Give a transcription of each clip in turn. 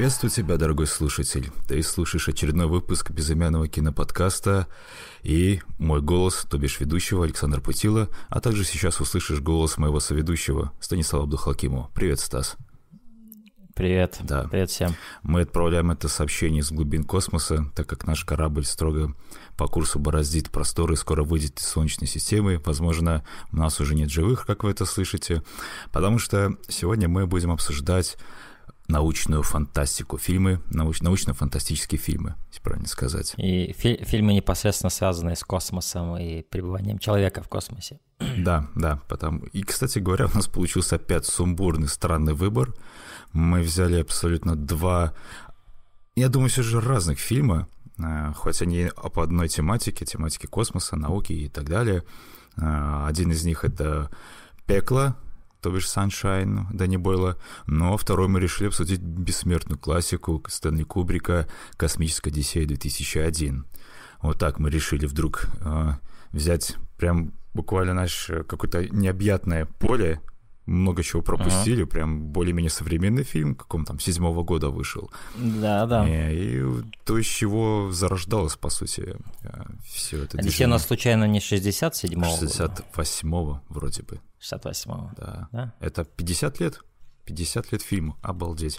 Приветствую тебя, дорогой слушатель. Ты слушаешь очередной выпуск безымянного киноподкаста, и мой голос, то бишь ведущего Александр Путила, а также сейчас услышишь голос моего соведущего Станислава Абдухалкимова. Привет, Стас. Привет. Да. Привет всем. Мы отправляем это сообщение из глубин космоса, так как наш корабль строго по курсу бороздит просторы и скоро выйдет из Солнечной системы. Возможно, у нас уже нет живых, как вы это слышите, потому что сегодня мы будем обсуждать научную фантастику, фильмы, научно-фантастические фильмы, если правильно сказать. И фильмы, непосредственно связанные с космосом и пребыванием человека в космосе. Да. И, кстати говоря, у нас получился опять сумбурный, странный выбор. Мы взяли абсолютно два, я думаю, все же разных фильма, хоть они по одной тематике космоса, науки и так далее. Один из них — это «Пекло», то бишь «Sunshine» Дэнни Бойла, но второй мы решили обсудить бессмертную классику Стэнли Кубрика «Космическая Одиссея 2001». Вот так мы решили вдруг взять прям буквально наше какое-то необъятное поле, много чего пропустили, прям более-менее современный фильм, каком там 7-го года вышел. Да. И то, из чего зарождалось, по сути, все это. Одиссея у нас случайно не 67-го? 68-го вроде бы. 68-го. Да. Это 50 лет фильму, обалдеть.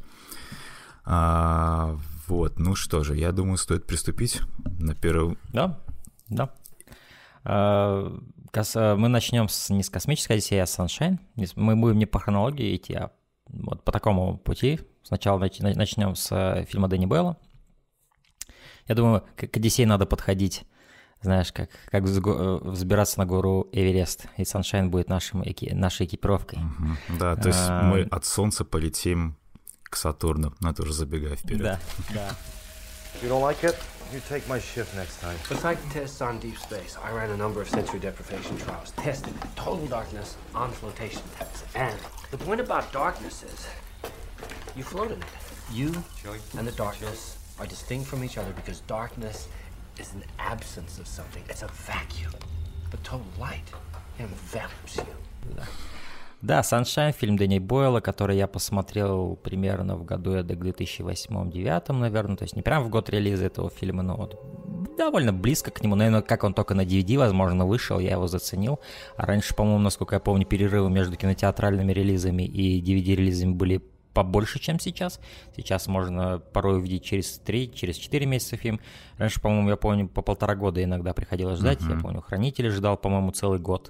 Вот, ну что же, я думаю, стоит приступить на первый... Да. Мы начнем не с «Космической Одиссеи», а с «Sunshine». Мы будем не по хронологии идти, а вот по такому пути. Сначала начнем с фильма Дэнни Бойла. Я думаю, к «Одиссее» надо подходить, знаешь, как взбираться на гору Эверест, и «Sunshine» будет нашей экипировкой. Да, то есть мы от Солнца полетим к Сатурну, но это уже забегая вперед. Да. If you don't like it, you take my shift next time. Besides tests on deep space, I ran a number of sensory deprivation trials, tested total darkness on flotation tests. And the point about darkness is, you float in it. You and the darkness are distinct from each other because darkness is an absence of something. It's a vacuum. But total light envelops you. Да, «Sunshine», фильм Дэнни Бойла, который я посмотрел примерно в году 2008-2009, наверное, то есть не прям в год релиза этого фильма, но вот довольно близко к нему, наверное, как он только на DVD, возможно, вышел, я его заценил. А раньше, по-моему, насколько я помню, перерывы между кинотеатральными релизами и DVD-релизами были побольше, чем сейчас. Сейчас можно порой увидеть через 4 месяца фильм. Раньше, по-моему, я помню, по 1,5 года иногда приходилось ждать. Я помню, «Хранители» ждал, по-моему, целый год.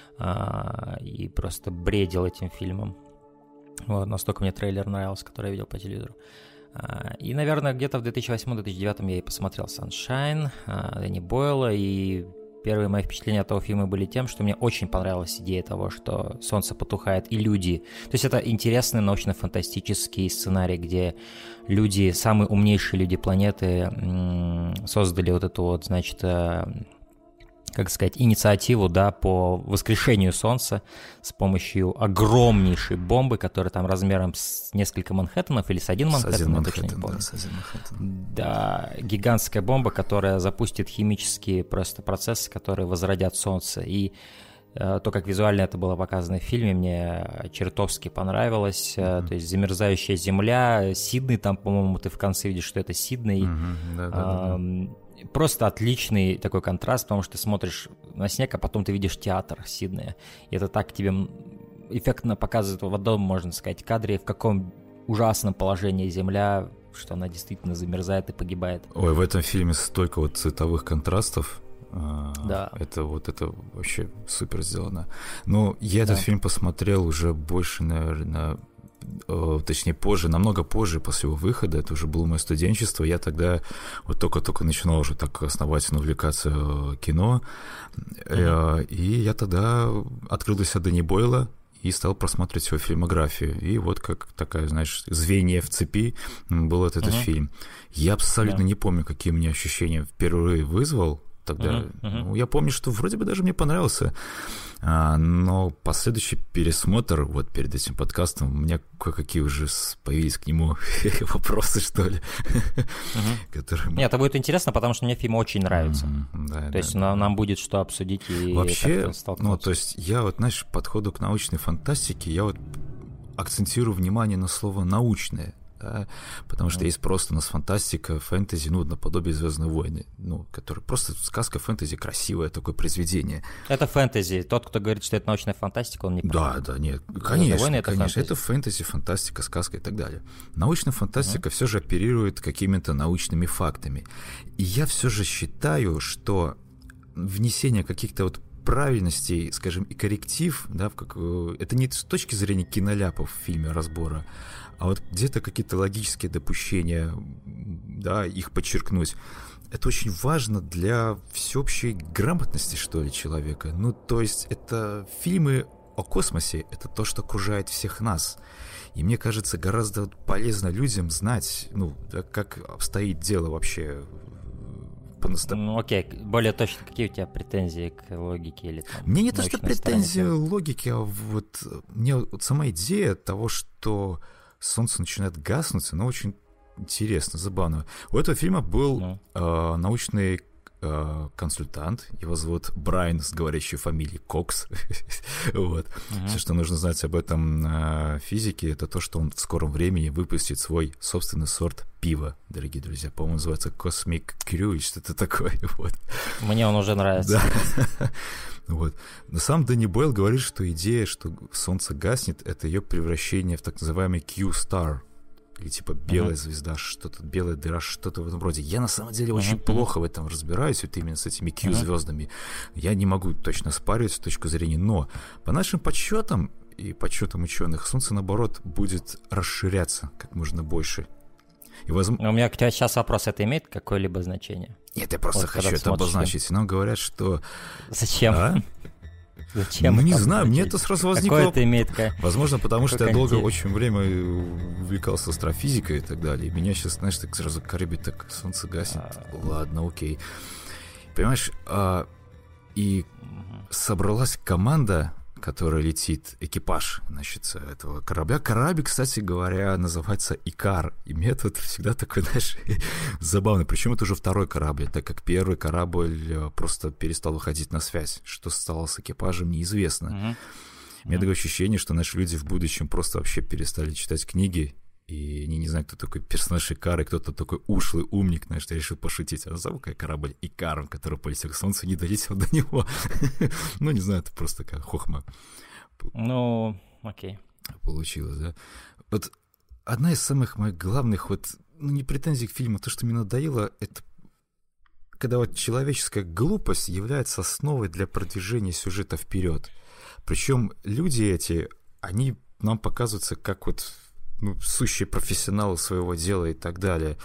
И просто бредил этим фильмом. Вот, настолько мне трейлер нравился, который я видел по телевизору. И, наверное, где-то в 2008-2009 я и посмотрел «Sunshine» Дэнни Бойла, и первые мои впечатления от этого фильма были тем, что мне очень понравилась идея того, что солнце потухает, и люди... То есть это интересный научно-фантастический сценарий, где люди, самые умнейшие люди планеты, создали вот эту вот, значит... как сказать, инициативу, да, по воскрешению Солнца с помощью огромнейшей бомбы, которая там размером с несколько Манхэттенов или с один Манхэттен, я точно не помню. Да, гигантская бомба, которая запустит химические просто процессы, которые возродят Солнце. И то, как визуально это было показано в фильме, мне чертовски понравилось. То есть замерзающая Земля, Сидней, там, по-моему, ты в конце видишь, что это Сидней. Просто отличный такой контраст, потому что ты смотришь на снег, а потом ты видишь театр Сиднея. И это так тебе эффектно показывает в одном, можно сказать, кадре, в каком ужасном положении Земля, что она действительно замерзает и погибает. Ой, в этом фильме столько вот цветовых контрастов. Да. Это вообще супер сделано. Но я этот фильм посмотрел уже больше, наверное... точнее позже, намного позже после его выхода, это уже было мое студенчество, я тогда вот только начинал уже так основательно увлекаться кино, и я тогда открыл для себя Дэнни Бойла и стал просматривать его фильмографию, и вот как такая, знаешь, звенья в цепи был этот фильм. Я абсолютно не помню, какие у меня ощущения впервые вызвал тогда. Ну, я помню, что вроде бы даже мне понравился, но последующий пересмотр вот перед этим подкастом у меня кое-какие уже появились к нему вопросы, что ли. Нет, это будет интересно, потому что мне фильм очень нравится. То есть нам будет что обсудить и вообще, ну, то есть я вот, знаешь, подходу к научной фантастике, я вот акцентирую внимание на слово «научное». да, потому что есть просто у нас фантастика, фэнтези, ну, наподобие «Звездные войны», ну, который просто сказка фэнтези, красивое такое произведение. Это фэнтези. Тот, кто говорит, что это научная фантастика, он не прав. Да, нет, конечно, это конечно, фэнтези. это фэнтези, фантастика, сказка и так далее. Научная фантастика все же оперирует какими-то научными фактами. И я все же считаю, что внесение каких-то вот правильностей, скажем, и корректив, да, это не с точки зрения киноляпов в фильме разбора, а вот где-то какие-то логические допущения, да, их подчеркнуть. Это очень важно для всеобщей грамотности, что ли, человека. Ну, то есть это фильмы о космосе, это то, что окружает всех нас. И мне кажется, гораздо полезно людям знать, ну, да, как обстоит дело вообще. Ну, окей, более точно, какие у тебя претензии к логике или там, мне не то, что претензии логики, а вот мне вот сама идея того, что солнце начинает гаснуть, она очень интересно, забавно. У этого фильма был научный консультант, его зовут Брайан с говорящей фамилией Кокс. Вот. Все, что нужно знать об этом физике, это то, что он в скором времени выпустит свой собственный сорт пива, дорогие друзья. По-моему, называется Cosmic Crew, что-то такое. Вот. Мне он уже нравится. Да. Вот. Но сам Дэнни Бойл говорит, что идея, что солнце гаснет, это ее превращение в так называемый Q-Star, или типа белая звезда, что-то, белая дыра, что-то в этом роде. Я на самом деле очень плохо в этом разбираюсь, вот именно с этими Q-звездами. Я не могу точно спаривать с точки зрения, но по нашим подсчетам и подсчетам ученых, солнце, наоборот, будет расширяться как можно больше. И у меня к тебе сейчас вопрос, это имеет какое-либо значение? Нет, я просто хочу это обозначить. Нам говорят, что... Зачем? Зачем? Ну, не знаю, мне это сразу возникло... Какое это имеет... Возможно, потому что я долго очень время увлекался астрофизикой и так далее. И меня сейчас, знаешь, так сразу коребит, так солнце гаснет. Ладно, окей. Понимаешь, и собралась команда, которая летит, экипаж, значит, этого корабля. Корабль, кстати говоря, называется Икар. И мне тут всегда такой, знаешь, забавно. Причем это уже второй корабль, так как первый корабль просто перестал выходить на связь. Что стало с экипажем, неизвестно. У меня такое ощущение, что наши люди в будущем просто вообще перестали читать книги, и они не знают, кто такой персонаж Икар, и кто-то такой ушлый умник, знаешь, решил пошутить. А назову-ка я корабль Икаром, который полетел к Солнцу, не долетел до него. Ну, не знаю, это просто как хохма. Ну, окей. Получилось, да? Вот одна из самых моих главных, вот, ну, не претензий к фильму, то, что мне надоело, это когда вот человеческая глупость является основой для продвижения сюжета вперед. Причем люди эти, они нам показываются как вот, ну, сущие профессионалы своего дела и так далее.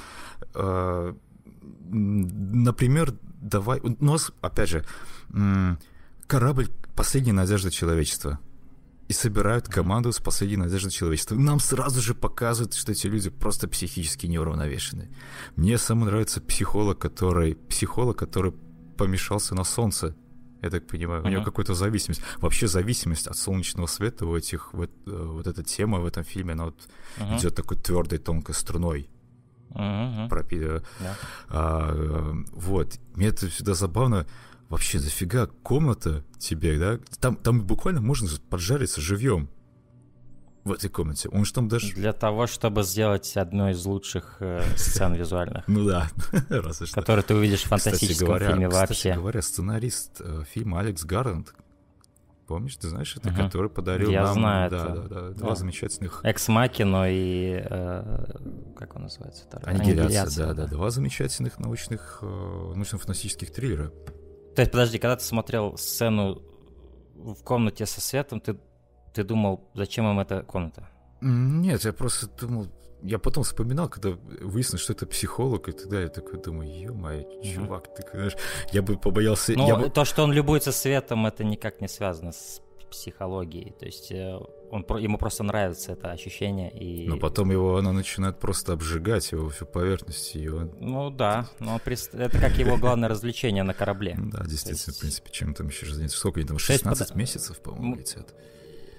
Например, у нас, опять же, корабль «Последняя надежда человечества». И собирают команду с «Последней надеждой человечества». Нам сразу же показывают, что эти люди просто психически неуравновешены. Мне самому нравится психолог, который помешался на солнце. Я так понимаю, у него какая-то зависимость. Вообще зависимость от солнечного света у этих, вот эта тема в этом фильме, она вот идет такой твердой, тонкой струной. Вот. Мне это всегда забавно. Вообще, зафига комната тебе, да? Там буквально можно поджариться живьем в этой комнате. Он же там даже... Для того, чтобы сделать одну из лучших сцен визуальных. Ну да. Которые ты увидишь в фантастическом фильме вообще. Кстати говоря, сценарист фильма Алекс Гарленд, помнишь, ты знаешь, это который подарил нам... Я знаю это. Два замечательных... Экс Махина и... как он называется? Аннигиляция, да. Два замечательных научно-фантастических триллера. То есть, подожди, когда ты смотрел сцену в комнате со светом, ты думал, зачем им эта комната? Нет, я просто думал... Я потом вспоминал, когда выяснилось, что это психолог и так далее. Такой думаю, ё-моё, чувак, ты, знаешь, я бы побоялся... То, что он любуется светом, это никак не связано с психологией. То есть ему просто нравится это ощущение. Но потом оно начинает просто обжигать его всю поверхность. Ну да, но это как его главное развлечение на корабле. Да, действительно, в принципе, чем там еще заняться. Сколько они там, 16 месяцев, по-моему, летят.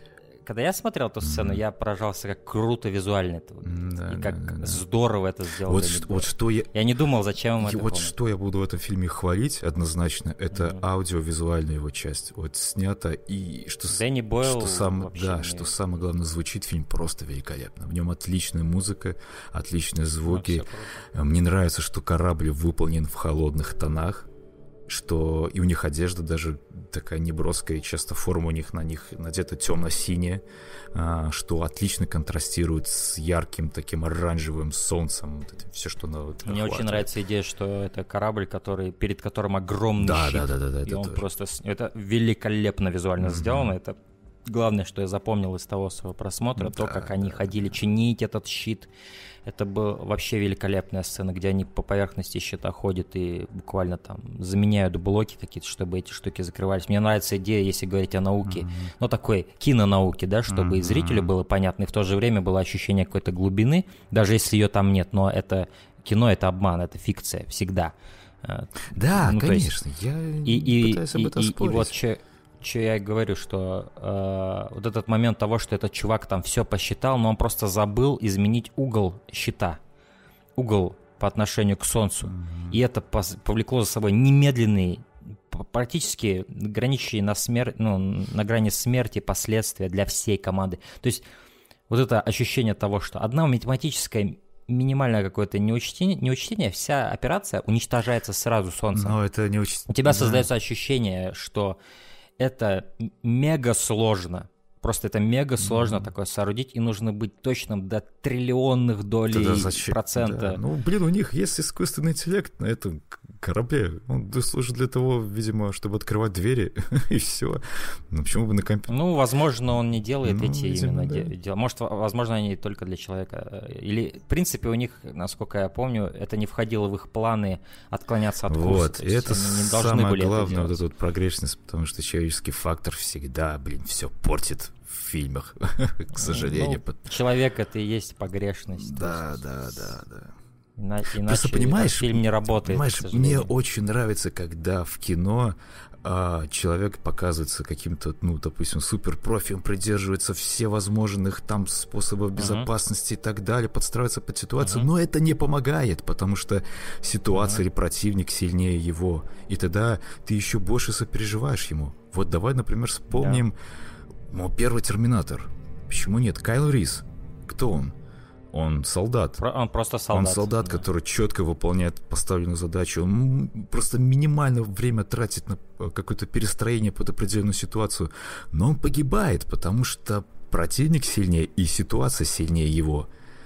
когда я смотрел эту сцену, я поражался, как круто визуально это выглядит. И как здорово это сделано. Вот что я не думал, зачем им это. Вот что я буду в этом фильме хвалить однозначно, это аудиовизуальная его часть. Вот снято, и что Дэнни Бойл что самое главное, звучит фильм просто великолепно. В нем отличная музыка, отличные звуки. Мне нравится, что корабль выполнен в холодных тонах, что и у них одежда даже такая неброская, и часто форма у них надета темно-синяя, что отлично контрастирует с ярким таким оранжевым солнцем. Вот это все, что Мне очень нравится идея, что это корабль, перед которым огромный щит, и он просто... Это великолепно визуально сделано, это главное, что я запомнил из того своего просмотра, то, как они ходили чинить этот щит. Это была вообще великолепная сцена, где они по поверхности щита ходят и буквально там заменяют блоки какие-то, чтобы эти штуки закрывались. Мне нравится идея, если говорить о науке, ну такой кинонауки, да, чтобы и зрителю было понятно, и в то же время было ощущение какой-то глубины, даже если ее там нет, но это кино, это обман, это фикция всегда. Да, ну, конечно, я пытаюсь об этом спорить. И вот что я и говорю, что вот этот момент того, что этот чувак там все посчитал, но он просто забыл изменить угол щита, угол по отношению к Солнцу. И это повлекло за собой немедленные, практически граничащие на грани смерти последствия для всей команды. То есть вот это ощущение того, что одна математическая минимальное какое-то неучтение, вся операция уничтожается сразу Солнцем. Но это не У тебя создается ощущение, что это мега сложно. Просто это мега сложно такое соорудить, и нужно быть точным до триллионных долей процента. Да. Ну, блин, у них есть искусственный интеллект на этом корабле. Он служит для того, видимо, чтобы открывать двери, и все. Ну, почему бы на компьютере? Ну, возможно, он не делает эти именно дела. Может, возможно, они только для человека. Или, в принципе, у них, насколько я помню, это не входило в их планы отклоняться от курса. Вот, и это самое главное, вот эта вот прогрессивность, потому что человеческий фактор всегда, все портит в фильмах, к сожалению. Человек — это и есть погрешность. Да. Иначе просто, понимаешь, фильм не работает. Понимаешь, мне очень нравится, когда в кино человек показывается каким-то, допустим, суперпрофи, он придерживается всевозможных там способов безопасности и так далее, подстраивается под ситуацию, но это не помогает, потому что ситуация или противник сильнее его, и тогда ты еще больше сопереживаешь ему. Вот давай, например, вспомним первый «Терминатор». Почему нет? Кайл Рис. Кто он? Он солдат. Он просто солдат. Он солдат, который четко выполняет поставленную задачу. Он просто минимально время тратит на какое-то перестроение под определенную ситуацию. Но он погибает, потому что противник сильнее и ситуация сильнее его.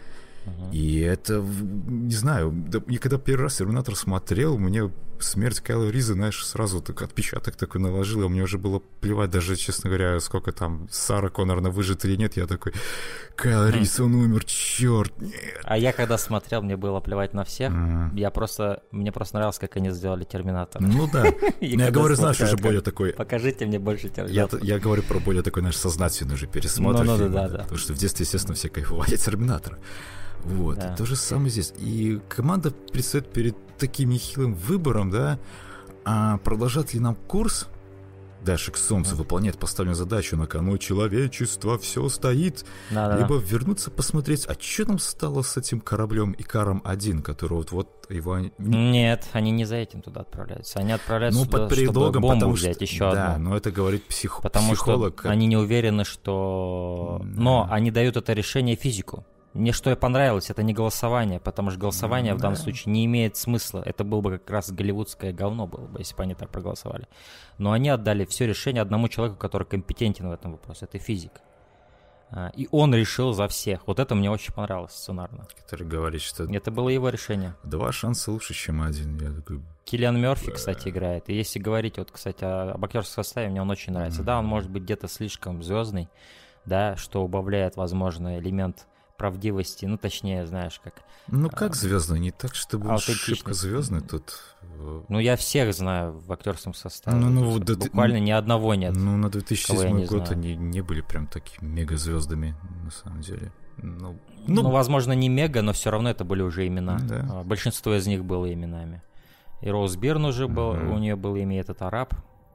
И это, не знаю, я когда первый раз «Терминатор» смотрел, мне смерть Кайла Риза, знаешь, сразу так отпечаток такой наложила, мне уже было плевать даже, честно говоря, сколько там Сара Коннорна выжит или нет, я такой, Кайл Риз, он умер, черт, нет. А я когда смотрел, мне было плевать на всех, мне просто нравилось, как они сделали «Терминатор». Ну да, я говорю, знаешь, уже более такой... Покажите мне больше «Терминатора». Я говорю про более такой, наш сознательный уже пересмотр фильма, потому что в детстве, естественно, все кайфовали «Терминатора». Вот, и то же самое здесь. И команда предстает перед таким нехилым выбором, да, продолжать ли нам курс дальше к Солнцу, выполнять поставленную задачу, на кону человечества все стоит, либо вернуться посмотреть, а что там стало с этим кораблем Икаром-1, который вот его... Нет, они не за этим туда отправляются, они отправляются под предлогом, чтобы бомбу взять еще одну. Да, но это говорит потому психолог. Что они не уверены, что... Но они дают это решение физику. Мне что и понравилось, это не голосование, потому что голосование в данном случае не имеет смысла. Это было бы как раз голливудское говно было бы, если бы они так проголосовали. Но они отдали все решение одному человеку, который компетентен в этом вопросе. Это физик. И он решил за всех. Вот это мне очень понравилось сценарно. Который говорит, что... Это было его решение. 2 шанса лучше, чем 1. Я такой... Киллиан Мёрфи, кстати, играет. И если говорить, вот, кстати, об актерском составе, мне он очень нравится. Да, он может быть где-то слишком звездный, да, что убавляет, возможно, элемент правдивости, точнее, знаешь, как... как звездный, не так, чтобы шибко звездный тут... я всех знаю в актерском составе. Буквально ни одного нет. На 2007 год они не были прям такими мегазвездами, на самом деле. Возможно, не мега, но все равно это были уже имена. Да. Большинство из них было именами. И Роуз Бирн уже был, у нее было имя, этот араб.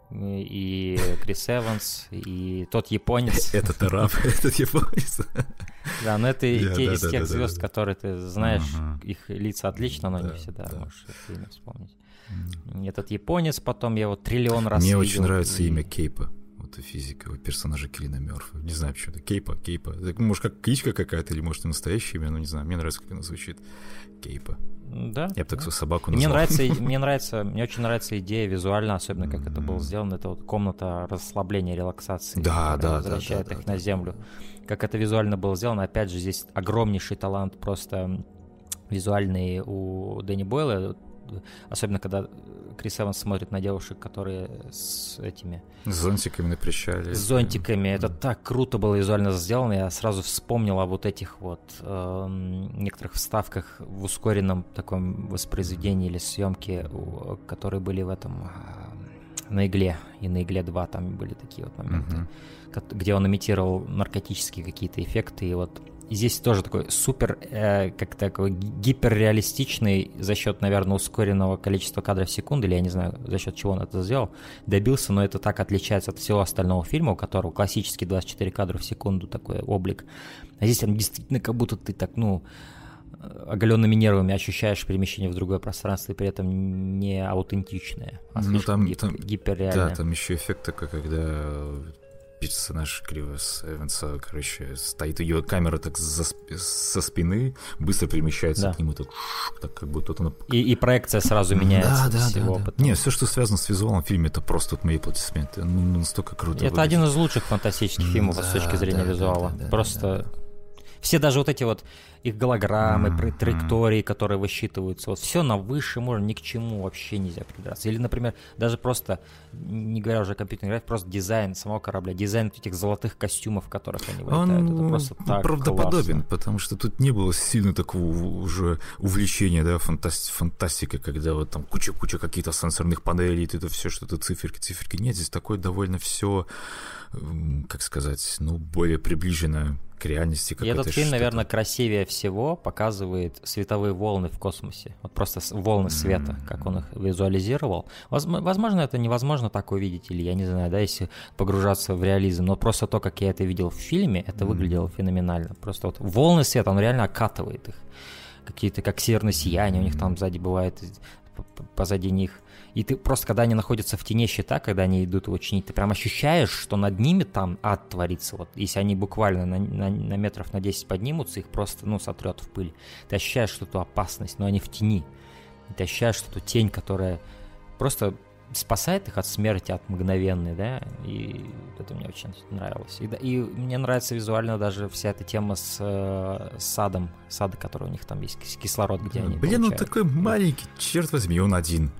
и Крис Эванс, и тот японец. Этот араб, этот японец. Да, но это те из тех звезд, которые ты знаешь, их лица отлично, но не всегда можешь это имя вспомнить. Этот японец, потом я его триллион раз видел. Мне очень нравится имя Кейпа. Вот у физика, у персонажа Киллиана Мёрфи. Не знаю почему-то. Кейпа. Может, как кличка какая-то, или может, и настоящее имя, но не знаю. Мне нравится, как оно звучит. Кейпа. Да. Я бы так свою собаку назвал. Мне очень нравится идея визуально, особенно как это было сделано. Это вот комната расслабления, релаксации. Да. Возвращает их на землю. Как это визуально было сделано. Опять же, здесь огромнейший талант просто визуальный у Дэнни Бойла. Особенно, когда Крис Эванс смотрит на девушек, которые с этими... С зонтиками на причале. С зонтиками. Это так круто было визуально сделано. Я сразу вспомнил о вот этих вот некоторых вставках в ускоренном таком воспроизведении или съемке, которые были в этом... на «Игле». И на «Игле 2» там были такие вот моменты, где он имитировал наркотические какие-то эффекты. И вот и здесь тоже такой супер, как такой гиперреалистичный за счет, наверное, ускоренного количества кадров в секунду, или я не знаю, за счет чего он это сделал, добился, но это так отличается от всего остального фильма, у которого классический 24 кадра в секунду такой облик. А здесь он действительно как будто ты так, оголенными нервами ощущаешь перемещение в другое пространство, и при этом не аутентичное, а слишком гиперреальное. Да, там еще эффект такой, когда персонаж Крис Эванса, стоит, ее камера так со спины быстро перемещается к нему, так как будто он... И проекция сразу меняется. Да. Не, все, что связано с визуалом в фильме, это просто вот мои аплодисменты. Настолько круто. Это один из лучших фантастических фильмов с точки зрения визуала. Просто... Все даже вот эти вот их голограммы, траектории, которые высчитываются, вот все на высшем уровне, ни к чему вообще нельзя придраться. Или, например, даже просто, не говоря уже о компьютерной графике, просто дизайн самого корабля, дизайн этих золотых костюмов, в которых они вылетают. Это просто так правдоподобен, классно. потому что тут не было сильно такого уже увлечения, да, фантастикой, когда вот там куча каких-то сенсорных панелей, это все что-то циферки. Нет, здесь такое довольно все, как сказать, более приближено к реальности. И этот фильм, наверное, красивее всего показывает световые волны в космосе. Вот просто волны света, как он их визуализировал. Возможно, это невозможно так увидеть, или я не знаю, да, если погружаться в реализм, но просто то, как я это видел в фильме, это выглядело феноменально. Просто вот волны света, он реально окатывает их. Какие-то, как северное сияние у них там сзади бывает, позади них. И ты просто, когда они находятся в тени щита, когда они идут его чинить, ты прям ощущаешь, что над ними там ад творится. Вот если они буквально на метров на 10 поднимутся, их просто, сотрет в пыль. Ты ощущаешь что-то опасность, но они в тени. И ты ощущаешь что-то тень, которая просто спасает их от смерти, от мгновенной, да, и это мне очень нравилось. И мне нравится визуально даже вся эта тема с садом, который у них там есть, кислород, где они получают. Он такой маленький, черт возьми, он один.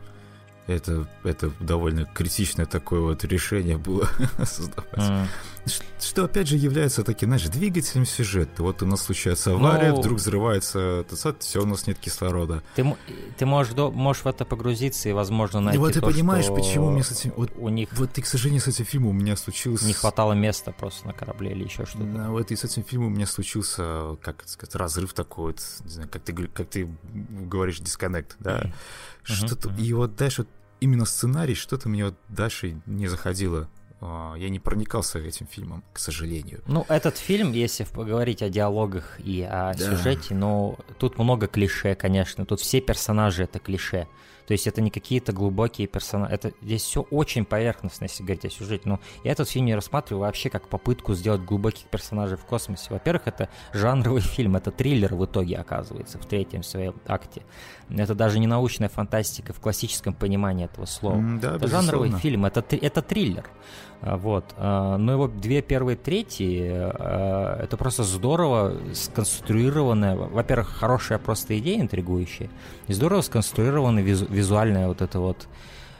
Это довольно критичное такое вот решение было создавать. Что, опять же, является таким, двигателем сюжета. Вот у нас случается авария, вдруг взрывается, все, у нас нет кислорода. Ты можешь в это погрузиться и, возможно, найти вот ты понимаешь, почему мне с этим... у них... Вот и, к сожалению, с этим фильмом у меня случилось... Не хватало места просто на корабле или еще что-то. Да, вот и с этим фильмом у меня случился, как сказать, разрыв такой вот, не знаю, как ты говоришь, дисконнект, да? Что-то... И вот дальше именно сценарий, что-то мне вот дальше не заходило. Я не проникался этим фильмом, к сожалению. Этот фильм, если поговорить о диалогах и о сюжете, тут много клише, конечно. Тут все персонажи — это клише. То есть это не какие-то глубокие персонажи. Здесь все очень поверхностно, если говорить о сюжете. Но я этот фильм не рассматриваю вообще как попытку сделать глубоких персонажей в космосе. Во-первых, это жанровый фильм, это триллер в итоге оказывается в третьем своем акте. Это даже не научная фантастика в классическом понимании этого слова. Да, это жанровый фильм, это триллер. Вот. Но его две первые трети это просто здорово сконструированная, во-первых, хорошая просто идея интригующая, и здорово сконструированная визуальная вот эта вот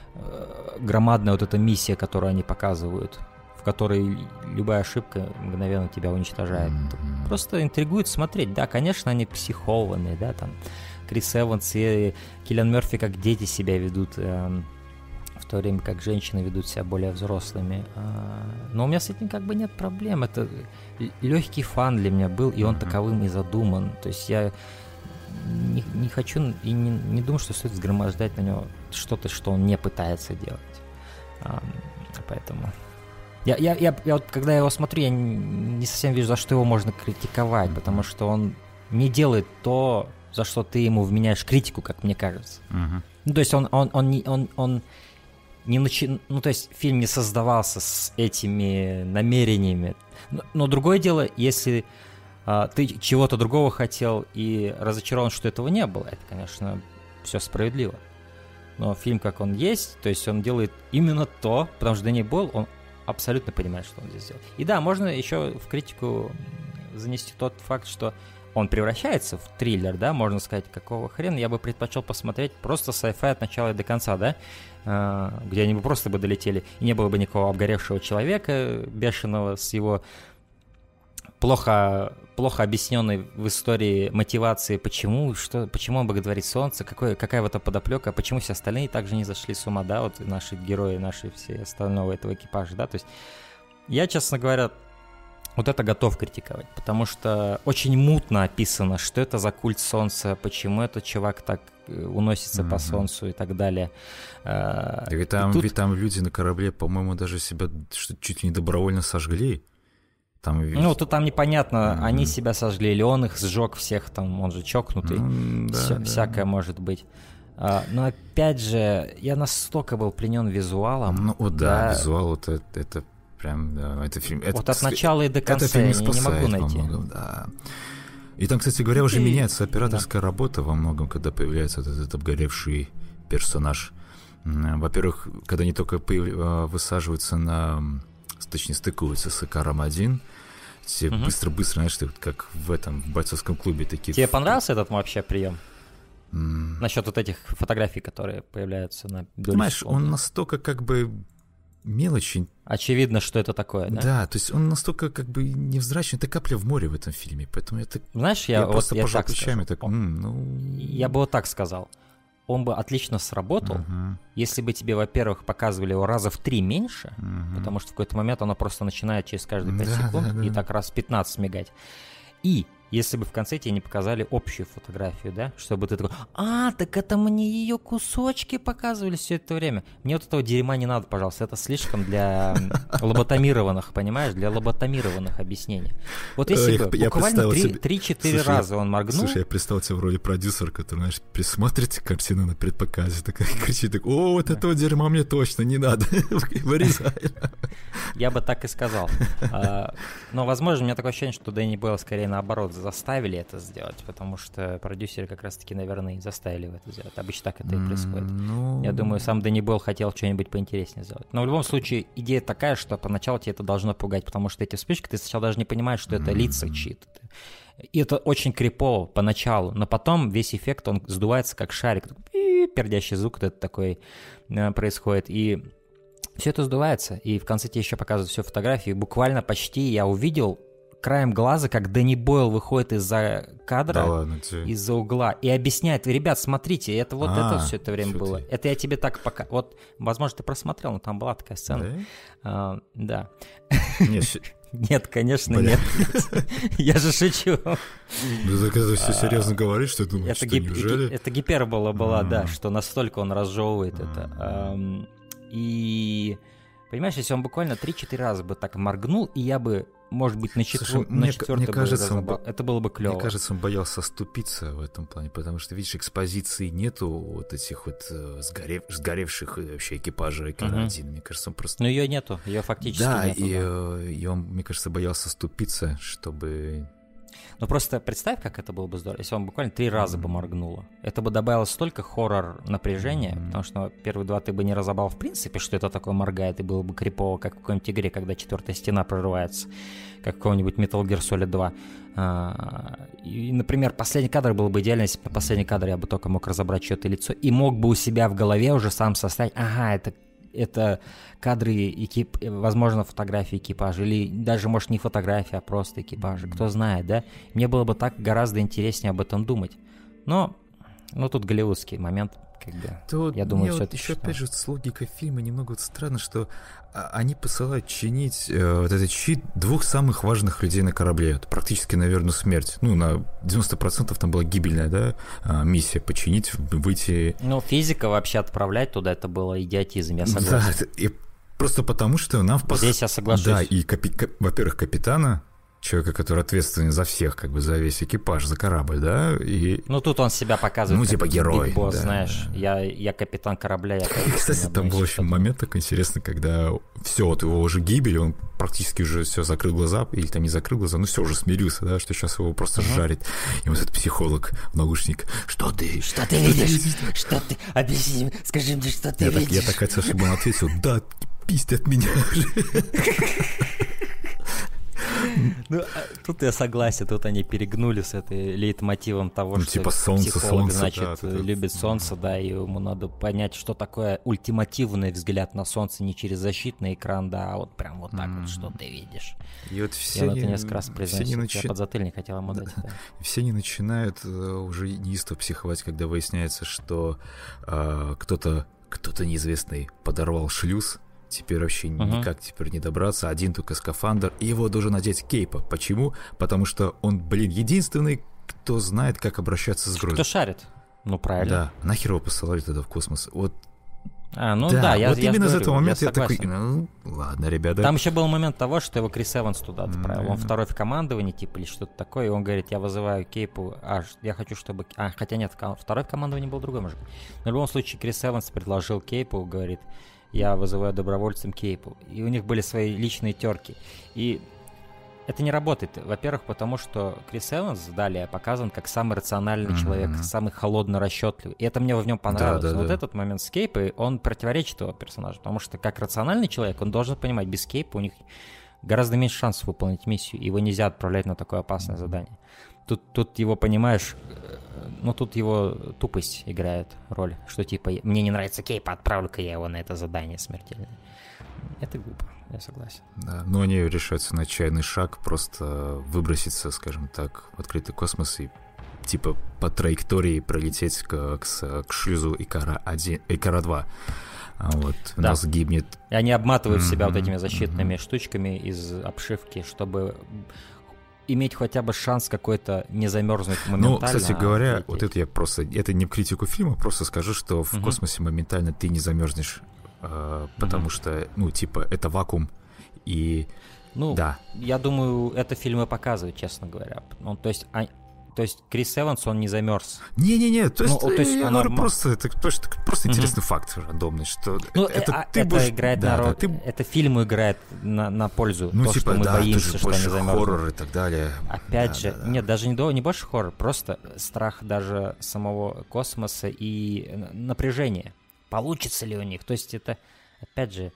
громадная вот эта миссия, которую они показывают, в которой любая ошибка мгновенно тебя уничтожает. Просто интригует смотреть. Да, конечно, они психованные, да, там Крис Эванс и Киллиан Мёрфи как дети себя ведут, в то время как женщины ведут себя более взрослыми. Но у меня с этим как бы нет проблем. Это легкий фан для меня был, и он таковым и задуман. То есть я не хочу и не думаю, что стоит сгромождать на него что-то, что он не пытается делать. Поэтому... Я вот, когда я его смотрю, я не совсем вижу, за что его можно критиковать, потому что он не делает то, за что ты ему вменяешь критику, как мне кажется. Ну, то есть он не ну, то есть фильм не создавался с этими намерениями. Но другое дело, если ты чего-то другого хотел и разочарован, что этого не было, это, конечно, все справедливо. Но фильм, как он есть, то есть он делает именно то, потому что Дэнни Бойл, он абсолютно понимает, что он здесь делает. И да, можно еще в критику занести тот факт, что он превращается в триллер, да, можно сказать, какого хрена, я бы предпочел посмотреть просто sci-fi от начала и до конца, да, где они бы просто бы долетели, и не было бы никакого обгоревшего человека бешеного с его плохо объясненной в истории мотивации, почему он боготворит солнце, какая в этом подоплека, почему все остальные также не зашли с ума, да, вот наши герои, наши все остального этого экипажа, да, то есть я, честно говоря, вот это готов критиковать, потому что очень мутно описано, что это за культ солнца, почему этот чувак так уносится по солнцу и так далее. Ведь там люди на корабле, по-моему, даже себя чуть ли не добровольно сожгли. Ну, то там непонятно, они себя сожгли, или он их сжег всех, там, он же чокнутый, всякое может быть. Но опять же, я настолько был пленен визуалом. Ну, да, визуал это прям, да, это фильм... Вот от начала и до конца я не могу найти. Многом, да. И там, кстати говоря, уже меняется операторская работа во многом, когда появляется этот обгоревший персонаж. Во-первых, когда они только высаживаются точнее, стыкуются с Икаром-1, все быстро-быстро, знаешь, как в бойцовском клубе такие... Тебе понравился этот вообще прием? Насчет вот этих фотографий, которые появляются на... Понимаешь, он настолько как бы мелочи. Очевидно, что это такое, да? Да, то есть он настолько как бы невзрачный, это капля в море в этом фильме, поэтому это... Знаешь, я просто пожал плечами. Я бы вот так сказал. Он бы отлично сработал, если бы тебе, во-первых, показывали его раза в 3 меньше, потому что в какой-то момент оно просто начинает через каждые 5 секунд и так раз 15 мигать. И если бы в конце тебе не показали общую фотографию, да, чтобы ты такой, так это мне ее кусочки показывали все это время. Мне вот этого дерьма не надо, пожалуйста, это слишком для лоботомированных, понимаешь, для лоботомированных объясений. Вот если бы буквально 3-4 раза он моргнул... Слушай, я представил тебя вроде продюсер, который, знаешь, присмотрит картину на предпоказе, такая кричит, вот этого дерьма мне точно не надо, вырезай. Я бы так и сказал. Но, возможно, у меня такое ощущение, что Дэнни Бойл скорее наоборот заставили это сделать, потому что продюсеры как раз-таки, наверное, и заставили его это сделать. Обычно так это и происходит. Я думаю, сам Дэнни Бойл хотел что-нибудь поинтереснее сделать. Но в любом случае, идея такая, что поначалу тебе это должно пугать, потому что эти вспышки, ты сначала даже не понимаешь, что это лица чьи-то. И это очень крипово поначалу, но потом весь эффект, он сдувается как шарик. Пердящий звук это такой происходит, и все это сдувается, и в конце тебе еще показывают всю фотографию. Буквально почти я увидел краем глаза, как Дэнни Бойл выходит из-за кадра, из-за угла, и объясняет, ребят, смотрите, это вот это все это время было. Это я тебе так пока... Вот, возможно, ты просмотрел, но там была такая сцена. Да. Нет, конечно, нет. Я же шучу. Ну, ты все серьезно говоришь, что думаешь, что неужели? Это гипербола была, да, что настолько он разжевывает это. И... Понимаешь, если он буквально 3-4 раза бы так моргнул, и я бы, может быть, на четвертый бы разобрал, это было бы клево. Мне кажется, он боялся оступиться в этом плане, потому что, видишь, экспозиции нету вот этих вот сгоревших вообще экипажей Икара-1. Мне кажется, он просто... Но ее нету, ее фактически нету. Да, и он, мне кажется, боялся оступиться, чтобы... Ну просто представь, как это было бы здорово, если он буквально 3 раза бы моргнуло. Это бы добавило столько хоррор-напряжения, потому что первые 2 ты бы не разобрал в принципе, что это такое моргает, и было бы крипово, как в какой-нибудь игре, когда 4-я стена прорывается, как в каком-нибудь Metal Gear Solid 2. И, например, последний кадр был бы идеально, если бы на последний кадр я бы только мог разобрать чье-то лицо, и мог бы у себя в голове уже сам составить, это кадры, возможно, фотографии экипажа, или даже, может, не фотографии, а просто экипажа, кто знает, да? Мне было бы так гораздо интереснее об этом думать. Но тут голливудский момент, как бы, то я думаю, все вот еще, опять же, с логикой фильма немного вот странно, что они посылают чинить вот этот щит 2 самых важных людей на корабле. Это практически, наверное, смерть. Ну, на 90% там была гибельная, да, миссия починить, выйти... Ну, физика вообще отправлять туда, это было идиотизм, я согласен. Да, и Просто потому, что нам Здесь я соглашусь. Да, и, во-первых, капитана, человека, который ответственен за всех, как бы за весь экипаж, за корабль, да, и... Ну, тут он себя показывает, ну, типа герой, босс, да, знаешь, да. Я капитан корабля. Я Кстати, там был очень момент такой интересный, когда все, вот его уже гибель, он практически уже все закрыл глаза, или там не закрыл глаза, ну все, уже смирился, да, что сейчас его просто жарит. И вот этот психолог в наушник, что ты видишь? Что ты? Объясни, скажи мне, что ты видишь? Я так хотел, чтобы он ответил, да, пиздят меня. Ну, тут я согласен, тут они перегнули с этой лейтмотивом того, ну, что типа психолог, значит, да, любит солнце, да, и ему надо понять, что такое ультимативный взгляд на солнце не через защитный экран, да, а вот прям вот так вот, что ты видишь. И вот все я это несколько раз признаюсь, я подзатыльник хотел ему дать. Да. Все не начинают уже неистово психовать, когда выясняется, что кто-то неизвестный подорвал шлюз. Теперь вообще никак теперь не добраться. Один только скафандр. И его должен надеть Кейпа. Почему? Потому что он, единственный, кто знает, как обращаться с грозой. Кто шарит. Ну, правильно. Да. Нахер его посылали тогда в космос? Вот. Ну да, я вот именно говорю, с этого момента я согласен. такой, ну, ладно, ребята. Там еще был момент того, что его Крис Эванс туда отправил. Он второй в командовании, типа, или что-то такое. И он говорит, я вызываю Кейпу. Я хочу, чтобы... хотя нет, второй в командовании был другой мужик. Но в любом случае, Крис Эванс предложил Кейпу, говорит... Я вызываю добровольцем Кейпу. И у них были свои личные терки. И это не работает. Во-первых, потому что Крис Эванс далее показан как самый рациональный человек, самый холодно расчетливый. И это мне в нем понравилось. Да. Этот момент с Кейпой, он противоречит его персонажу. Потому что как рациональный человек, он должен понимать, без Кейпа у них гораздо меньше шансов выполнить миссию. Его нельзя отправлять на такое опасное задание. Тут его, понимаешь, тут его тупость играет роль, что типа мне не нравится Кейп, отправлю-ка я его на это задание смертельное. Это глупо, я согласен. Да, но они решаются на отчаянный шаг, просто выброситься, скажем так, в открытый космос и типа по траектории пролететь к шлюзу Икара-2. Вот, у нас гибнет. И они обматывают себя вот этими защитными штучками из обшивки, чтобы иметь хотя бы шанс какой-то не замерзнуть моментально. Ну, кстати говоря, вот это я просто... Это не в критику фильма, просто скажу, что в космосе моментально ты не замерзнешь, потому что, это вакуум, и... да. Я думаю, это фильмы показывают, честно говоря. То есть Крис Эванс, он не замерз. Не-не-не, то есть я говорю, просто интересный факт рандомный, что это играет на роль, это фильму играет на пользу, что мы боимся, что они замерзнут. Хоррор и так далее. Опять же, нет, даже не больше хоррор, просто страх даже самого космоса и напряжение. Получится ли у них? То есть это, опять же,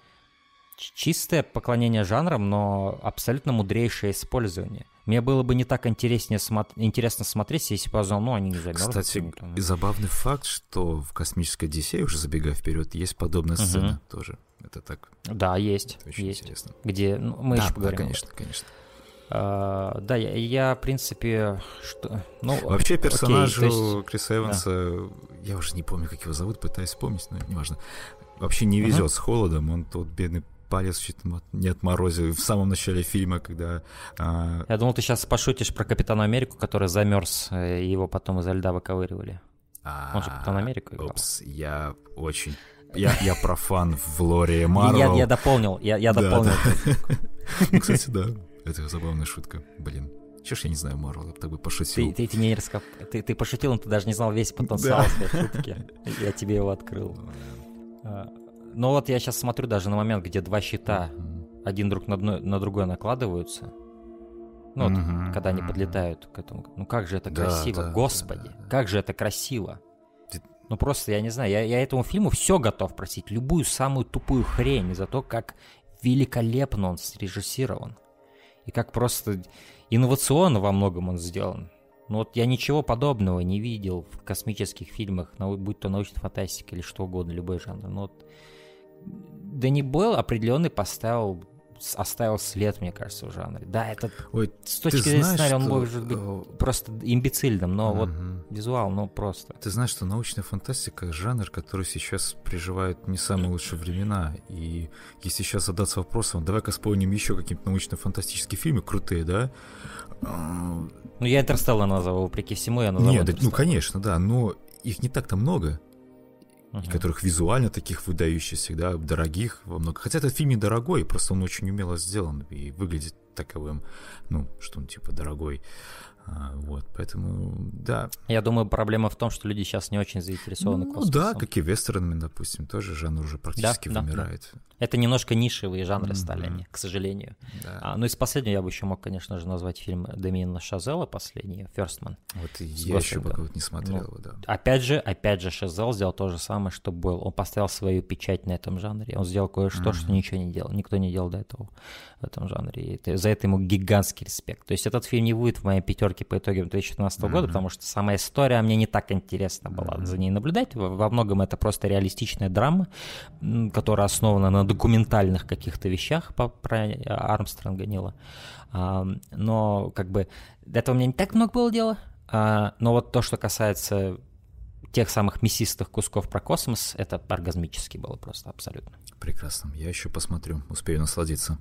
чистое поклонение жанрам, но абсолютно мудрейшее использование. Мне было бы не так интересно смотреть, если бы я знал, они не замерзнут. Кстати, и забавный факт, что в «Космической Одиссее», уже забегая вперед, есть подобная сцена тоже. Это так. Да, есть. Это очень интересно. Где мы еще поговорим. Да, конечно. Да, я в принципе, вообще персонажу Криса Эванса, я уже не помню, как его зовут, пытаюсь вспомнить, но неважно. Вообще не везет с холодом, он тот бедный палец чуть не отморозил в самом начале фильма, когда... Я думал, ты сейчас пошутишь про Капитана Америку, который замерз, и его потом изо льда выковыривали. Он же Капитан Америку играл. Я очень... Я профан в лоре Марвел. Я дополнил. Ну, кстати, да. Это забавная шутка. Блин. Чё ж я не знаю Марвел, я так бы пошутил. Ты пошутил, но ты даже не знал весь потенциал своей шутки. Я тебе его открыл. Но вот я сейчас смотрю даже на момент, где два щита один друг на другой накладываются. Когда они подлетают к этому. Ну как же это красиво, господи, как же это красиво. Ну просто, я не знаю, я этому фильму все готов просить, любую самую тупую хрень за то, как великолепно он срежиссирован. И как просто инновационно во многом он сделан. Ну вот я ничего подобного не видел в космических фильмах, будь то научная фантастика или что угодно, любой жанр. Но вот Дэнни Бойл определенный оставил след, мне кажется, в жанре. Да, это с точки зрения сценария он может быть просто имбецильным, но вот визуал, просто. Ты знаешь, что научная фантастика — жанр, который сейчас переживает не самые лучшие времена, и если сейчас задаться вопросом, давай-ка вспомним еще какие-то научно-фантастические фильмы крутые, да? Я «Интерстеллар» назову, вопреки всему я назову. Нет, конечно, да, но их не так-то много. и которых визуально таких выдающихся, да, дорогих во много. Хотя этот фильм недорогой, просто он очень умело сделан и выглядит таковым, ну, что он типа дорогой. Вот, поэтому, да. Я думаю, проблема в том, что люди сейчас не очень заинтересованы космосом. Ну да, как и вестернами, допустим, тоже жанр уже практически вымирает. Да. Это немножко нишевые жанры стали они, к сожалению. Да. Ну, из последнего я бы еще мог, конечно же, назвать фильм Дэмиена Шазела последний, «First Man». Вот я еще пока вот не смотрел его, да. Опять же, Шазел сделал то же самое, что был. Он поставил свою печать на этом жанре. Он сделал кое-что, что ничего не делал. Никто не делал до этого в этом жанре. И за это ему гигантский респект. То есть этот фильм не будет в моей пятерке по итогам 2016 года, потому что сама история мне не так интересно была за ней наблюдать. Во многом это просто реалистичная драма, которая основана на документальных каких-то вещах про Армстронга Нила. Но как бы до этого у меня не так много было дела. Но вот то, что касается тех самых мясистых кусков про космос, это оргазмически было просто абсолютно. Прекрасно. Я еще посмотрю, успею насладиться.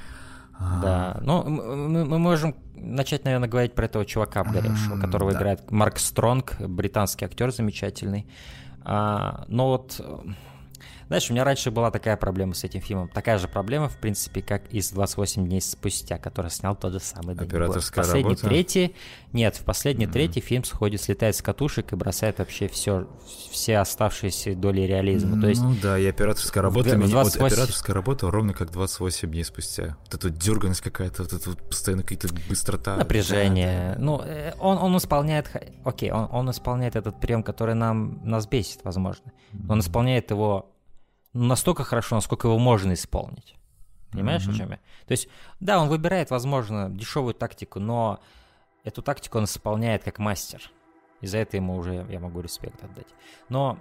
Да, ну мы можем начать, наверное, говорить про этого чувака обгоревшего, которого играет Марк Стронг, британский актер замечательный. Но вот, знаешь, у меня раньше была такая проблема с этим фильмом. Такая же проблема, в принципе, как и с «28 дней спустя», который снял тот же самый Дэнни Бойл. Операторская работа? В последний третий фильм слетает с катушек и бросает вообще все оставшиеся доли реализма. То есть, ну да, и операторская работа, операторская работа ровно как 28 дней спустя. Вот эта вот дерганность какая-то, вот эта вот постоянно какая-то быстрота. Напряжение. Да. Ну, он исполняет, он исполняет этот прием, который нас бесит, возможно. Он исполняет его настолько хорошо, насколько его можно исполнить. Понимаешь, о чем я? То есть, да, он выбирает, возможно, дешевую тактику, но эту тактику он исполняет как мастер. И за это ему уже я могу респект отдать. Но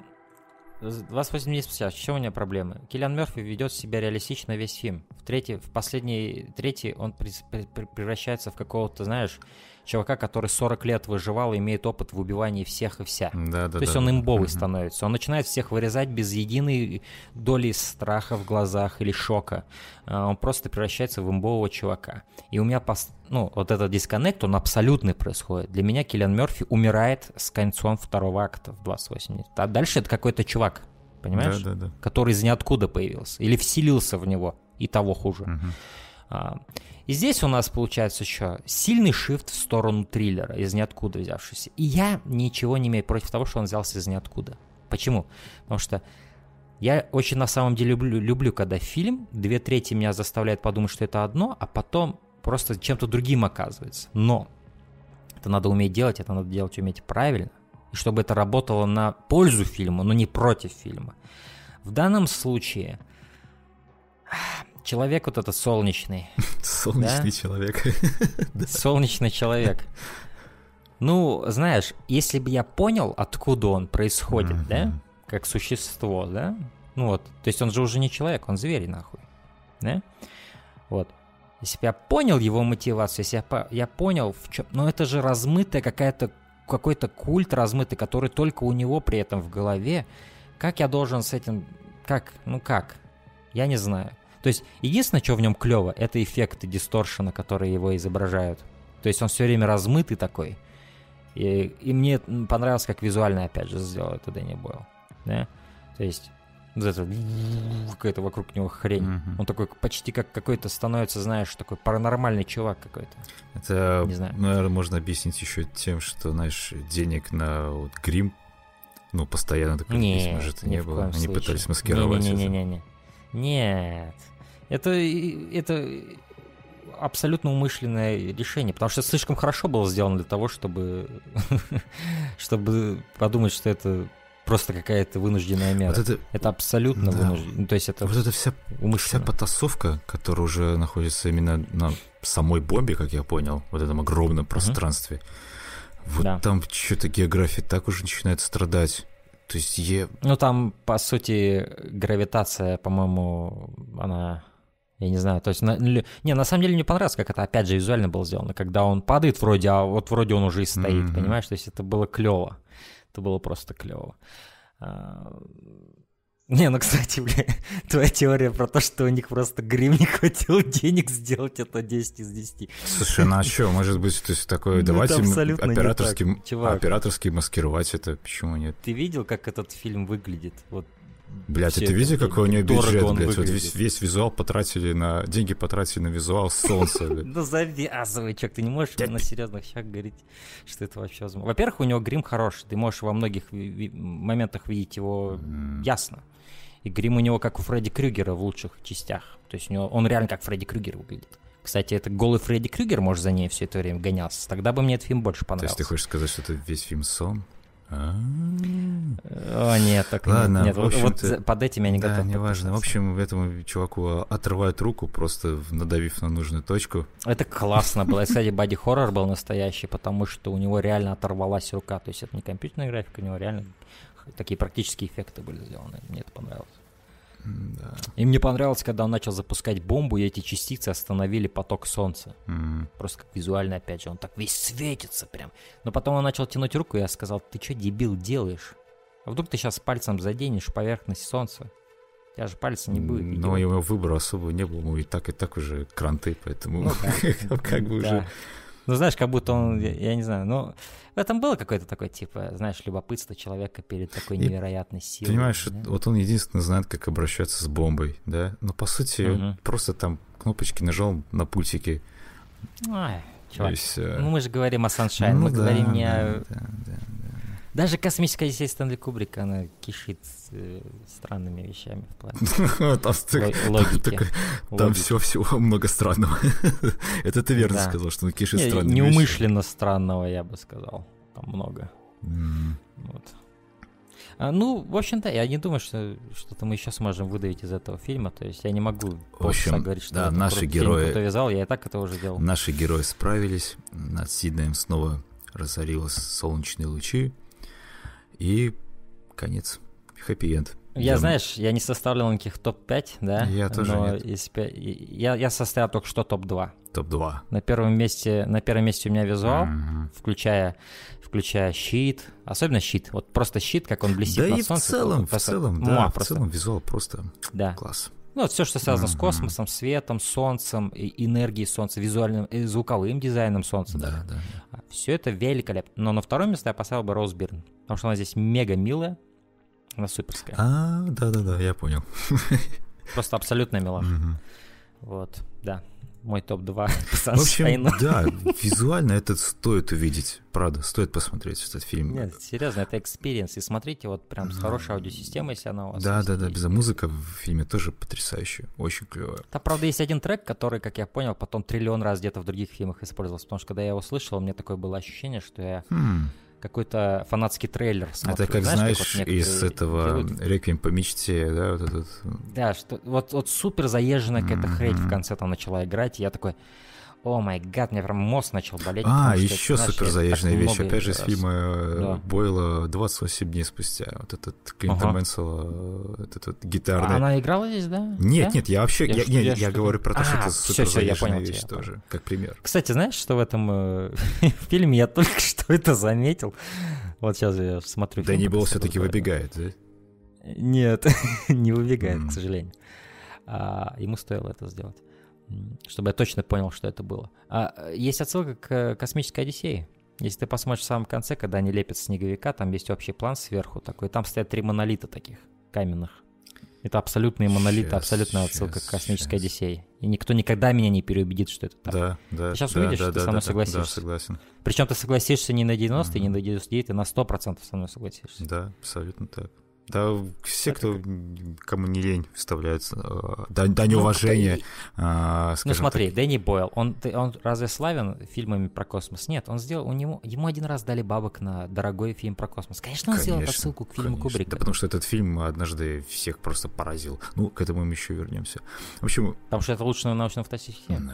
28 дней спустя, в чем у меня проблемы? Киллиан Мёрфи ведет себя реалистично весь фильм. В последний третий он превращается в какого-то, знаешь, чувака, который 40 лет выживал и имеет опыт в убивании всех и вся. То есть он имбовый становится. Он начинает всех вырезать без единой доли страха в глазах или шока. Он просто превращается в имбового чувака. И у меня вот этот дисконнект, он абсолютный происходит. Для меня Киллиан Мёрфи умирает с концом второго акта в 28 дней. А дальше это какой-то чувак, понимаешь? Который из ниоткуда появился. Или вселился в него. И того хуже. И здесь у нас получается еще сильный шифт в сторону триллера, из ниоткуда взявшийся. И я ничего не имею против того, что он взялся из ниоткуда. Почему? Потому что я очень на самом деле люблю, когда фильм 2/3 меня заставляет подумать, что это одно, а потом просто чем-то другим оказывается. Но это надо уметь делать, это надо делать уметь правильно. И чтобы это работало на пользу фильма, но не против фильма. В данном случае человек вот этот солнечный. Солнечный человек. Солнечный человек. Ну, знаешь, если бы я понял, откуда он происходит, да, как существо, да, ну вот, то есть он же уже не человек, он зверь, нахуй, да, вот. Если бы я понял его мотивацию, если я понял, в чем, ну это же размытая какой-то культ размытый, который только у него при этом в голове. Как я должен с этим, как, я не знаю. То есть единственное, что в нем клево, это эффекты дисторшена, которые его изображают. То есть он все время размытый такой. И мне понравилось, как визуально, опять же, сделал это Дэнни Бойл. Да? То есть вот это какая-то вокруг него хрень. Он такой почти как какой-то становится, знаешь, такой паранормальный чувак какой-то. Это, наверное, можно объяснить еще тем, что, знаешь, денег на вот грим, ну, постоянно такой может не было. Они пытались маскировать это. Нет, это абсолютно умышленное решение, потому что слишком хорошо было сделано для того, чтобы подумать, что это просто какая-то вынужденная мера. Вот это абсолютно вынужденная. То есть это вот эта вся потасовка, которая уже находится именно на самой бомбе, как я понял, вот этом огромном пространстве. Вот там что-то география так уже начинает страдать. То есть ну, там, по сути, гравитация, по-моему, она... Я не знаю, то есть... на самом деле мне понравилось, как это, опять же, визуально было сделано. Когда он падает вроде, а вот вроде он уже и стоит, понимаешь? То есть это было клево. Это было просто клево. Не, ну, кстати, бля, твоя теория про то, что у них просто грим не хватило денег сделать, это 10 из 10. Слушай, ну а что, может быть, то есть такое, давайте операторски маскировать это, почему нет? Ты видел, как этот фильм выглядит? Вот. Блядь, ты видел, какой у него бюджет, блядь? Вот весь визуал деньги потратили на визуал солнца, блядь. Ну завязывай, чувак, ты не можешь на серьезных вещах говорить, что это вообще возможно. Во-первых, у него грим хороший, ты можешь во многих моментах видеть его ясно. И грим у него как у Фредди Крюгера в лучших частях. То есть у него он реально как Фредди Крюгер выглядит. Кстати, это голый Фредди Крюгер, может, за ней все это время гонялся. Тогда бы мне этот фильм больше понравился. То есть ты хочешь сказать, что это весь фильм сон? О, нет, так ладно, нет. Вот под этим я не готов. Да, неважно. В общем, этому чуваку отрывают руку, просто надавив на нужную точку. Это классно было. Кстати, боди-хоррор был настоящий, потому что у него реально оторвалась рука. То есть это не компьютерная графика, у него реально такие практические эффекты были сделаны. Мне это понравилось. Да. И мне понравилось, когда он начал запускать бомбу, и эти частицы остановили поток солнца. Просто как визуально, опять же, он так весь светится прям. Но потом он начал тянуть руку, и я сказал: ты что, дебил, делаешь? А вдруг ты сейчас пальцем заденешь поверхность солнца? У тебя же пальца не будет. Но его выбора особо не было, и так уже кранты, поэтому как бы уже... Ну, знаешь, как будто он, я не знаю, но в этом было какое-то такое, типа, знаешь, любопытство человека перед такой невероятной силой. Понимаешь, вот он единственно знает, как обращаться с бомбой, да? Но, по сути, просто там кнопочки нажал на пультике. Ай, чувак, ну мы же говорим о Sunshine, мы говорим не о... Даже «Космическая Одиссея» Стэнли Кубрика, она кишит странными вещами в плане логики. Там всего много странного. Это ты верно сказал, что он кишит странными вещами. Неумышленно странного, я бы сказал. Там много. Вот. Ну, в общем-то, я не думаю, что что-то мы еще сможем выдавить из этого фильма. То есть я не могу говорить, что это наши герои, фильм, кто вязал, я и так это уже делал. Наши герои справились. Над Сиднеем снова разорились солнечные лучи. И конец. Хэппи-энд. Знаешь, я не составлял никаких топ-5, да? Я тоже нет. Я составил только что топ-2. Топ-2. На первом месте у меня визуал, включая щит. Особенно щит. Вот просто щит, как он блестит на солнце. В целом визуал просто класс. Ну, вот все, что связано с космосом, светом, солнцем, энергией солнца, визуальным, звуковым дизайном солнца. Да. Все это великолепно. Но на второе место я поставил бы Роуз Бирн, потому что она здесь мега милая, она суперская. Да, я понял. Просто абсолютная милаха. Вот, да. Мой топ-2. В общем, да, визуально это стоит увидеть. Правда, стоит посмотреть этот фильм. Нет, серьезно, это экспириенс. И смотрите вот прям с хорошей аудиосистемой, если она у вас есть. Да, без музыка в фильме тоже потрясающая, очень клевая. Там, правда, есть один трек, который, как я понял, потом триллион раз где-то в других фильмах использовался. Потому что когда я его слышал, у меня такое было ощущение, что я какой-то фанатский трейлер смотрю. Это как, знаешь, из этого «Реквием по мечте», да, вот этот... Да, что вот супер заезженная какая-то хрень в конце там начала играть, и я такой: о май гад, мне прям мозг начал болеть. Еще супер заезженная вещь, опять же, из фильма Бойла «28 дней спустя». Вот этот Клинта Мэнсела, этот гитарный... Она играла здесь, да? Нет, я вообще... Я говорю про то, что это супер заезженная вещь тоже, как пример. Кстати, знаешь, что в этом фильме я только что это заметил? Вот сейчас я смотрю фильм. Дэнни Бойл все-таки выбегает, да? Нет, не выбегает, к сожалению. Ему стоило это сделать, чтобы я точно понял, что это было. Есть отсылка к «Космической Одиссее». Если ты посмотришь в самом конце, когда они лепят снеговика, там есть общий план сверху такой, там стоят 3 монолита таких каменных. Это абсолютные монолиты, абсолютная отсылка к «Космической Одиссее». И никто никогда меня не переубедит, что это так. Да. Ты сейчас увидишь, что ты со мной согласишься. Да, согласен. Причем ты согласишься не на 90, не на 99, ты на 100% со мной согласишься. Да, абсолютно так. Да, все, кому не лень, вставляются. Дань уважения. Смотри, Дэнни Бойл, он разве славен фильмами про космос? Нет, он сделал, ему один раз дали бабок на дорогой фильм про космос. Конечно, он сделал отсылку к фильму Кубрика. Да, потому что этот фильм однажды всех просто поразил. Ну, к этому мы еще вернемся. В общем... Потому что это лучший научно-фантастический фильм.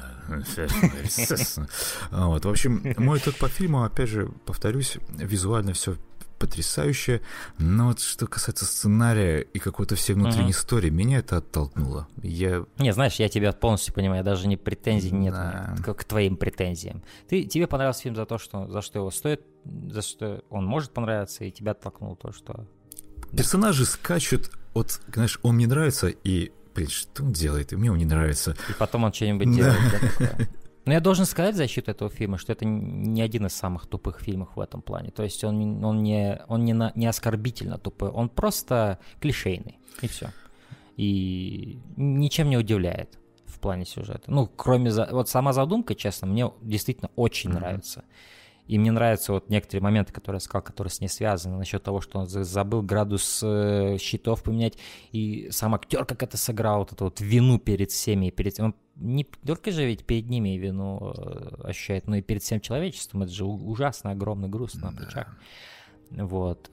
В общем, мой тот по фильму, опять же, повторюсь, визуально все потрясающе, но вот что касается сценария и какой-то всей внутренней истории, меня это оттолкнуло. Не, знаешь, я тебя полностью понимаю, даже не претензий нет к твоим претензиям. Тебе понравился фильм за то, что за что его стоит, за что он может понравиться, и тебя оттолкнуло то, что персонажи скачут, вот, знаешь, он мне нравится, и, блин, что он делает, и мне он не нравится. И потом он что-нибудь делает. Да, но я должен сказать в защиту этого фильма, что это не один из самых тупых фильмов в этом плане. То есть он не оскорбительно тупой, он просто клишейный, и все. И ничем не удивляет в плане сюжета. Ну, кроме... Вот сама задумка, честно, мне действительно очень нравится. И мне нравятся вот некоторые моменты, которые я сказал, которые с ней связаны, насчет того, что он забыл градус щитов поменять, и сам актер как это сыграл, вот эту вот вину перед всеми, он не только же ведь перед ними вину ощущает, но и перед всем человечеством. Это же ужасно огромный груз на плечах. Вот.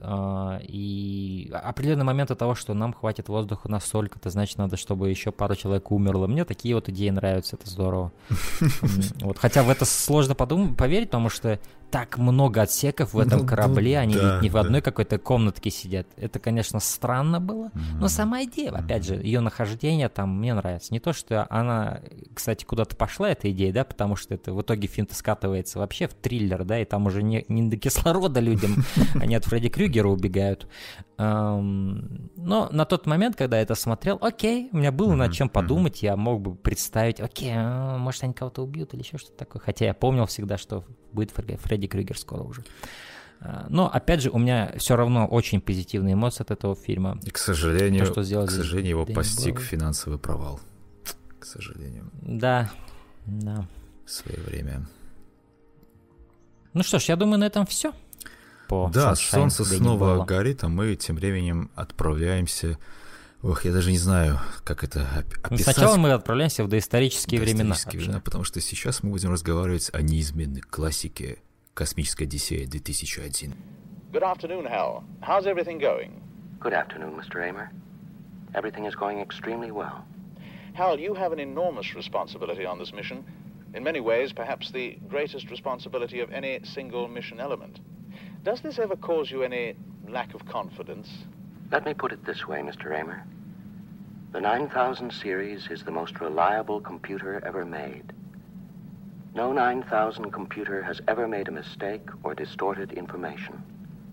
И определенные моменты того, что нам хватит воздуха настолько-то, значит, надо, чтобы еще пару человек умерло. Мне такие вот идеи нравятся, это здорово. Вот. Хотя в это сложно поверить, потому что так много отсеков в этом корабле, они ведь не в одной какой-то комнатке сидят. Это, конечно, странно было, но сама идея, опять же, ее нахождение там мне нравится. Не то, что она, кстати, куда-то пошла, эта идея, да, потому что это в итоге фильм-то скатывается вообще в триллер, да, и там уже не до кислорода людям, они от Фредди Крюгера убегают. Но на тот момент, когда я это смотрел, окей, у меня было над чем подумать, я мог бы представить, окей, может, они кого-то убьют или еще что-то такое. Хотя я помнил всегда, что будет Фредди Крюгер скоро уже. Но, опять же, у меня все равно очень позитивные эмоции от этого фильма. И, к сожалению, его Дэнни постиг Бойл. финансовый провал. К сожалению. Да. В свое время. Ну что ж, я думаю, на этом все. Да, солнце снова горит, а мы тем временем отправляемся... Ох, я даже не знаю, как это описать. Сначала мы отправляемся в доисторические времена. Потому что сейчас мы будем разговаривать о неизменной классике «Космическая Одиссея 2001». Good afternoon, Hal. How's everything going? Good afternoon, Mr. Raymer. Everything is going extremely well. Hal, you have an enormous responsibility on this mission. In many ways, perhaps the greatest responsibility of any single mission element. Does this ever cause you any lack of confidence? Let me put it this way, Mr. Raymer. The 9000 series is the most reliable computer ever made. No 9000 computer has ever made a mistake or distorted information.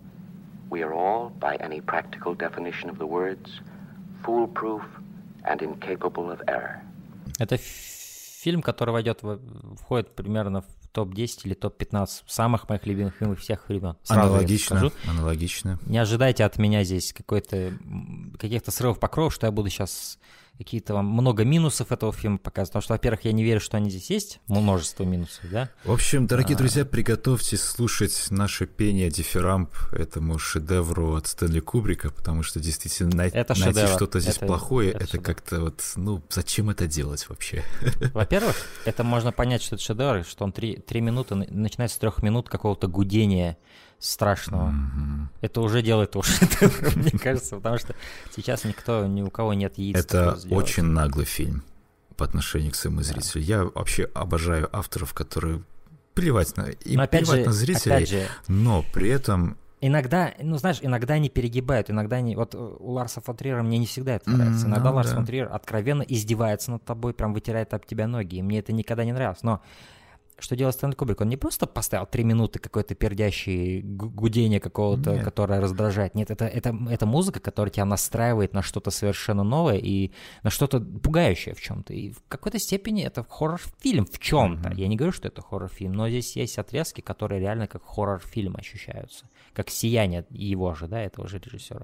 We are all, by any practical definition of the words, foolproof and incapable of error. Это фильм, который входит примерно в топ-10 или топ-15 самых моих любимых фильмов всех времен. Аналогично. Не ожидайте от меня здесь каких-то срывов покровов, что я буду сейчас какие-то вам много минусов этого фильма показывать. Потому что, во-первых, я не верю, что они здесь есть. Множество минусов, да? В общем, дорогие друзья, приготовьтесь слушать наше пение дифирамб этому шедевру от Стэнли Кубрика, потому что действительно найти что-то здесь плохое, это как-то вот, зачем это делать вообще? Во-первых, это можно понять, что это шедевр, что он 3 минуты, начинается с 3 минут какого-то гудения страшного. Это уже делает его шедевр, мне кажется, потому что сейчас ни у кого нет яиц. Это очень наглый фильм по отношению к своему зрителю. Я вообще обожаю авторов, которые плевать на зрителей, но при этом... Иногда они перегибают, иногда они... Вот у Ларса фон Триера мне не всегда это нравится. Иногда Ларс фон Триер откровенно издевается над тобой, прям вытирает об тебя ноги, и мне это никогда не нравилось. Но что делал Стэнли Кубрик? Он не просто поставил 3 минуты какое-то пердящее гудение какого-то, которое раздражает. Нет, это музыка, которая тебя настраивает на что-то совершенно новое и на что-то пугающее в чем-то. И в какой-то степени это хоррор-фильм в чем-то. Я не говорю, что это хоррор-фильм, но здесь есть отрезки, которые реально как хоррор-фильм ощущаются. Как сияние его же, да, этого же режиссера.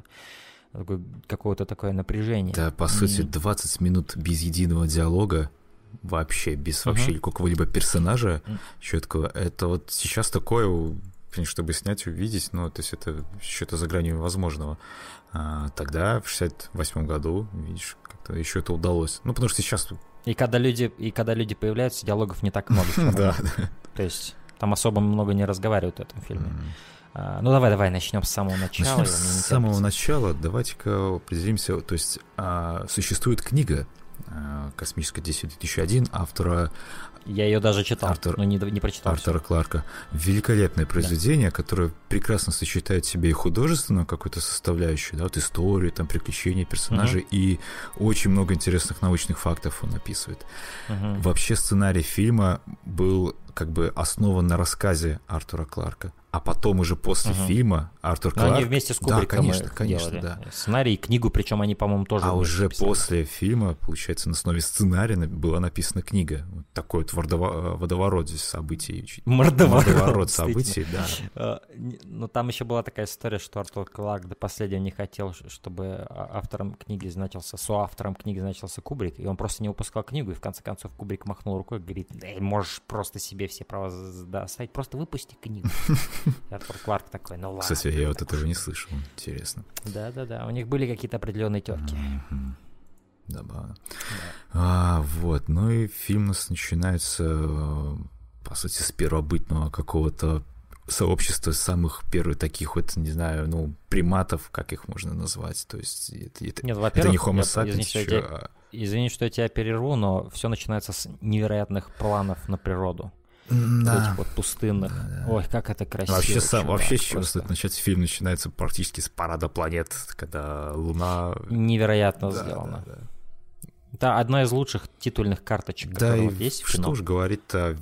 Какое-то такое напряжение. Да, по сути, 20 минут без единого диалога, вообще без какого-либо персонажа четкого. Это вот сейчас такое, чтобы снять, увидеть, то есть это что-то за гранью возможного. Тогда, в 68 году, видишь, как-то еще это удалось. Потому что сейчас... И когда люди появляются, диалогов не так много. Да. То есть там особо много не разговаривают в этом фильме. Давай начнем с самого начала. Начнем с самого начала. Давайте-ка определимся. То есть существует книга «Космическая Одиссея 2001» автора... Я ее даже читал, но не прочитал. Артура Кларка. Великолепное произведение, которое прекрасно сочетает в себе и художественную какую-то составляющую, да, вот историю, там, приключения персонажей, и очень много интересных научных фактов он описывает. Вообще сценарий фильма был как бы основан на рассказе Артура Кларка. а потом уже после фильма Артур Кларк... Но они вместе с Кубриком конечно, да. Сценарий и книгу, причем они, по-моему, тоже... А уже писали. после фильма, получается, на основе сценария была написана книга. Вот такой вот водоворот здесь событий. Мордоворот событий, да. Но там еще была такая история, что Артур Кларк до последнего не хотел, чтобы соавтором книги значился Кубрик, и он просто не выпускал книгу, и в конце концов Кубрик махнул рукой и говорит: да, можешь просто себе все права оставить, просто выпусти книгу. И Артур Кларк такой: ну ладно. Кстати, я вот этого не слышал, интересно. Да, у них были какие-то определенные терки. Забавно. Вот, ну и фильм у нас начинается, по сути, с первобытного какого-то сообщества самых первых таких вот, не знаю, ну, приматов, как их можно назвать, то есть это не Homo sapiens. Извини, что я тебя перерву, но все начинается с невероятных планов на природу. Да. Этих вот пустынных. Да. Ой, как это красиво. Вообще с чего стоит начать? Фильм начинается практически с парада планет, когда Луна... Невероятно сделано. Да. Это одна из лучших титульных карточек, которые вот есть в кино. Что уж говорит,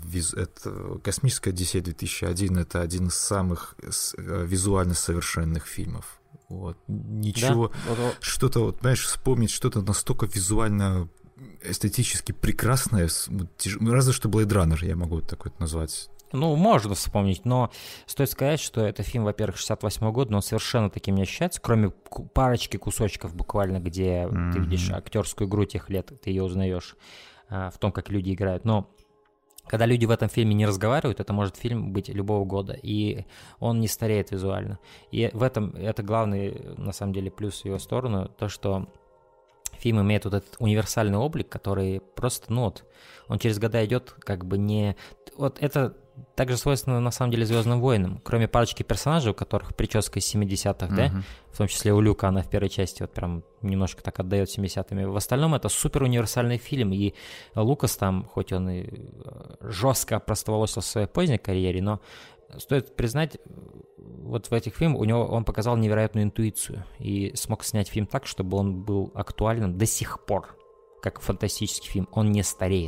«Космическая Одиссея 2001» — это один из самых визуально совершенных фильмов. Вот. Ничего, да? Что-то, вот, знаешь, вспомнить что-то настолько визуально эстетически прекрасное, разве что Blade Runner я могу так вот назвать. Ну, можно вспомнить, но стоит сказать, что это фильм, во-первых, 68-го года, но он совершенно таким не ощущается, кроме парочки кусочков буквально, где ты видишь актерскую игру тех лет, ты ее узнаешь в том, как люди играют. Но когда люди в этом фильме не разговаривают, это может фильм быть любого года, и он не стареет визуально. И в этом это главный, на самом деле, плюс в его сторону, то, что фильм имеет вот этот универсальный облик, который просто, ну вот, он через года идет как бы не... Вот это также свойственно, на самом деле, «Звездным войнам». Кроме парочки персонажей, у которых прическа из 70-х, да, в том числе у Люка, она в первой части вот прям немножко так отдает 70-ми. В остальном это супер универсальный фильм, и Лукас там, хоть он и жестко простоволосил в своей поздней карьере, но стоит признать, вот в этих фильмах он показал невероятную интуицию и смог снять фильм так, чтобы он был актуален до сих пор, как фантастический фильм, он не стареет.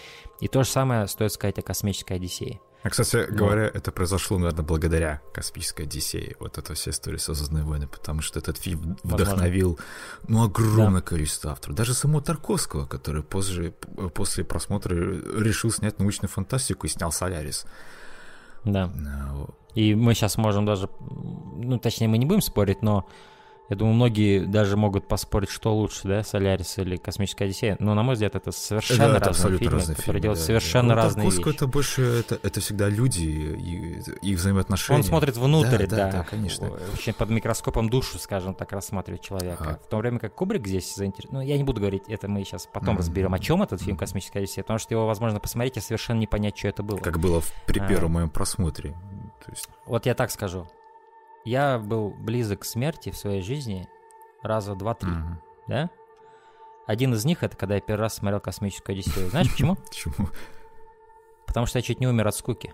И то же самое стоит сказать о «Космической Одиссее». Кстати говоря, это произошло, наверное, благодаря «Космической Одиссее», вот эта вся история со «Звездными войнами», потому что этот фильм вдохновил, огромное количество авторов. Даже самого Тарковского, который после просмотра решил снять научную фантастику и снял «Солярис». Да. И мы сейчас можем даже, ну, точнее, мы не будем спорить, но я думаю, многие даже могут поспорить, что лучше, да, «Солярис» или «Космическая Одиссея». Но, на мой взгляд, это совершенно разные фильмы, которые делают совершенно разные вещи. Это больше, это всегда люди и их взаимоотношения. Он смотрит внутрь, да, конечно. Очень под микроскопом душу, скажем так, рассматривает человека. В то время как Кубрик здесь заинтересован. Ну, я не буду говорить, это мы сейчас потом разберем, о чем этот фильм «Космическая Одиссея», потому что его возможно посмотреть и совершенно не понять, что это было. Как было при первом моем просмотре. То есть... Вот я так скажу. Я был близок к смерти в своей жизни раза 2-3, да? Один из них — это когда я первый раз смотрел «Космическую Одиссею». Знаешь почему? Почему? Потому что я чуть не умер от скуки.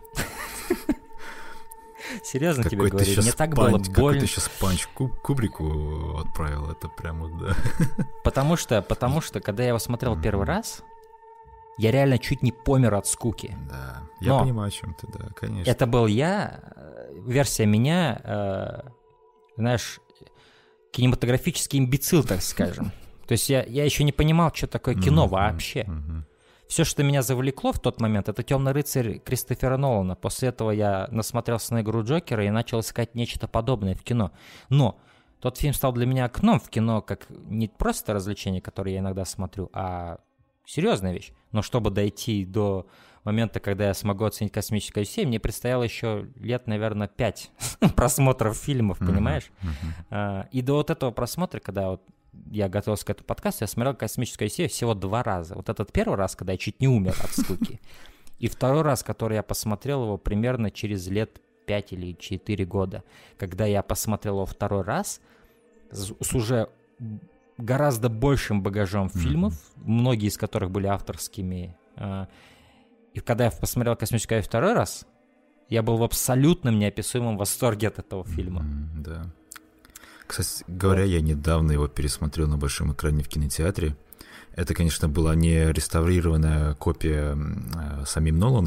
Серьезно тебе говорю, мне так было больно. Какой ты сейчас панч Кубрику отправил, это прямо, да. Потому что, когда я его смотрел первый раз, я реально чуть не помер от скуки. Да, я понимаю, о чем ты, да, конечно. Это был версия меня, знаешь, кинематографический имбецил, так скажем. То есть я еще не понимал, что такое кино вообще. Все, что меня завлекло в тот момент, это «Темный рыцарь» Кристофера Нолана. После этого я насмотрелся на «Игру Джокера» и начал искать нечто подобное в кино. Но тот фильм стал для меня окном в кино, как не просто развлечение, которое я иногда смотрю, а серьезная вещь. Но чтобы дойти до момента, когда я смогу оценить «Космическую Одиссею», мне предстояло еще лет, наверное, 5 просмотров фильмов, понимаешь? И до вот этого просмотра, когда вот я готовился к этому подкасту, я смотрел «Космическую Одиссею» всего 2 раза. Вот этот первый раз, когда я чуть не умер от скуки, и второй раз, который я посмотрел его примерно через лет 5 или 4 года, когда я посмотрел его второй раз с уже гораздо большим багажом фильмов, многие из которых были авторскими. И когда я посмотрел «Космическую Одиссею» второй раз, я был в абсолютном неописуемом восторге от этого фильма. Да. Кстати говоря, я недавно его пересмотрел на большом экране в кинотеатре. Это, конечно, была не реставрированная копия самим Ноланом,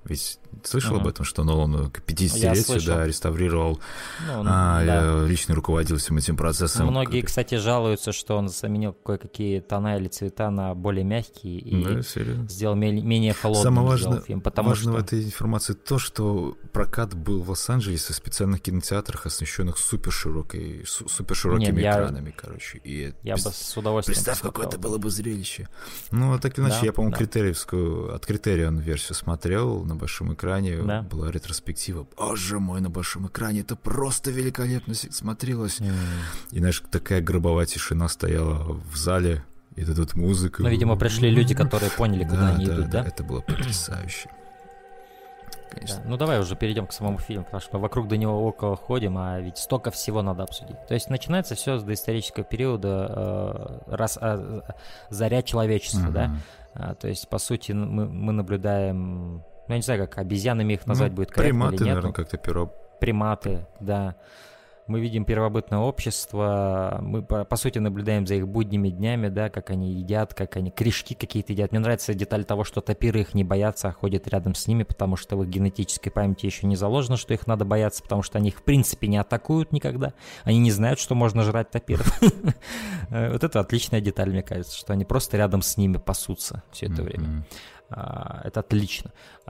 Ведь слышал об этом, что Нолан к 50-летию реставрировал, лично руководил всем этим процессом. Многие, кстати, жалуются, что он заменил кое-какие тона или цвета на более мягкие и сделал менее холодным. Самое важное в этой информации то, что прокат был в Лос-Анджелесе в специальных кинотеатрах, оснащенных суперширокими экранами, короче. И я бы с удовольствием представь, какое это было бы зрелище. Ну, так или иначе, я, по-моему, от Критерион версию смотрел на большом экране, была ретроспектива. Боже мой, на большом экране это просто великолепно смотрелось. И, знаешь, такая гробовая тишина стояла в зале, и тут музыка. Ну, видимо, пришли люди, которые поняли, куда они идут, да? Это было потрясающе. Да. Ну, давай уже перейдем к самому фильму, потому что мы вокруг да него около ходим, а ведь столько всего надо обсудить. То есть начинается все с доисторического периода, заря человечества, да? То есть, по сути, мы наблюдаем... Ну, я не знаю, как обезьянами их назвать будет корректно приматы, или нет. Наверное, как-то Приматы, да. Мы видим первобытное общество, мы, по сути, наблюдаем за их будними днями, да, как они едят, как они корешки какие-то едят. Мне нравится деталь того, что тапиры их не боятся, а ходят рядом с ними, потому что в их генетической памяти еще не заложено, что их надо бояться, потому что они их, в принципе, не атакуют никогда. Они не знают, что можно жрать тапиров. Вот это отличная деталь, мне кажется, что они просто рядом с ними пасутся все это время. Это отлично.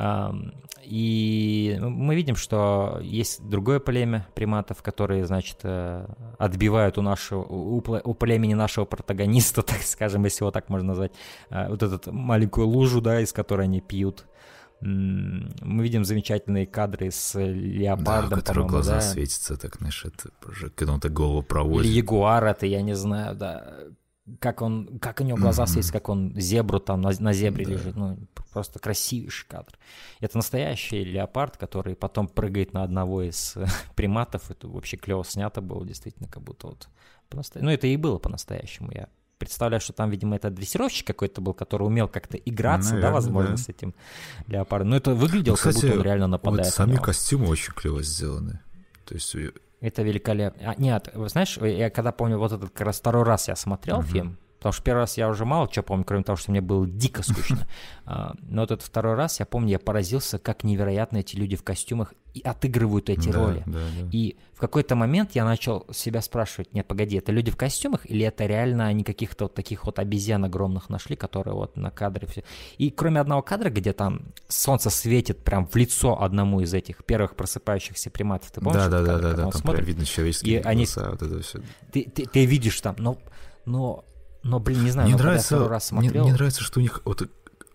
И мы видим, что есть другое племя приматов, которые, значит, отбивают у племени нашего протагониста, так скажем, если его так можно назвать, вот эту маленькую лужу, да, из которой они пьют. Мы видим замечательные кадры с леопардом, да, у которого глаза светятся, так, знаешь, это уже когда он так голову проводит. Или ягуар, это я не знаю, да. Как у него глаза светятся, как он зебру там на зебре лежит. Ну, просто красивейший кадр. Это настоящий леопард, который потом прыгает на одного из приматов. Это вообще клево снято было, действительно, как будто вот ну, это и было по-настоящему. Я представляю, что там, видимо, это дрессировщик какой-то был, который умел как-то играться, наверное, да, возможно, с этим леопардом. Но это выглядело, как будто он реально нападает. Вот сами костюмы очень клево сделаны. То есть... Это великолепно. Нет, вы знаешь, я когда помню, вот этот как раз второй раз я смотрел фильм, потому что первый раз я уже мало что помню, кроме того, что мне было дико скучно. Но вот этот второй раз, я помню, я поразился, как невероятно эти люди в костюмах и отыгрывают эти роли. И в какой-то момент я начал себя спрашивать, нет, погоди, это люди в костюмах или это реально они каких-то вот таких вот обезьян огромных нашли, которые вот на кадре все. И кроме одного кадра, где там солнце светит прям в лицо одному из этих первых просыпающихся приматов, ты помнишь? Да, там прям видно человеческие глаза, вот это все. Ты видишь там, но, блин, не знаю, мне когда нравится, я второй раз смотрел... Мне нравится, что у них вот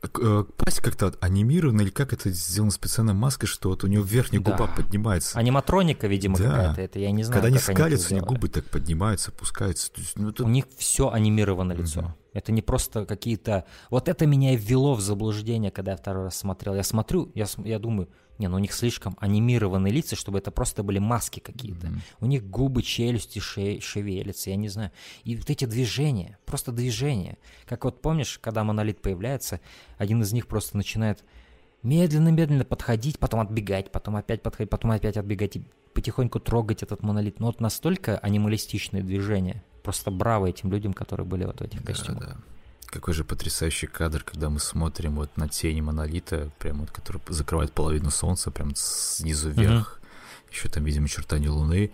пасть как-то анимирована, или как это сделано специальной маской, что вот у него верхняя губа поднимается. Аниматроника, видимо, какая-то, это я не знаю. Когда они скалятся, у них губы так поднимаются, опускаются. То есть, у них все анимировано лицо. Это не просто какие-то... Вот это меня и ввело в заблуждение, когда я второй раз смотрел. Я смотрю, я думаю, у них слишком анимированные лица, чтобы это просто были маски какие-то. У них губы, челюсти, шевелятся, я не знаю. И вот эти движения, просто движения. Как вот помнишь, когда монолит появляется, один из них просто начинает медленно-медленно подходить, потом отбегать, потом опять подходить, потом опять отбегать и потихоньку трогать этот монолит. Но вот настолько анималистичные движения. Просто браво этим людям, которые были вот в этих костюмах. Да. Какой же потрясающий кадр, когда мы смотрим вот на тени монолита, прям вот, который закрывает половину солнца, прям снизу вверх. Еще там, видимо, очертания луны.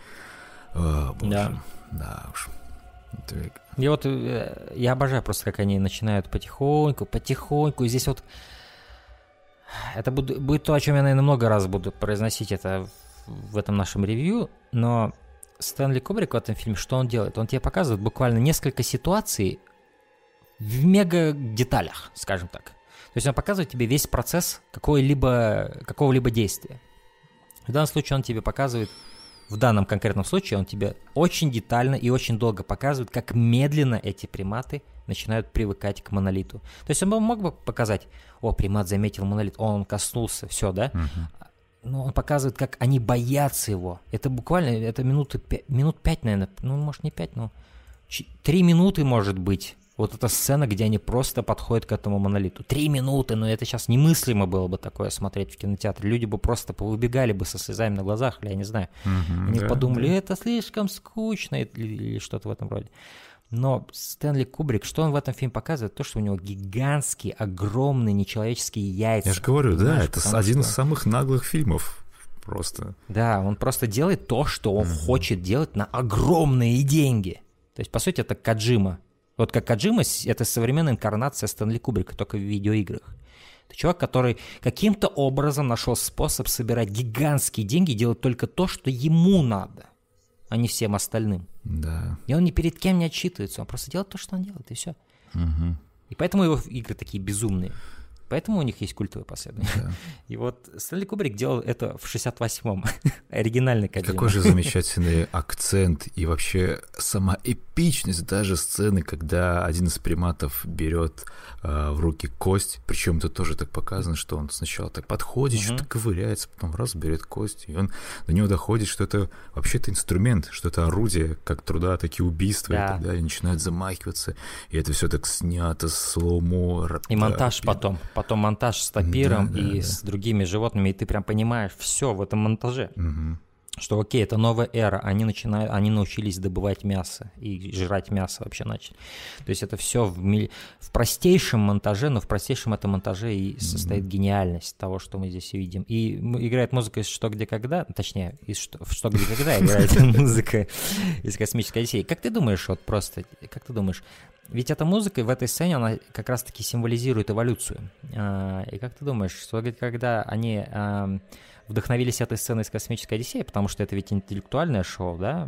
Боже. Да уж. И вот я обожаю просто, как они начинают потихоньку. И здесь вот это будет то, о чем я, наверное, много раз буду произносить это в этом нашем ревью, но Стэнли Кубрик в этом фильме, что он делает? Он тебе показывает буквально несколько ситуаций в мега деталях, скажем так. То есть он показывает тебе весь процесс какого-либо действия. В данном случае он тебе показывает, в данном конкретном случае он тебе очень детально и очень долго показывает, как медленно эти приматы начинают привыкать к монолиту. То есть он мог бы показать, примат заметил монолит, он коснулся, все, да? Но он показывает, как они боятся его. Это буквально, минут 5, наверное, может не 5, но 3 минуты, может быть. Вот эта сцена, где они просто подходят к этому монолиту. 3 минуты, но это сейчас немыслимо было бы такое смотреть в кинотеатре. Люди бы просто повыбегали бы со слезами на глазах, или я не знаю. Они подумали, это слишком скучно, или что-то в этом роде. Но Стэнли Кубрик, что он в этом фильме показывает? То, что у него гигантские, огромные нечеловеческие яйца. Я же говорю, да, это один из что... самых наглых фильмов. Просто. Да, он просто делает то, что он хочет делать на огромные деньги. То есть, по сути, это Коджима. Вот как Коджима — это современная инкарнация Стэнли Кубрика, только в видеоиграх. Это чувак, который каким-то образом нашел способ собирать гигантские деньги и делать только то, что ему надо, а не всем остальным. Да. И он ни перед кем не отчитывается, он просто делает то, что он делает, и все. Угу. И поэтому его игры такие безумные. Поэтому у них есть культовые последования. Да. И вот Стэнли Кубрик делал это в 68-м. Оригинальный Коджима. Какой же замечательный акцент и вообще сама эпичность даже сцены, когда один из приматов берет в руки кость, причем это тоже так показано, что он сначала так подходит, что-то ковыряется, потом раз берет кость, и он до него доходит, что это вообще-то инструмент, что это орудие как труда, так и убийства, и так далее, начинают замахиваться, и это все так снято, слоумо. И монтаж потом монтаж с тапиром с другими животными, и ты прям понимаешь все в этом монтаже. Что окей, это новая эра, они научились добывать мясо и жрать мясо вообще начали. То есть это все в простейшем монтаже, но в простейшем этом монтаже и состоит гениальность того, что мы здесь видим. И играет музыка из «Что, где, когда», точнее, из «Что, где, когда» играет музыка из «Космической Одиссеи». Как ты думаешь, ведь эта музыка в этой сцене, она как раз-таки символизирует эволюцию. И как ты думаешь, что когда они вдохновились этой сценой из «Космической Одиссеи», потому что это ведь интеллектуальное шоу, да,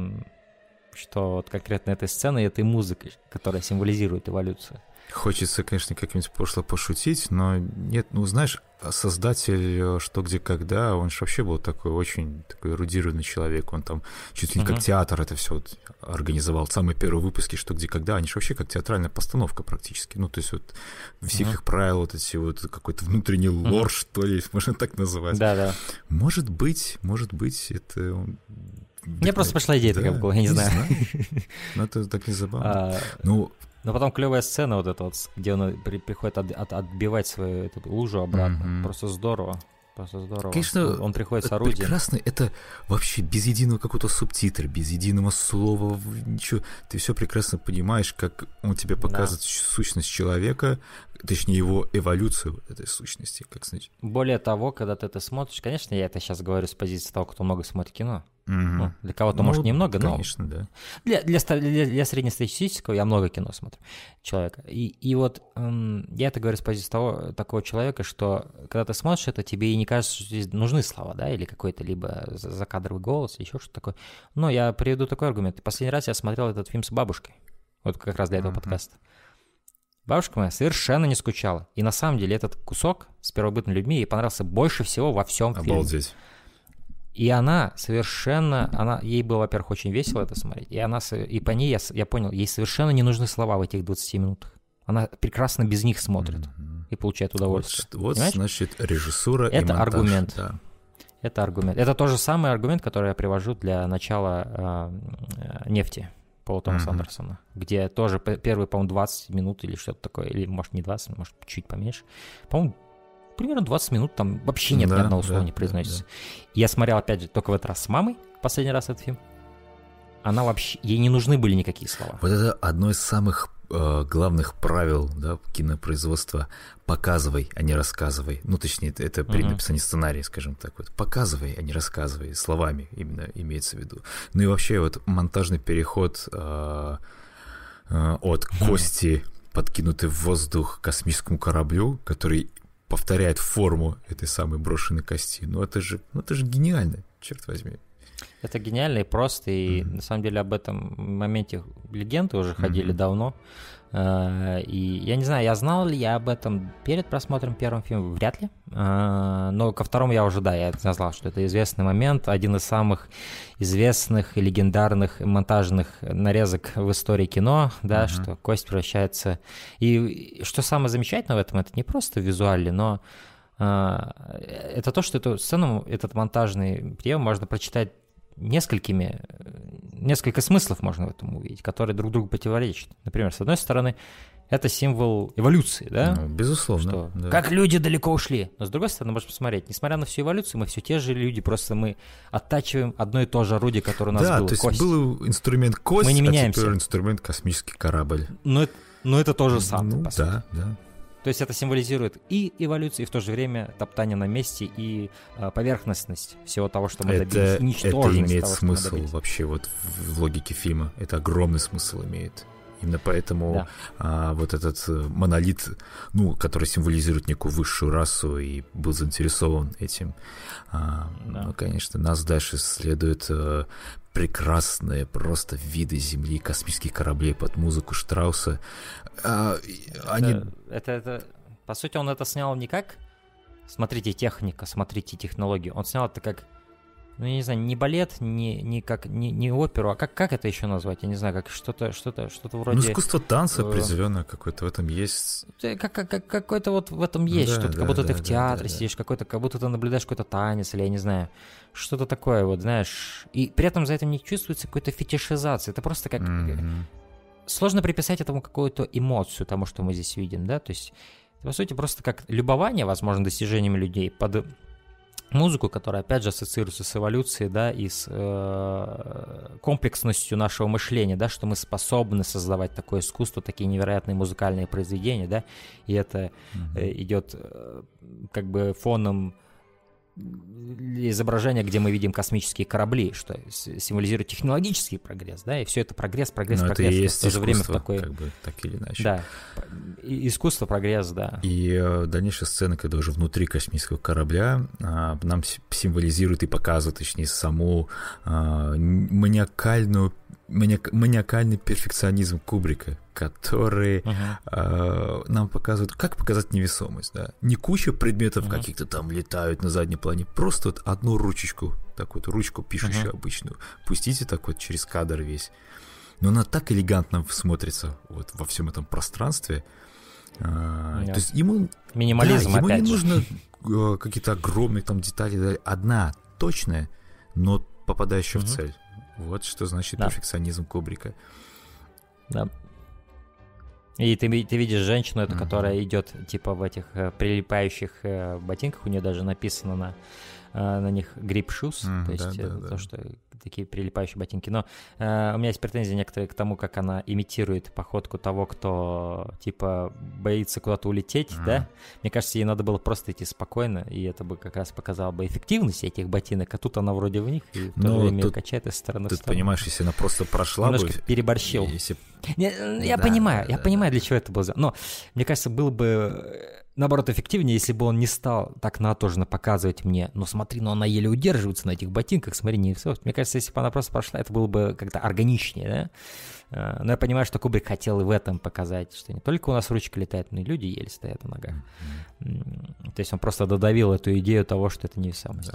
что вот конкретно этой сценой, этой музыкой, которая символизирует эволюцию. Хочется, конечно, как-нибудь пошло пошутить, но нет, знаешь, создатель «Что, где, когда», он же вообще был такой очень такой эрудированный человек, он там чуть ли не как театр это все вот организовал. Самые первые выпуски «Что, где, когда», они же вообще как театральная постановка практически, то есть вот всех их правил, вот эти вот какой-то внутренний лор, что ли, можно так называть. Да. Может быть, это... Мне просто пришла идея такая в голову, я не знаю. Но это так и забавно. Но потом клевая сцена вот эта вот, где он приходит отбивать свою эту лужу обратно. Просто здорово. Конечно, он приходит с орудием. Прекрасно, это вообще без единого какого-то субтитра, без единого слова, ничего. Ты все прекрасно понимаешь, как он тебе показывает сущность человека, точнее его эволюцию этой сущности. Более того, когда ты это смотришь, конечно, я это сейчас говорю с позиции того, кто много смотрит кино. Для кого-то, может, немного, конечно, но... да. Для среднестатистического я много кино смотрю человека. И вот я это говорю с позиции такого человека, что когда ты смотришь это, тебе и не кажется, что здесь нужны слова, да, или какой-то либо закадровый голос, еще что-то такое. Но я приведу такой аргумент. Последний раз я смотрел этот фильм с бабушкой. Вот как раз для этого подкаста. Бабушка моя совершенно не скучала. И на самом деле этот кусок с первобытными людьми ей понравился больше всего во всем фильме. Обалдеть. И она совершенно, ей было, во-первых, очень весело это смотреть, и по ней я понял, ей совершенно не нужны слова в этих 20 минутах. Она прекрасно без них смотрит и получает удовольствие. Вот значит, режиссура и монтаж. Аргумент. Да. Это аргумент. Это тот же самый аргумент, который я привожу для начала «Нефти» Пола Томаса Андерсона, где тоже первые, по-моему, 20 минут или что-то такое, или, может, не 20, может, чуть поменьше. По-моему, примерно 20 минут, там вообще нет ни одного слова не произносится. Я смотрел, опять же, только в этот раз с мамой, последний раз этот фильм. Она вообще, ей не нужны были никакие слова. Вот это одно из самых главных правил, да, кинопроизводства. Показывай, а не рассказывай. Точнее, это при написании сценария, скажем так. Вот. Показывай, а не рассказывай. Словами именно имеется в виду. И вообще вот монтажный переход от кости, подкинутой в воздух, к космическому кораблю, который повторяет форму этой самой брошенной кости. Это же гениально, черт возьми. Это гениально и просто, и на самом деле об этом моменте легенды уже ходили давно. И я не знаю, я знал ли я об этом перед просмотром первого фильма, вряд ли. Но ко второму я уже, я знал, что это известный момент, один из самых известных и легендарных монтажных нарезок в истории кино, да, что кость превращается... И что самое замечательное в этом, это не просто визуально, но это то, что эту сцену, этот монтажный прием можно прочитать несколько смыслов можно в этом увидеть, которые друг другу противоречат. Например, с одной стороны, это символ эволюции, да? Ну, безусловно. Что, да. как люди далеко ушли. Но с другой стороны, можно посмотреть, несмотря на всю эволюцию, мы все те же люди, просто мы оттачиваем одно и то же орудие, которое у нас было. Да, то есть кость. был инструмент кость, Мы не меняемся. теперь инструмент космический корабль. Но это то же самое, Ну, по сути. да. То есть это символизирует и эволюцию, и в то же время топтание на месте, и поверхностность всего того, что мы добились, Это ничтожность имеет того, что мы смысл добились. вообще вот в логике фильма. Это огромный смысл имеет. Именно поэтому вот этот монолит, ну, который символизирует некую высшую расу и был заинтересован этим, ну, конечно, нас дальше следуют прекрасные просто виды Земли, космических кораблей под музыку Штрауса. Это, по сути, он это снял не как «смотрите техника, смотрите технологию». Он снял это как, ну, я не знаю, не балет, не оперу, а как это еще назвать? Я не знаю, как что-то вроде... Ну, искусство танца определенно какое-то в этом есть. Какое-то вот в этом есть что-то, как будто ты в театре сидишь, какой-то, как будто ты наблюдаешь какой-то танец, или я не знаю, что-то такое, вот, знаешь. И при этом за этим не чувствуется какой-то фетишизации. Это просто как... Сложно приписать этому какую-то эмоцию, тому, что мы здесь видим, да, то есть, по сути, просто как любование, возможно, достижениями людей под музыку, которая, опять же, ассоциируется с эволюцией, да, и с комплексностью нашего мышления, да, что мы способны создавать такое искусство, такие невероятные музыкальные произведения, да, и это идет как бы фоном изображения, где мы видим космические корабли, что символизирует технологический прогресс, да, и все это прогресс, Но это и есть в то же время в искусство, такой... как бы, так или иначе. Да, искусство, прогресс, да. И дальнейшая сцена, когда уже внутри космического корабля нам символизирует и показывает, точнее, саму маниакальный перфекционизм Кубрика, который нам показывает, как показать невесомость, да. Не куча предметов каких-то там летают на заднем плане, просто вот одну ручечку, такую вот ручку пишущую обычную, пустите так вот через кадр весь. Но она так элегантно смотрится вот во всем этом пространстве. То есть ему... Минимализм, ему опять не же. нужно какие-то огромные там детали, одна точная, но попадающая в цель. Вот что значит перфекционизм Кубрика. Да. И ты видишь женщину, эту, которая идет типа в этих прилипающих ботинках, у нее даже написано на них grip shoes, то есть то, что такие прилипающие ботинки. Но у меня есть претензии некоторые к тому, как она имитирует походку того, кто типа боится куда-то улететь, да? Мне кажется, ей надо было просто идти спокойно, и это бы как раз показало бы эффективность этих ботинок, а тут она вроде в них, и в то же время качает из стороны в Ты сторону. понимаешь, если она просто прошла немножко бы... переборщил. Я понимаю, для чего это было сделано. Но мне кажется, было бы наоборот эффективнее, если бы он не стал так натужно показывать мне, ну смотри, она еле удерживается на этих ботинках, смотри, не все. Мне кажется, если бы она просто прошла, это было бы как-то органичнее, да? Но я понимаю, что Кубрик хотел и в этом показать, что не только у нас ручка летает, но и люди еле стоят на ногах. То есть он просто додавил эту идею того, что это невесомость.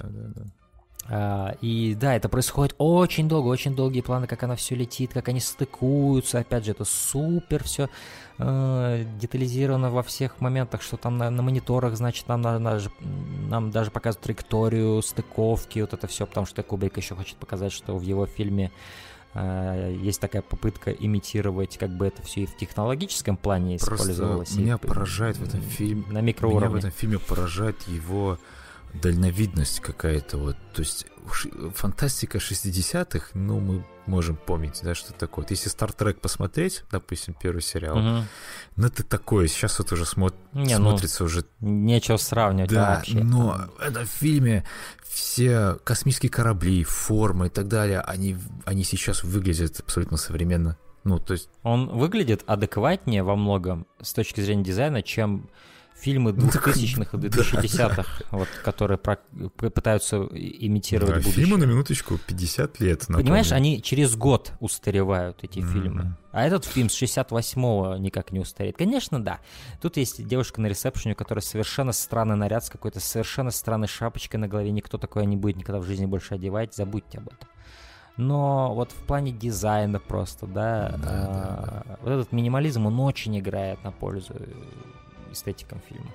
И да, это происходит очень долго, очень долгие планы, как она все летит, как они стыкуются. Опять же, это супер все детализировано во всех моментах, что там на мониторах, значит, нам даже показывают траекторию, стыковки, вот это все, потому что Кубрик еще хочет показать, что в его фильме есть такая попытка имитировать, как бы это все и в технологическом плане использовалось. Просто меня поражает в этом фильме, на микроуровне. Меня в этом фильме поражает его дальновидность какая-то вот, то есть фантастика 60-х, ну, мы можем помнить, да, что такое. Вот если Star Trek посмотреть, допустим, первый сериал, ну, это такое, сейчас это уже смотрится уже... Нечего сравнивать вообще. Но в этом фильме все космические корабли, формы и так далее, они сейчас выглядят абсолютно современно. Ну, то есть... Он выглядит адекватнее во многом с точки зрения дизайна, чем фильмы 2000-х и 2010-х, вот, которые пытаются имитировать будущее. Фильму, на минуточку, 50 лет. Понимаешь, они через год устаревают, эти фильмы. А этот фильм с 68-го никак не устареет. Конечно, да. Тут есть девушка на ресепшене, у которой совершенно странный наряд с какой-то совершенно странной шапочкой на голове. Никто такое не будет никогда в жизни больше одевать. Забудьте об этом. Но вот в плане дизайна просто, да. Вот этот минимализм, он очень играет на пользу эстетикам фильма.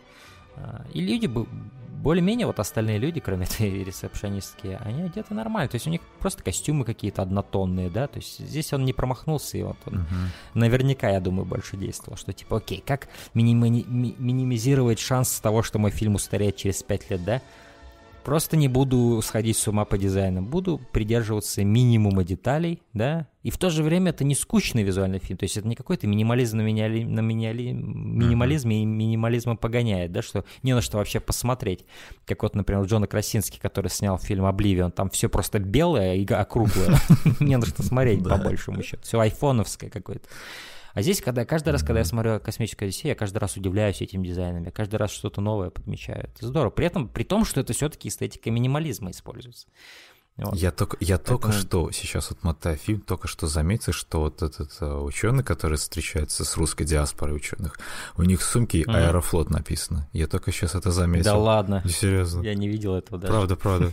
И люди более-менее, вот остальные люди, кроме этой ресепшонистки, они одеты нормально. То есть у них просто костюмы какие-то однотонные, да. То есть здесь он не промахнулся, и вот он наверняка, я думаю, больше действовал. Что типа, окей, как минимизировать шанс того, что мой фильм устареет через 5 лет, да? Просто не буду сходить с ума по дизайну, буду придерживаться минимума деталей, да, и в то же время это не скучный визуальный фильм, то есть это не какой-то минимализм на минимализме и минимализмом погоняет, да, что не на что вообще посмотреть, как вот, например, Джона Красински, который снял фильм «Обливион», там все просто белое и округлое, не на что смотреть, по большему счету, все айфоновское какое-то. А здесь, каждый раз, когда я смотрю «Космическую Одиссею», я каждый раз удивляюсь этим дизайнам, я каждый раз что-то новое подмечаю. Это здорово. При том, что это все-таки эстетика минимализма используется. Вот. Я только что, сейчас вот мотаю фильм, только что заметил, что вот этот ученый, который встречается с русской диаспорой ученых, у них в сумке «Аэрофлот» написано. Я только сейчас это заметил. Да ладно? Серьезно. Я не видел этого даже. Правда.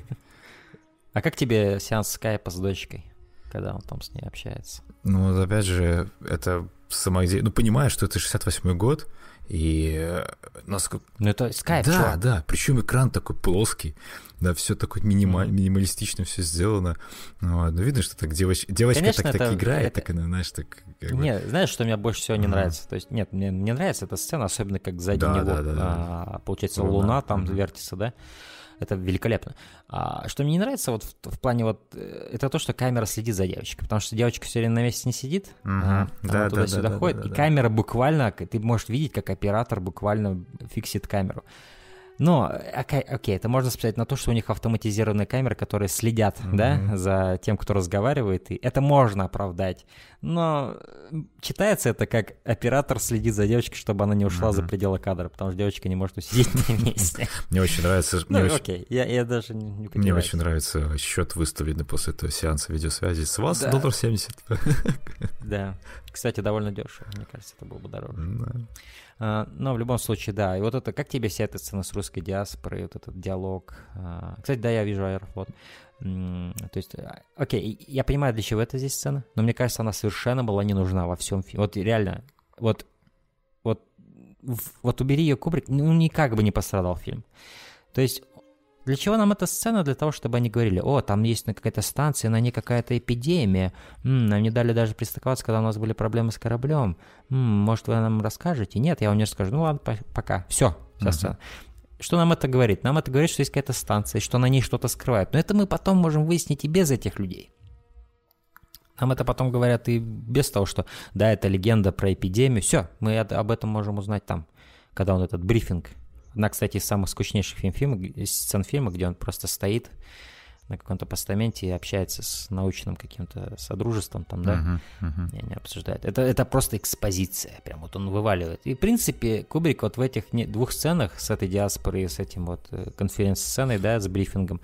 А как тебе сеанс скайпа с дочкой, когда он там с ней общается? Ну, вот опять же, это самоидея. Ну, понимаешь, что это 68-й год, и насколько... Ну, это скайп, Да, причем экран такой плоский, да, все такое минималистично все сделано. Вот. Ну, видно, что так девочка конечно, так играет, так она, знаешь, так... Нет, знаешь, что мне больше всего не нравится? То есть, нет, мне нравится эта сцена, особенно как сзади него, получается, луна там вертится, да? Это великолепно. Что мне не нравится вот в плане вот, это то, что камера следит за девочкой, потому что девочка все время на месте не сидит, она туда-сюда ходит, и камера буквально, ты можешь видеть, как оператор буквально фиксит камеру. Но, окей, это можно списать на то, что у них автоматизированные камеры, которые следят, да, за тем, кто разговаривает, и это можно оправдать. Но читается это как оператор следит за девочкой, чтобы она не ушла за пределы кадра, потому что девочка не может усидеть на месте. Мне очень нравится... Окей, я даже не понимаю. Мне очень нравится счет, выставленный после этого сеанса видеосвязи. С вас $70. Да, кстати, довольно дешево, мне кажется, это было бы дороже. Но в любом случае, да. И вот это, как тебе вся эта сцена с русской диаспорой, вот этот диалог? Кстати, да, я вижу «Аэрофлот». То есть, окей, я понимаю, для чего эта здесь сцена, но мне кажется, она совершенно была не нужна во всем фильме. Вот реально, вот убери ее Кубрик, ну никак бы не пострадал фильм. То есть, для чего нам эта сцена? Для того, чтобы они говорили, там есть какая-то станция, на ней какая-то эпидемия. Нам не дали даже пристыковаться, когда у нас были проблемы с кораблем. Может, вы нам расскажете? Нет, я вам не расскажу. Ну ладно, пока. Все, вся сцена. Что нам это говорит? Нам это говорит, что есть какая-то станция, что на ней что-то скрывают. Но это мы потом можем выяснить и без этих людей. Нам это потом говорят и без того, что да, это легенда про эпидемию. Все, мы об этом можем узнать там, когда он этот брифинг. Одна, кстати, из самых скучнейших сцен фильма, где он просто стоит на каком-то постаменте и общается с научным каким-то содружеством там, да, и они обсуждают. Это просто экспозиция, прям вот он вываливает. И, в принципе, Кубрик вот в этих двух сценах с этой диаспорой и с этим вот конференц-сценой, да, с брифингом,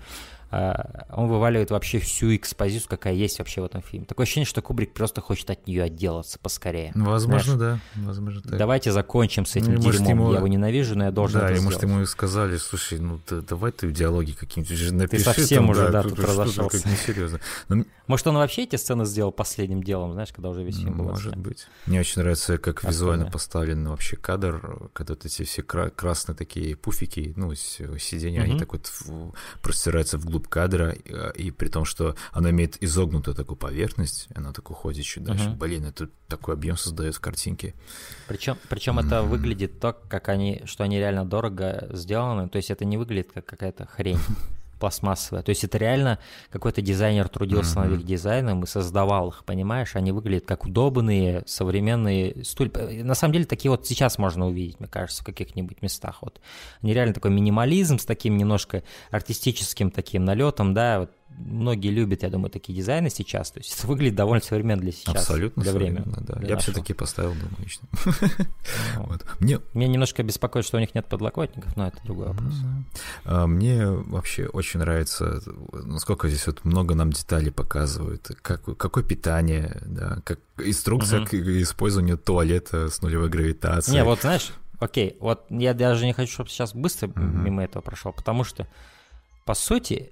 он вываливает вообще всю экспозицию, какая есть вообще в этом фильме. Такое ощущение, что Кубрик просто хочет от нее отделаться поскорее. Возможно, знаешь, да. Возможно, так. Давайте закончим с этим дерьмом. Я его ненавижу, но я должен это сделать. Да, и может, ему сказали, слушай, ну давай ты диалоги какие-нибудь напиши. Ты совсем там, уже, да, тут разошелся. Как несерьезно. Может, он вообще эти сцены сделал последним делом, знаешь, когда уже весь фильм был. Может быть. Мне очень нравится, как визуально поставлен вообще кадр, когда вот эти все красные такие пуфики, ну, сиденья, они так вот простираются вглубь кадра, и при том, что она имеет изогнутую такую поверхность, она так уходит чуть дальше. Блин, это такой объем создает в картинке. Причем это выглядит так, что они реально дорого сделаны, то есть это не выглядит как какая-то хрень пластмассовая. То есть это реально какой-то дизайнер трудился над их дизайном и создавал их, понимаешь? Они выглядят как удобные, современные стулья. На самом деле такие вот сейчас можно увидеть, мне кажется, в каких-нибудь местах. Вот. Они реально такой минимализм с таким немножко артистическим таким налетом, да, вот. Многие любят, я думаю, такие дизайны сейчас. То есть это выглядит довольно современно для сейчас. Абсолютно для времени. Да. Я бы все-таки поставил, думаю, лично. Вот. Меня немножко беспокоит, что у них нет подлокотников, но это другой вопрос. Мне вообще очень нравится, насколько здесь вот много нам деталей показывают. Какое питание, да, как инструкция к использованию туалета с нулевой гравитацией. Не, вот знаешь, окей, вот я даже не хочу, чтобы сейчас быстро мимо этого прошел, потому что, по сути...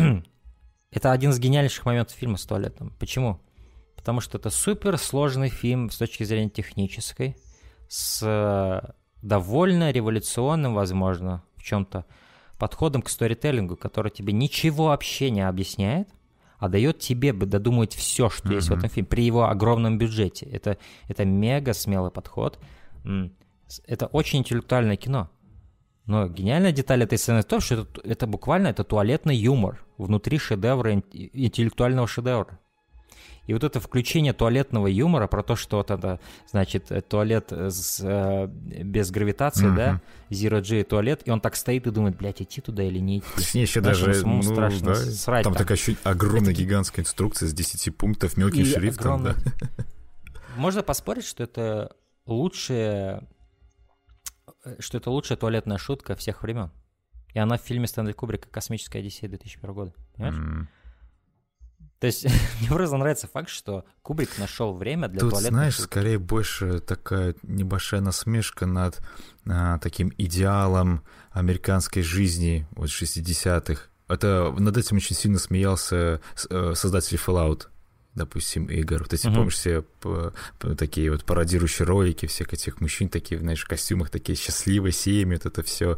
Это один из гениальнейших моментов фильма с туалетом. Почему? Потому что это суперсложный фильм с точки зрения технической, с довольно революционным, возможно, в чем-то подходом к сторителлингу, который тебе ничего вообще не объясняет, а дает тебе додумать все, что есть в этом фильме, при его огромном бюджете. Это мега смелый подход. Это очень интеллектуальное кино. Но гениальная деталь этой сцены в том, что это буквально это туалетный юмор внутри шедевра, интеллектуального шедевра. И вот это включение туалетного юмора про то, что вот это, значит, туалет без гравитации, да, Zero G туалет, и он так стоит и думает, блядь, идти туда или не идти. Точнее, еще даже, страшно срать. Там такая огромная гигантская инструкция с 10 пунктов мелким шрифтом, да. Можно поспорить, что это лучшая туалетная шутка всех времен. И она в фильме Стэнли Кубрика «Космическая Одиссея» 2001 года. Понимаешь? То есть мне просто нравится факт, что Кубрик нашел время для туалетной шутки. Тут, знаешь, скорее больше такая небольшая насмешка над таким идеалом американской жизни вот 60-х. Над этим очень сильно смеялся создатель Fallout. Допустим, Игорь. Вот эти, помнишь, все такие вот пародирующие ролики всех этих мужчин, такие, знаешь, в костюмах, такие счастливые семьи, вот это все.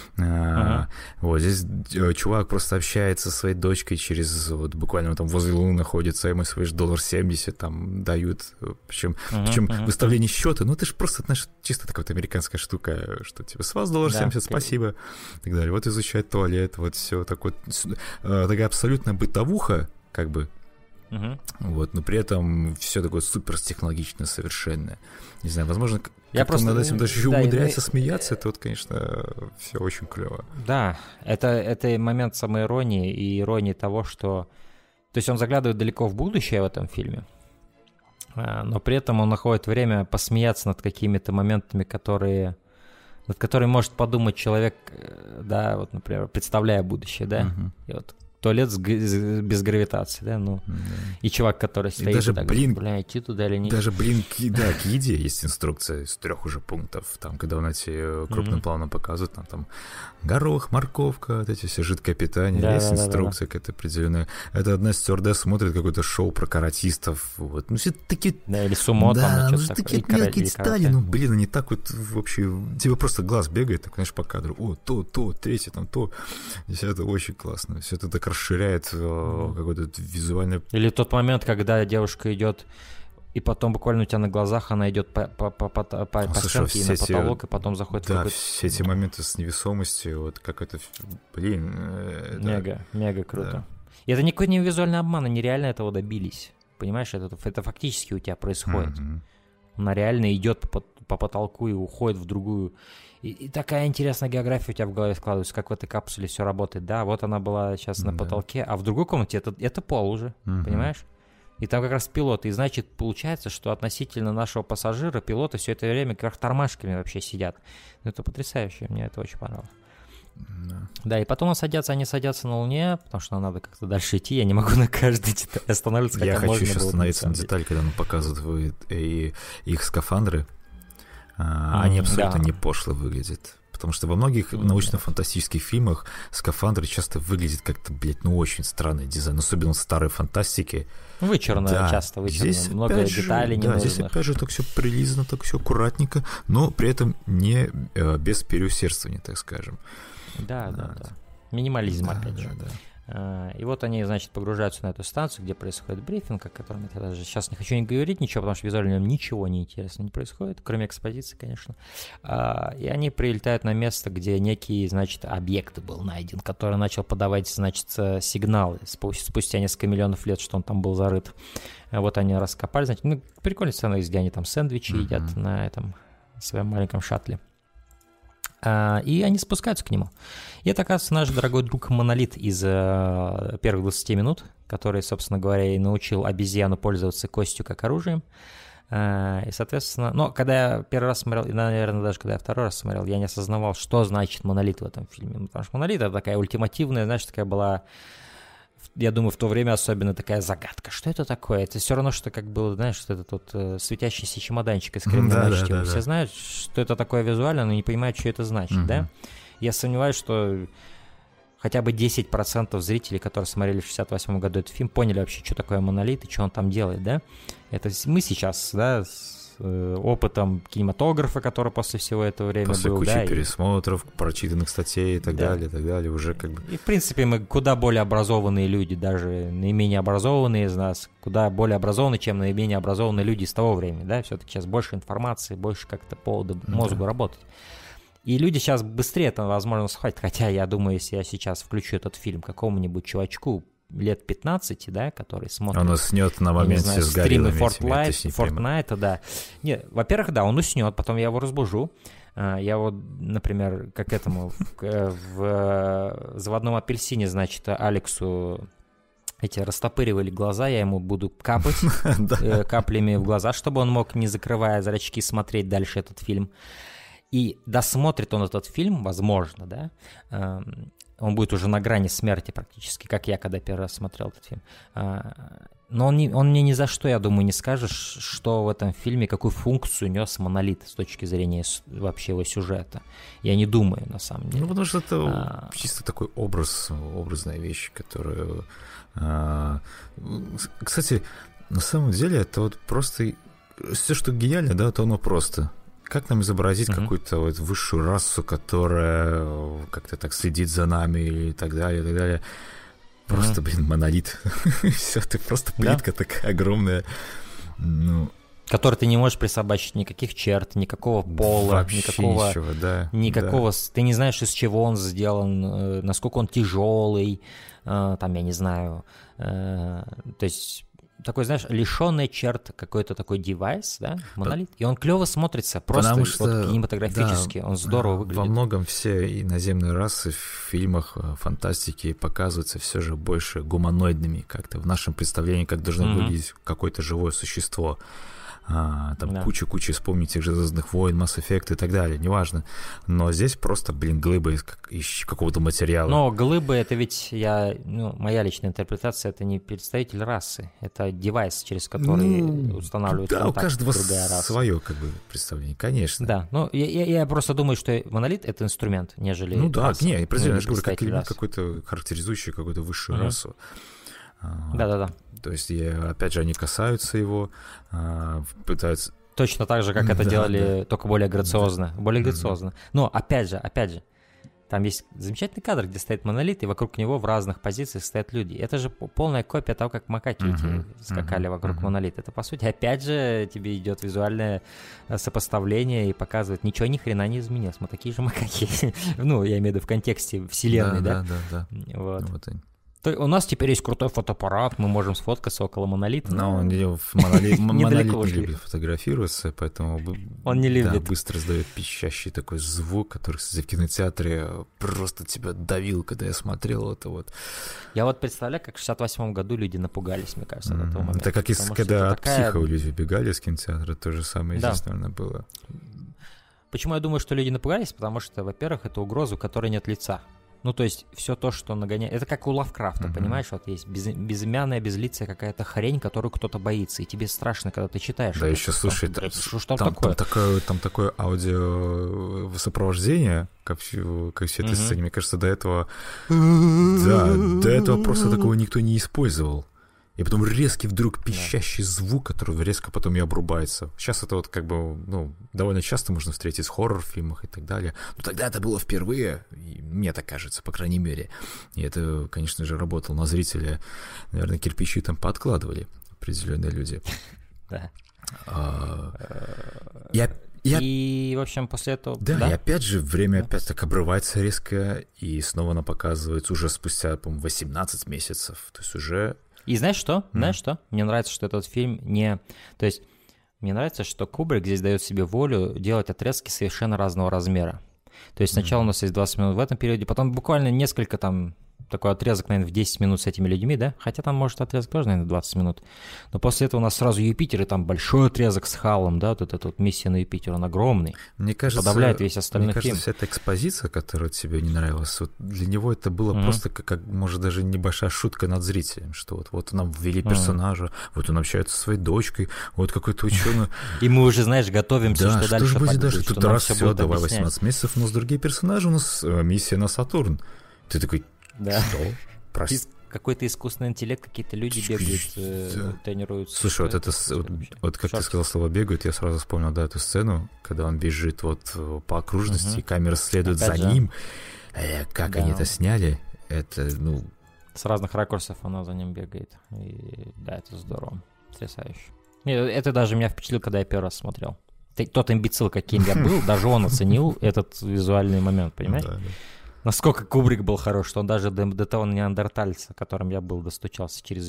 Вот здесь чувак просто общается со своей дочкой через, вот буквально там возле Луны находится, ему свои $1.70 там дают, причем выставление счета, ну это же просто, знаешь, чисто такая вот американская штука, что типа с вас $1.70, спасибо, и так далее. Вот изучает туалет, вот все такое, такая абсолютная бытовуха, как бы. Вот, но при этом все такое супертехнологичное, совершенное. Не знаю, возможно, как-то над этим даже еще умудряется смеяться, это вот, конечно, все очень клево. Да, это момент самоиронии и иронии того, что... То есть он заглядывает далеко в будущее в этом фильме, но при этом он находит время посмеяться над какими-то моментами, над которыми может подумать человек, да, вот, например, представляя будущее, да, и вот туалет без гравитации, да, и чувак, который стоит, даже, так, идти туда или нет. Даже, к еде есть инструкция из 3 уже пунктов, там, когда он эти крупным планом показывает, там горох, морковка, вот эти все жидкое питание, есть инструкция какая-то определенная. Это одна стюардесса смотрит какое-то шоу про каратистов, вот, ну все такие... Да, или сумо, там, что-то такое. Да, мелкие детали, они так вот вообще, тебе просто глаз бегает, так, знаешь, по кадру, то, третье, там, то, и все это очень классно, все это так расширяет какой-то визуальный... Или тот момент, когда девушка идет, и потом буквально у тебя на глазах она идет по стенке и на потолок, и потом заходит в какой-то... Да, все эти моменты с невесомостью, вот как это... Мега круто. Да. И это никакой не визуальный обман, они реально этого добились. Понимаешь, это фактически у тебя происходит. Она реально идет по потолку и уходит в другую... И такая интересная география у тебя в голове складывается, как в этой капсуле все работает. Да, вот она была сейчас на потолке, а в другой комнате это пол уже, понимаешь? И там как раз пилоты. И значит, получается, что относительно нашего пассажира пилоты все это время как тормашками вообще сидят. Ну, это потрясающе, мне это очень понравилось. Да, и потом они садятся на Луне, потому что надо как-то дальше идти, я не могу на каждой детали останавливаться, хотя можно было. Я хочу еще остановиться на детали, когда он показывает их скафандры. Они абсолютно не пошло выглядят. Потому что во многих научно-фантастических фильмах скафандры часто выглядят как-то, очень странный дизайн, особенно в старой фантастике. Вычурно, часто вычурно, много деталей ненужных. Да, здесь опять же так все прилизано, так все аккуратненько, но при этом не без переусердствования, так скажем. Да. Минимализм, опять же. Да. И вот они, значит, погружаются на эту станцию, где происходит брифинг, о котором я даже сейчас не хочу говорить ничего, потому что визуально ничего неинтересного не происходит, кроме экспозиции, конечно. И они прилетают на место, где некий, значит, объект был найден, который начал подавать, значит, сигналы спустя несколько миллионов лет, что он там был зарыт. Вот они раскопали, значит, прикольная сцена, где они там сэндвичи едят на этом своем маленьком шаттле. И они спускаются к нему. И это, оказывается, наш дорогой друг Монолит из первых 20 минут, который, собственно говоря, и научил обезьяну пользоваться костью как оружием. И, соответственно, когда я первый раз смотрел, и, наверное, даже когда я второй раз смотрел, я не осознавал, что значит Монолит в этом фильме. Потому что Монолит — это такая ультимативная, знаешь, такая была... Я думаю, в то время особенно такая загадка. Что это такое? Это все равно, что как было, знаешь, что это тот светящийся чемоданчик из криминального чтива. Все знают, что это такое визуально, но не понимают, что это значит, да? Я сомневаюсь, что хотя бы 10% зрителей, которые смотрели в 68 году этот фильм, поняли вообще, что такое Монолит и что он там делает, да? Это мы сейчас, да, опытом кинематографа, который после всего этого времени после был. После кучи да, пересмотров, прочитанных статей и так далее, уже как бы... И, в принципе, мы куда более образованные люди, даже наименее образованные из нас, куда более образованные, чем наименее образованные люди из того времени, да, все-таки сейчас больше информации, больше как-то повода мозгу работать. И люди сейчас быстрее это, возможно, схватят, хотя я думаю, если я сейчас включу этот фильм какому-нибудь чувачку лет 15, да, который смотрит... Он уснет на моменте с гориллами. Стримы Fortnite, да. Нет, во-первых, да, он уснет, потом я его разбужу. Я вот, например, как этому в «Заводном апельсине», значит, Алексу эти растопыривали глаза, я ему буду капать каплями в глаза, чтобы он мог, не закрывая зрачки, смотреть дальше этот фильм. И досмотрит он этот фильм, возможно, да, он будет уже на грани смерти практически, как я, когда первый раз смотрел этот фильм. Но он мне ни за что, я думаю, не скажет, что в этом фильме, какую функцию нес «Монолит» с точки зрения вообще его сюжета. Я не думаю, на самом деле. Ну, потому что это чисто такой образная вещь, которую... Кстати, на самом деле, это вот просто... Все, что гениально, да, то оно просто... Как нам изобразить какую-то вот высшую расу, которая как-то так следит за нами и так далее, и так далее. Просто, монолит. Все, ты просто плитка такая огромная. Ну... Который ты не можешь присобачить никаких черт, никакого пола, вообще никакого... Ты не знаешь, из чего он сделан, насколько он тяжелый, там, я не знаю. То есть... Такой, знаешь, лишенный черт какой-то такой девайс, да, монолит, и он клево смотрится, просто что, вот, кинематографически, да, он здорово выглядит. Во многом все иноземные расы в фильмах фантастики показываются все же больше гуманоидными как-то, в нашем представлении, как должно выглядеть какое-то живое существо. Там куча, вспомнить тех же «Звездных войн», Mass Effect и так далее, неважно. Но здесь просто, глыбы из какого-то материала. Но глыбы — это ведь моя личная интерпретация, это не представитель расы, это девайс, через который устанавливают контакт. Да, у каждого другая раса. свое представление, конечно. Да, но я просто думаю, что монолит — это инструмент, нежели раса. Я говорю, как элемент какой-то, характеризующий какую-то высшую расу. Да. То есть, опять же, они касаются его, пытаются... Точно так же, как это делали, только более грациозно. Более грациозно. Но, опять же, там есть замечательный кадр, где стоит монолит, и вокруг него в разных позициях стоят люди. Это же полная копия того, как макаки эти скакали вокруг монолита. Это, по сути, опять же, тебе идет визуальное сопоставление и показывает, ничего ни хрена не изменилось. Мы такие же макаки. Я имею в виду в контексте вселенной, да? Да. Вот. У нас теперь есть крутой фотоаппарат, мы можем сфоткаться около монолита. Но монолит не любит фотографироваться, поэтому он не любит. Быстро издает пищащий такой звук, который, кстати, в кинотеатре просто тебя давил, когда я смотрел это вот. Я вот представляю, как в 68-м году люди напугались, мне кажется, до этого момента. Это как когда от психа люди убегали из кинотеатра, то же самое здесь, наверное, было. Почему я думаю, что люди напугались? Потому что, во-первых, это угроза, у которой нет лица. То есть все то, что нагоняет... Это как у Лавкрафта, понимаешь? Вот есть безымянная, безлицая какая-то хрень, которую кто-то боится, и тебе страшно, когда ты читаешь. Да, еще, слушай, что такое? Там такое аудиосопровождение ко всей этой сцене. Мне кажется, до этого просто такого никто не использовал. И потом резкий вдруг пищащий звук, который резко потом и обрубается. Сейчас это вот довольно часто можно встретить в хоррор-фильмах и так далее. Но тогда это было впервые, и мне так кажется, по крайней мере. И это, конечно же, работало на зрителя. Наверное, кирпичи там подкладывали определенные люди. Да. И, в общем, после этого... Да, и опять же, время опять так обрывается резко, и снова она показывается уже спустя, по-моему, 18 месяцев. То есть уже... И знаешь что? Мне нравится, что этот фильм не... То есть мне нравится, что Кубрик здесь дает себе волю делать отрезки совершенно разного размера. То есть сначала у нас есть 20 минут в этом периоде, потом буквально несколько такой отрезок, наверное, в 10 минут с этими людьми, да? Хотя там, может, отрезок тоже, наверное, 20 минут. Но после этого у нас сразу Юпитер, и там большой отрезок с Халлом, да? Вот эта миссия на Юпитер, он огромный. Мне кажется, подавляет весь остальной фильм. Мне кажется, вся эта экспозиция, которая тебе не нравилась, вот для него это было просто как, может, даже небольшая шутка над зрителем, что вот нам ввели персонажа, вот он общается со своей дочкой, вот какой-то ученый. И мы уже, знаешь, готовимся, что дальше что же будет дальше? Тут раз все, давай 18 месяцев, у нас другие персонажи, у нас миссия на Сатурн. Ты такой, что? какой-то искусственный интеллект, какие-то люди бегают, тренируются. Слушай, вот это, вот как ты сказал слово «бегают», я сразу вспомнил, да, эту сцену, когда он бежит вот по окружности, и камера следует за ним. Как они это сняли, это, ну... С разных ракурсов она за ним бегает. И да, это здорово. Потрясающе. Это даже меня впечатлило, когда я первый раз смотрел. Тот имбецил, каким я был, даже он оценил этот визуальный момент, понимаешь? Да. Насколько Кубрик был хорош, что он даже до того неандертальца, которым я был, достучался через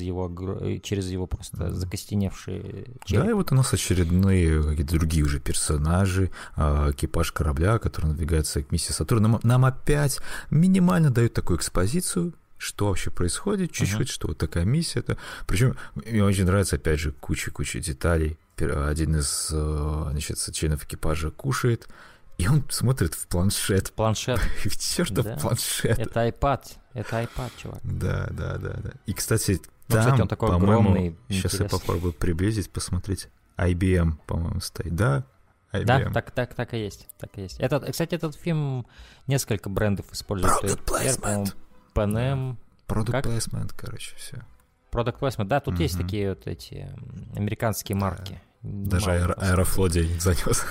его просто закостеневшие череп. Да, и вот у нас очередные какие-то другие уже персонажи, экипаж корабля, который надвигается к миссии Сатурн. Нам опять минимально дают такую экспозицию, что вообще происходит, чуть-чуть, что вот такая миссия. Причем мне очень нравится, опять же, куча деталей. Один из, значит, членов экипажа кушает, и он смотрит в планшет. Планшет. Чертов планшет. Это iPad, чувак. Да. И, кстати, там, кстати, он такой огромный, сейчас я попробую приблизить, посмотреть. IBM, по-моему, стоит. Да, IBM. Да, так и есть. Кстати, этот фильм несколько брендов использует. Product placement. Panem. Product placement, короче, все. Product placement, да, тут есть такие вот эти американские марки. Даже Аэрофлот денег занес.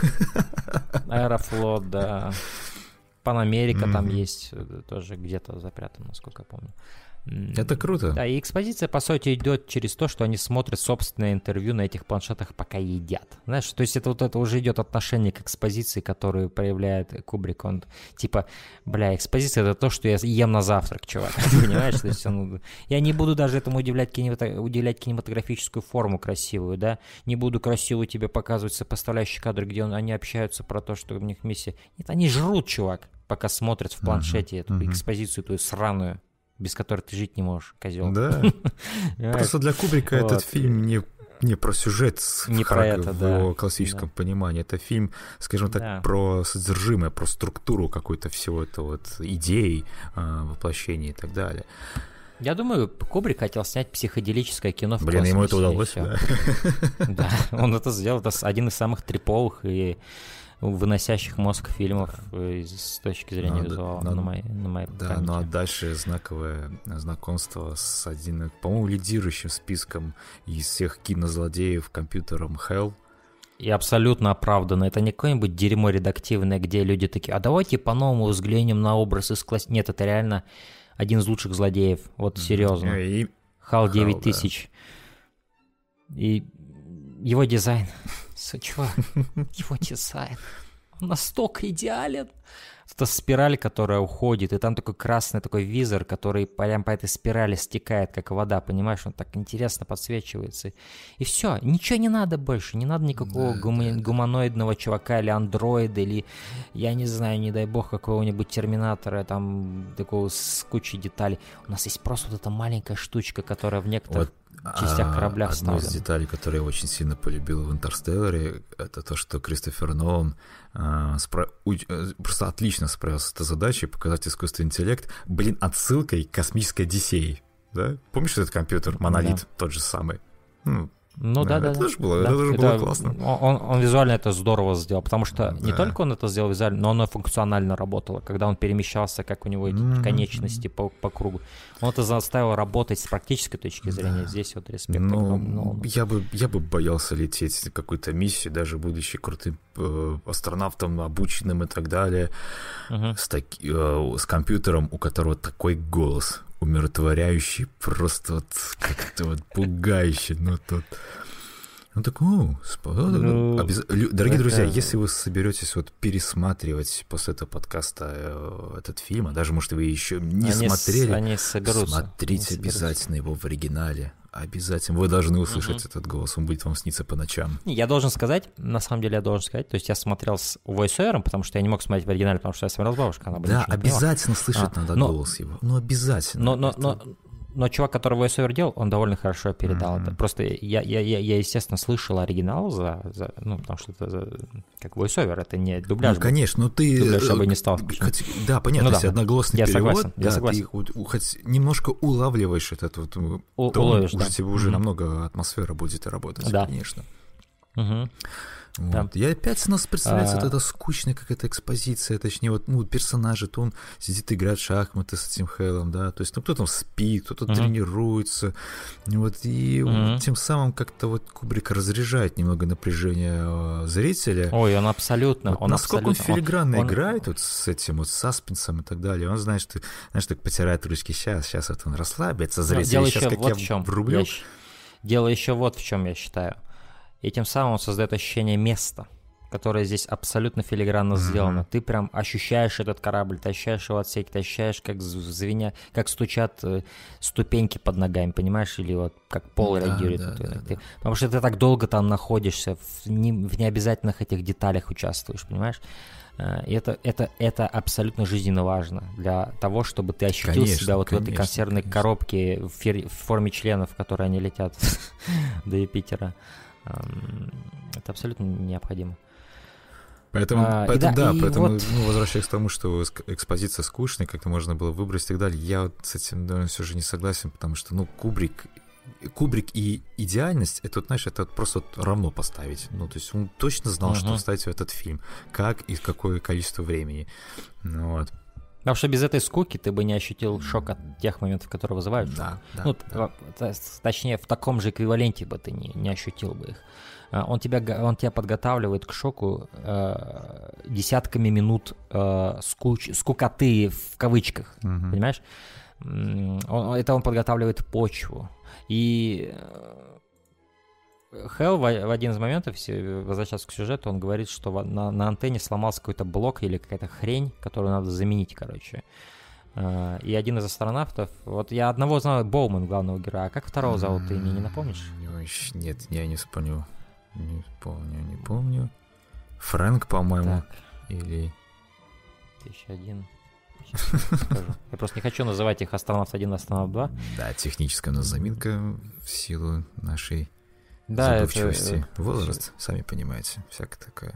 Аэрофлот, да. Панамерика там есть, тоже где-то запрятан, насколько я помню. Это круто. Да, и экспозиция, по сути, идет через то, что они смотрят собственное интервью на этих планшетах, пока едят. Знаешь, то есть это уже идет отношение к экспозиции, которую проявляет Кубрик. Он типа, экспозиция — это то, что я ем на завтрак, чувак. Понимаешь? То есть я не буду даже этому уделять кинематографическую форму красивую, да? Не буду красиво тебе показывать сопоставляющие кадры, где они общаются про то, что у них миссия. Нет, они жрут, чувак, пока смотрят в планшете эту экспозицию, ту сраную, без которой ты жить не можешь, козел. Да. Просто для Кубрика этот фильм не про сюжет в его классическом понимании. Это фильм, скажем так, про содержимое, про структуру какой-то всего этого вот идей, воплощения и так далее. Я думаю, Кубрик хотел снять психоделическое кино в космосе. Ему это удалось, да. Да, он это сделал. Это один из самых триповых и выносящих мозг фильмов с точки зрения визуала на моей памяти. Ну а дальше знаковое знакомство с одним, по-моему, лидирующим списком из всех кинозлодеев компьютером Hell. И абсолютно оправданно. Это не какое-нибудь дерьмо редактивное, где люди такие, а давайте по-новому взглянем на образ из классики. Нет, это реально один из лучших злодеев. Вот серьезно. HAL 9000. Да. И его дизайн. Чувак, его дизайн, он настолько идеален. Это спираль, которая уходит, и там такой красный такой визор, который прям по этой спирали стекает, как вода, понимаешь? Он так интересно подсвечивается. И все, ничего не надо больше, не надо никакого гуманоидного чувака или андроида, или, я не знаю, не дай бог, какого-нибудь терминатора, там, такого с кучей деталей. У нас есть просто вот эта маленькая штучка, которая в некоторых частях корабля вставлена. Одна из деталей, которые я очень сильно полюбил в «Интерстелларе», это то, что Кристофер Нолан просто отлично справился с этой задачей, показать искусственный интеллект, отсылкой к космической Одиссее. Да? Помнишь этот компьютер, монолит, тот же самый? Это тоже было классно. Он визуально это здорово сделал, потому что не только он это сделал визуально, но оно функционально работало, когда он перемещался, как у него эти конечности по кругу. Он это заставил работать с практической точки зрения. Здесь вот респект. Я бы боялся лететь на какую-то миссию, даже будучи крутым астронавтом, обученным и так далее, с компьютером, у которого такой голос умиротворяющий, просто вот как-то вот пугающий, дорогие друзья, если вы соберетесь вот пересматривать после этого подкаста этот фильм, а даже, может, вы еще не смотрели, смотрите обязательно его в оригинале. Обязательно. Вы должны услышать этот голос, он будет вам сниться по ночам. Я должен сказать, на самом деле то есть я смотрел с voice-over, потому что я не мог смотреть в оригинале, потому что я смотрел с бабушкой, она да, обязательно слышать надо голос его. Обязательно. Но чувак, который voice-over делал, он довольно хорошо передал это. Просто я, естественно, слышал оригинал потому что это как voice-over, это не дубляж. Конечно, но ты... Дубляж я бы не стал. Да, понятно, если одноголосный перевод, я согласен. Ты хоть немножко улавливаешь этот вот... Уловишь, тебе уже намного атмосфера будет работать, конечно. Вот. Да. Я опять нас представляется вот эта скучная какая-то экспозиция, точнее, вот, ну, персонажи, то он сидит и играет в шахматы с этим Хэлом, да, то есть, ну, кто там спит, кто-то тренируется, вот, и тем самым как-то вот Кубрик разряжает немного напряжение зрителя. Ой, он абсолютно, вот насколько он филигранно играет вот с этим вот саспенсом и так далее, он, знаешь, так потирает ручки, сейчас вот он расслабится, зритель, сейчас как вот я врублю. Дело еще вот в чем, я считаю. И тем самым он создает ощущение места, которое здесь абсолютно филигранно сделано. Ты прям ощущаешь этот корабль, ты ощущаешь его отсеки, ты ощущаешь, как звеня, как стучат ступеньки под ногами, понимаешь, или вот как пол реагирует. Потому что ты так долго там находишься, в необязательных этих деталях участвуешь, понимаешь? И это абсолютно жизненно важно для того, чтобы ты ощутил себя вот в этой консервной коробке в форме членов, в которой они летят до Юпитера. Это абсолютно необходимо. Поэтому возвращаясь к тому, что экспозиция скучная, как-то можно было выбросить и так далее, я вот с этим, наверное, все же не согласен, потому что, ну, Кубрик и идеальность, это, вот, знаешь, это просто вот равно поставить. Ну, то есть он точно знал, что вставить в этот фильм, как и в какое количество времени. Ну, вот. Потому что без этой скуки ты бы не ощутил шок от тех моментов, которые вызывают шок. Точнее, в таком же эквиваленте бы ты не ощутил бы их. Он тебя подготавливает к шоку десятками минут скукоты в кавычках, понимаешь? Он подготавливает почву. И Хэл в один из моментов, возвращаясь к сюжету, он говорит, что на антенне сломался какой-то блок или какая-то хрень, которую надо заменить, короче. И один из астронавтов... Вот я одного знаю, Боуман, главного героя. А как второго зовут, ты мне не напомнишь? Нет, я не вспомню. Не помню. Фрэнк, по-моему. Так. Или... 1001... Скажу. Я просто не хочу называть их астронавт 1 и астронавт 2. Да, техническая у нас заминка в силу нашей забывчивости. Возраст, сами понимаете, всякое такое.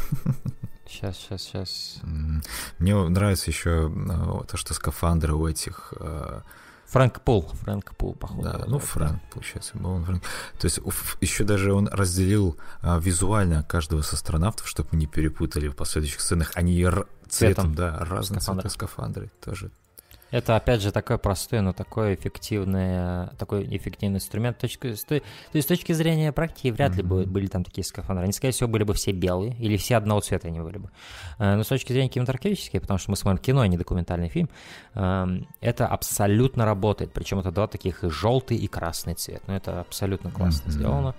Сейчас. Мне нравится еще то, что скафандры у этих... Фрэнк Пул, походу. Да, ну Фрэнк, получается. То есть еще даже он разделил визуально каждого из астронавтов, чтобы мы не перепутали в последующих сценах. Они цветом, да, разные цвета скафандры тоже. Это, опять же, такой простой, но такой эффективный инструмент. То есть с точки зрения практики вряд ли были там такие скафандры. Они, скорее всего, были бы все белые, или все одного цвета они были бы. Но с точки зрения кинематографической, потому что мы смотрим кино, а не документальный фильм, это абсолютно работает. Причем это два таких, желтый и красный цвет. Ну, это абсолютно классно сделано.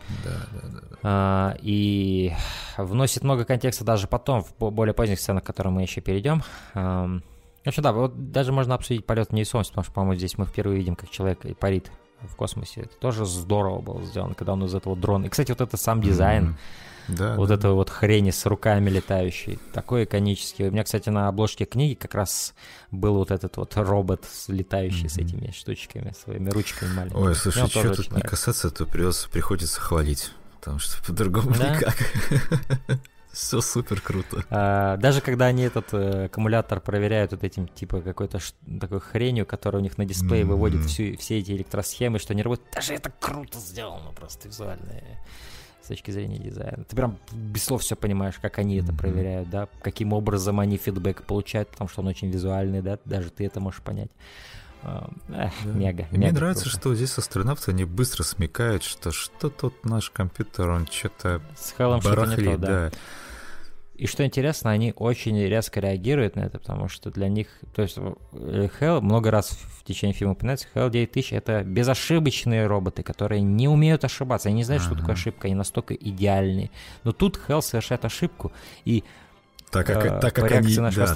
Да. И вносит много контекста даже потом, в более поздних сценах, к которым мы еще перейдем. В общем, да, вот даже можно обсудить полет в невесомость, потому что, по-моему, здесь мы впервые видим, как человек парит в космосе. Это тоже здорово было сделано, когда он из этого дрона... И, кстати, вот это сам дизайн, этого вот хрени с руками летающей, такой иконический. У меня, кстати, на обложке книги как раз был вот этот вот робот, летающий с этими штучками, своими ручками маленькими. Ой, слушай, что тут не касаться, то приходится хвалить, потому что по-другому никак. Все супер круто. Даже когда они этот аккумулятор проверяют вот этим, типа, какой-то такой хренью, которая у них на дисплее выводит все эти электросхемы, что не работают, даже это круто сделано просто визуально с точки зрения дизайна. Ты прям без слов все понимаешь, как они это проверяют, да, каким образом они фидбэк получают, потому что он очень визуальный, да, даже ты это можешь понять. Мега. Мне нравится, круто. Что здесь астронавты, они быстро смекают, что тут наш компьютер, он что-то с Хэллом барахлит, что-то не то, да. И что интересно, они очень резко реагируют на это, потому что для них... То есть Хэл много раз в течение фильма упоминается, Хэл 9000 — это безошибочные роботы, которые не умеют ошибаться. Они не знают, что такое ошибка, они настолько идеальные. Но тут Хэл совершает ошибку, и так как они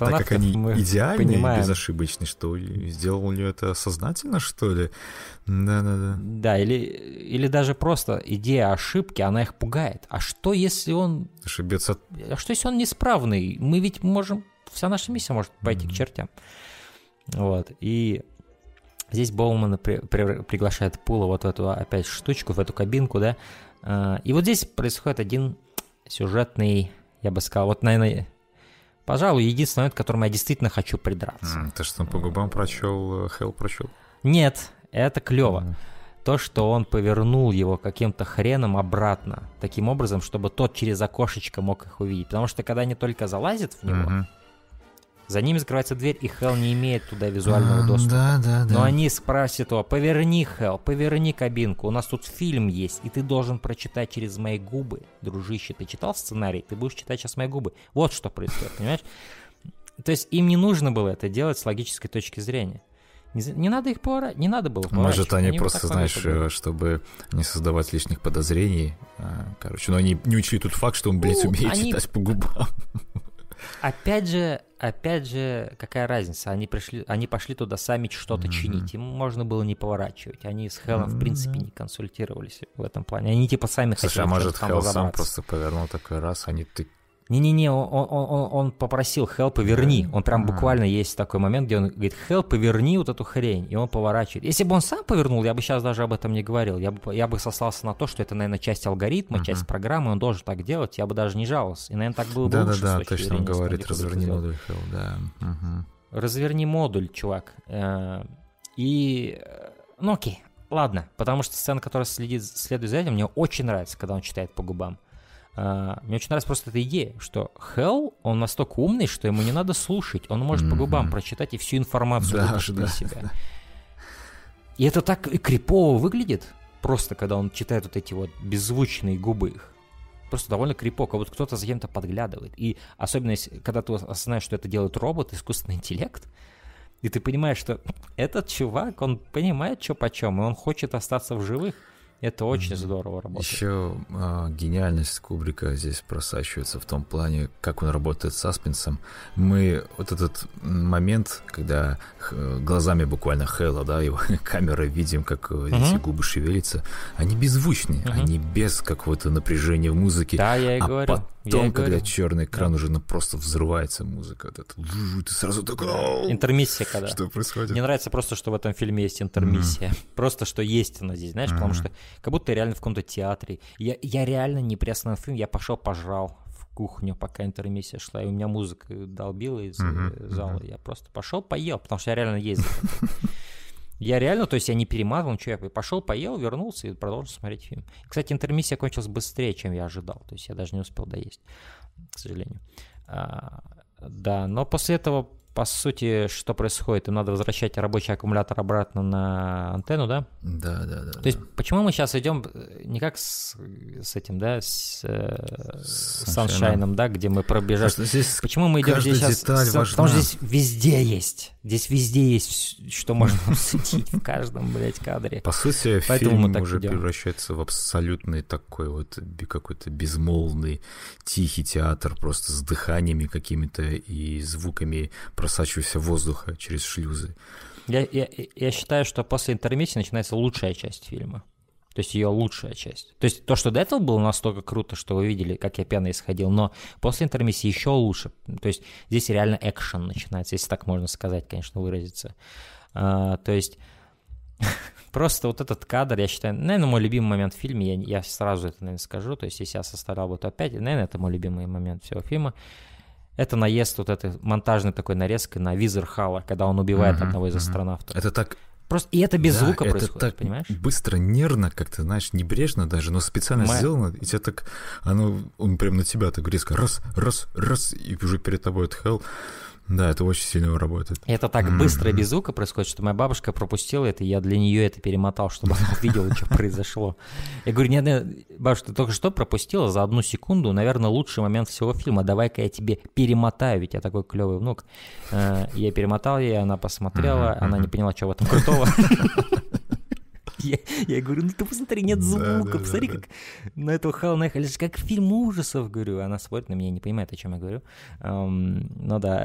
идеальные, безошибочные, что ли? Сделал ли это сознательно, что ли? Да. Да, или даже просто идея ошибки, она их пугает. А что, если он... Ошибется? А что, если он неисправный? Мы ведь можем... Вся наша миссия может пойти к чертям. Вот, и... Здесь Боуман приглашает Пула вот в эту опять штучку, в эту кабинку, да. И вот здесь происходит один сюжетный, я бы сказал, вот, наверное... Пожалуй, единственный момент, к которому я действительно хочу придраться. Ты что, по губам Хэл прочел? Нет, это клево. то, что он повернул его каким-то хреном обратно, таким образом, чтобы тот через окошечко мог их увидеть. Потому что когда они только залазят в него, за ними закрывается дверь, и Хелл не имеет туда визуального доступа. Да. Но они спросят его: поверни, Хелл, поверни кабинку, у нас тут фильм есть, и ты должен прочитать через мои губы. Дружище, ты читал сценарий? Ты будешь читать сейчас мои губы. Вот что происходит, понимаешь? То есть им не нужно было это делать с логической точки зрения. Не надо их не надо было поворачивать. Может, они просто, знаешь, чтобы не создавать лишних подозрений. Короче, но они не учли тот факт, что он, блядь, умеет читать по губам. Опять же, какая разница? Они пошли туда сами что-то чинить. Им можно было не поворачивать. Они с Хеллом, в принципе, не консультировались в этом плане. Они типа сами хотели. Слушай, а может, Хелл сам просто повернул такой раз, они Не-не-не, он попросил: Хелл, поверни. Он прям буквально есть такой момент, где он говорит: Хелл, поверни вот эту хрень. И он поворачивает. Если бы он сам повернул, я бы сейчас даже об этом не говорил. Я бы сослался на то, что это, наверное, часть алгоритма, часть программы, он должен так делать. Я бы даже не жаловался. И, наверное, так было бы лучше. Да, точно он говорит: разверни модуль, Хелл, да. Разверни модуль, чувак. Ну окей, ладно. Потому что сцена, которая следует за этим, мне очень нравится, когда он читает по губам. Мне очень нравится просто эта идея, что Хелл, он настолько умный, что ему не надо слушать, он может по губам прочитать и всю информацию вытащить для себя. Да. И это так крипово выглядит, просто когда он читает вот эти вот беззвучные губы их. Просто довольно крипово, как будто кто-то за кем-то подглядывает. И особенно, когда ты осознаешь, что это делает робот, искусственный интеллект, и ты понимаешь, что этот чувак, он понимает, что почем, и он хочет остаться в живых. Это очень здорово работает. Еще гениальность Кубрика здесь просачивается в том плане, как он работает с саспенсом. Мы вот этот момент, когда глазами буквально Хэлла, да, его камерой видим, как эти губы шевелятся, они беззвучные, они без какого-то напряжения в музыке. Да, я и говорю. Потом, когда черный экран уже просто взрывается музыка, вот это, ты сразу такой... Интермиссия когда. Что происходит? Мне нравится просто, что в этом фильме есть интермиссия. Просто, что есть она здесь, знаешь, потому что как будто реально в каком-то театре. Я реально не приостановил фильм, я пошел пожрал в кухню, пока интермиссия шла, и у меня музыка долбила из зала. Я просто пошел поел, потому что я реально есть. Я реально, то есть я не перематывал, ничего, я пошел, поел, вернулся и продолжил смотреть фильм. Кстати, интермиссия кончилась быстрее, чем я ожидал, то есть я даже не успел доесть, к сожалению. Да, но после этого, по сути, что происходит? Им надо возвращать рабочий аккумулятор обратно на антенну, да? Да. То есть почему мы сейчас идем не как с этим, да, с Саншайном, да, где мы пробежали. Почему мы идем здесь сейчас? Потому что здесь везде есть, что можно обсудить в каждом, блядь, кадре. По сути, фильм уже превращается в абсолютный такой вот какой-то безмолвный, тихий театр, просто с дыханиями какими-то и звуками просачивающегося воздуха через шлюзы. Я считаю, что после интермиссии начинается лучшая часть фильма. То есть ее лучшая часть. То есть то, что до этого было настолько круто, что вы видели, как я пьяный исходил, но после интермиссии еще лучше. То есть здесь реально экшен начинается, если так можно сказать, конечно, выразиться. То есть просто вот этот кадр, я считаю, наверное, мой любимый момент в фильме, я сразу это, наверное, скажу. То есть если я составлял бы то опять, наверное, это мой любимый момент всего фильма. Это наезд, вот этой монтажной такой нарезкой на визор Халла, когда он убивает одного из астронавтов. Это так... Просто, и это без звука происходит, это так понимаешь? Быстро, нервно, как-то, знаешь, небрежно даже, но специально сделано, и тебя так... Он прям на тебя так резко раз, и уже перед тобой это Хелл. Да, это очень сильно работает. И это так быстро и без звука происходит, что моя бабушка пропустила это, и я для нее это перемотал, чтобы она увидела, что произошло. Я говорю: нет, бабушка, ты только что пропустила за 1 секунду, наверное, лучший момент всего фильма, давай-ка я тебе перемотаю, ведь я такой клевый внук. Я перемотал ей, она посмотрела, она не поняла, что в этом крутого. Я говорю: ну ты посмотри, нет звука, посмотри, как на этого Хэлла наехали, это же как фильм ужасов, говорю. Она смотрит на меня, не понимает, о чем я говорю. Ну да.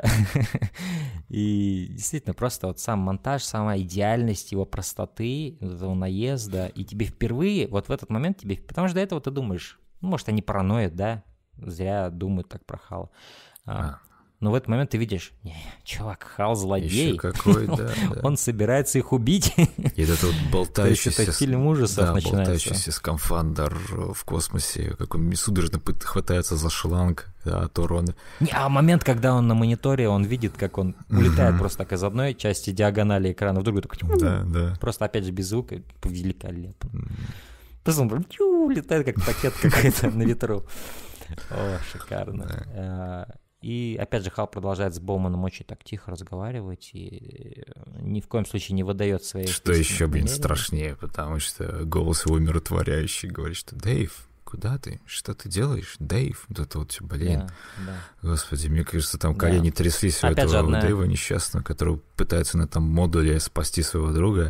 И действительно, просто вот сам монтаж, сама идеальность его простоты, этого наезда, и тебе впервые, вот в этот момент тебе, потому что до этого ты думаешь, ну, может, они параноид, да, зря думают так про Хэлла. Но в этот момент ты видишь, чувак, Хал злодей. Еще какой, да. Он собирается их убить. И это вот болтающийся... Это фильм ужасов начинается. Болтающийся скафандр в космосе, как он судорожно хватается за шланг от урона. А момент, когда он на мониторе, он видит, как он улетает просто так из одной части диагонали экрана в другую. Такой, да. Просто опять же без звука. Великолепно. Просто он улетает, как пакет какой-то на ветру. О, шикарно. И опять же Хал продолжает с Боуманом очень так тихо разговаривать и ни в коем случае не выдает свои... Что еще, страшнее, потому что голос его умиротворяющий говорит, что «Дэйв, куда ты? Что ты делаешь? Дэйв?» Вот это вот, блин. Да. Господи, мне кажется, там колени тряслись у опять этого Дэйва несчастного, который пытается на этом модуле спасти своего друга.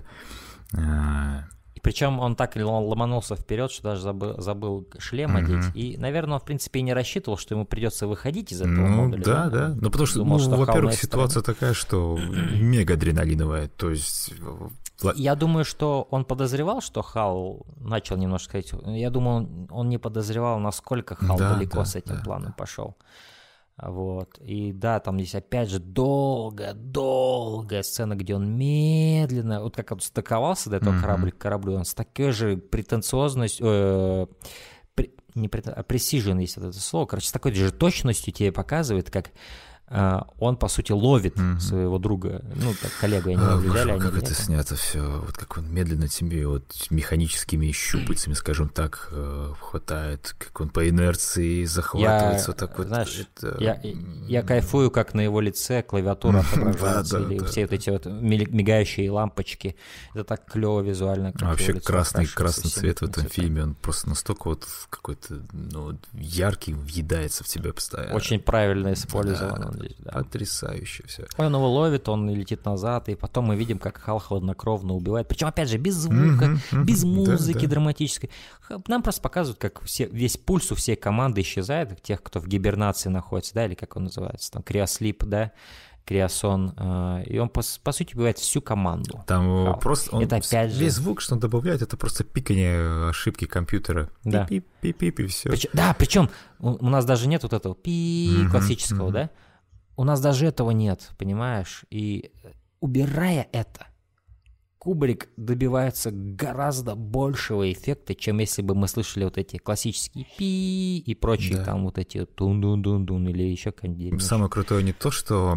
Причем он так ломанулся вперед, что даже забыл шлем одеть. И, наверное, он, в принципе, и не рассчитывал, что ему придется выходить из этого модуля. Да. Ну, потому что, думал, во-первых, ситуация такая, что мега адреналиновая. То есть... Я думаю, что он подозревал, что Хал начал немножко... Я думаю, он не подозревал, насколько Хал далеко с этим планом пошел. Вот. И да, там здесь опять же долгая сцена, где он медленно, вот как он стыковался до этого корабля к кораблю, он с такой же прецизностью, precision есть это слово, короче, с такой же точностью тебе показывает, как он, по сути, ловит своего друга, ну, так, коллегу, я не знаю, взяли они. Как это снято все, вот как он медленно тебе вот механическими щупальцами, скажем так, хватает, как он по инерции захватывается. Вот так вот. Знаешь, я кайфую, как на его лице клавиатура отображается, или все вот эти вот мигающие лампочки. Это так клево визуально. Вообще красный цвет в этом фильме, он просто настолько вот какой-то яркий, въедается в тебя постоянно. Очень правильно использован. Здесь, да. Потрясающе все. Он его ловит, он летит назад, и потом мы видим, как Хал хладнокровно убивает. Причем, опять же, без звука, без музыки драматической. Нам просто показывают, как весь пульс у всей команды исчезает, тех, кто в гибернации находится, да, или как он называется, там, криослип, да, криосон, и он, по сути, убивает всю команду. Там Хал. просто это опять же... весь звук, что он добавляет, это просто пикание ошибки компьютера. Да. Пип-пип-пип, и все. Причем у нас даже нет вот этого классического, да? У нас даже этого нет, понимаешь? И убирая это, Кубрик добивается гораздо большего эффекта, чем если бы мы слышали вот эти классические пи и прочие там вот эти тун-дун-дун-дун или еще какие-нибудь. Самое крутое не то, что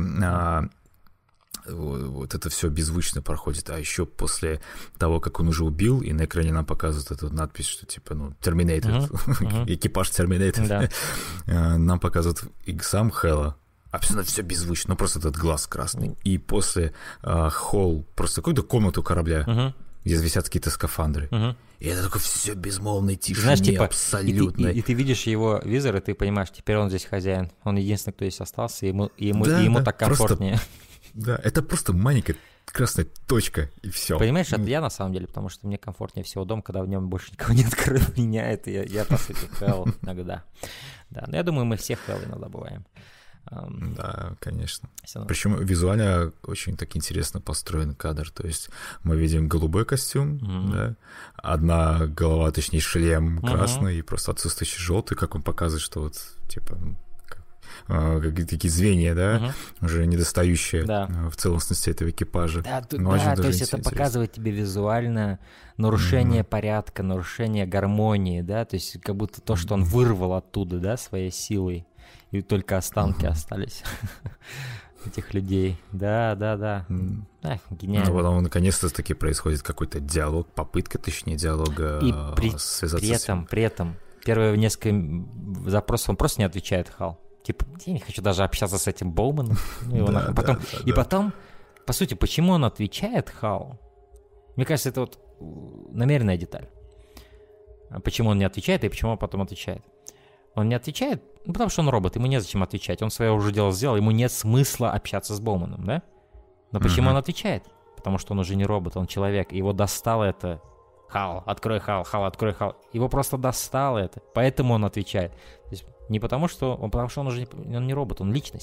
вот это все беззвучно проходит, а еще после того, как он уже убил, и на экране нам показывают эту надпись, что типа, Terminated, экипаж Terminated, нам показывают и сам Хэлла. Абсолютно все беззвучно, просто этот глаз красный. И после холл, просто какую-то комнату корабля, где висят какие-то скафандры. И это такое все безмолвной тишине, знаешь, типа, абсолютно. И ты видишь его визор, и ты понимаешь, теперь он здесь хозяин. Он единственный, кто здесь остался, и ему так комфортнее. Да, это просто маленькая красная точка, и все. Понимаешь, это я на самом деле, потому что мне комфортнее всего дом, когда в нем больше никого нет, кроме меня. Это я по сути, Хэл иногда. Да, но я думаю, мы все Хэл иногда бываем. Да, конечно. Причем визуально очень так интересно построен кадр. То есть мы видим голубой костюм, да? Одна голова, точнее шлем красный, и просто отсутствующий желтый, как он показывает, что вот типа какие звенья, да, уже недостающие в целостности этого экипажа. Да, то есть это показывает тебе визуально нарушение порядка, нарушение гармонии, да, то есть как будто то, что он вырвал оттуда, да, своей силой. И только останки остались этих людей. Да. Гениально. Но потом наконец-то таки происходит какой-то диалог, попытка, точнее, диалога связаться при этом первые несколько запросов он просто не отвечает, Хал. Типа, я не хочу даже общаться с этим Боуманом. Потом, по сути, почему он отвечает, Хал? Мне кажется, это вот намеренная деталь. Почему он не отвечает и почему он потом отвечает. Он не отвечает, потому что он робот, ему незачем отвечать. Он свое уже дело сделал, ему нет смысла общаться с Боуманом, да? Но почему он отвечает? Потому что он уже не робот, он человек. Его достало это. Хал, открой Хал, открой Хал. Его просто достало это. Поэтому он отвечает. То есть не потому что он уже он не робот, он личность.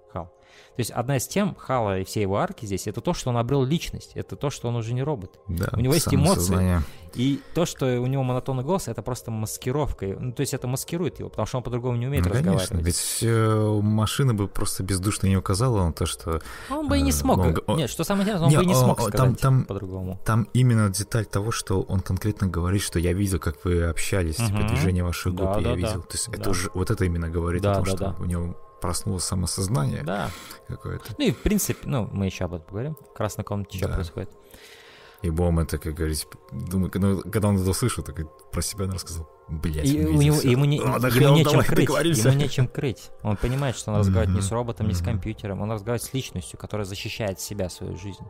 Хал. То есть одна из тем Хала и всей его арки здесь — это то, что он обрел личность, это то, что он уже не робот. Да, у него есть эмоции. Сознание. И то, что у него монотонный голос, это просто маскировка. Ну, то есть это маскирует его, потому что он по-другому не умеет разговаривать. Конечно, ведь машина бы просто бездушно не указала на то, что... Он бы и не смог. Нет, что самое интересное, он бы и не смог сказать по-другому. Там именно деталь того, что он конкретно говорит, что я видел, как вы общались, типа движение ваших губ, я видел. То есть это уже, вот это именно говорит о том, что у него проснулось самосознание какое-то. Ну и в принципе, мы еще об этом поговорим. В красной комнате что происходит. И Бом это, как говорится, думаю, когда он это услышал, так про себя рассказал. Блять, ему нечем крыть. Ему нечем крыть. Он понимает, что он разговаривает не с роботом, не с компьютером. Он разговаривает с личностью, которая защищает себя, свою жизнь.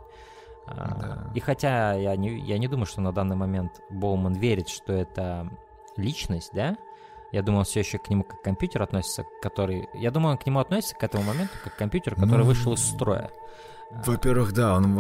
И хотя я не думаю, что на данный момент Боуман верит, что это личность, да? Я думаю, он все еще к нему как к компьютеру относится, Я думаю, он к нему относится к этому моменту как к компьютеру, который вышел из строя. Во-первых, да, он,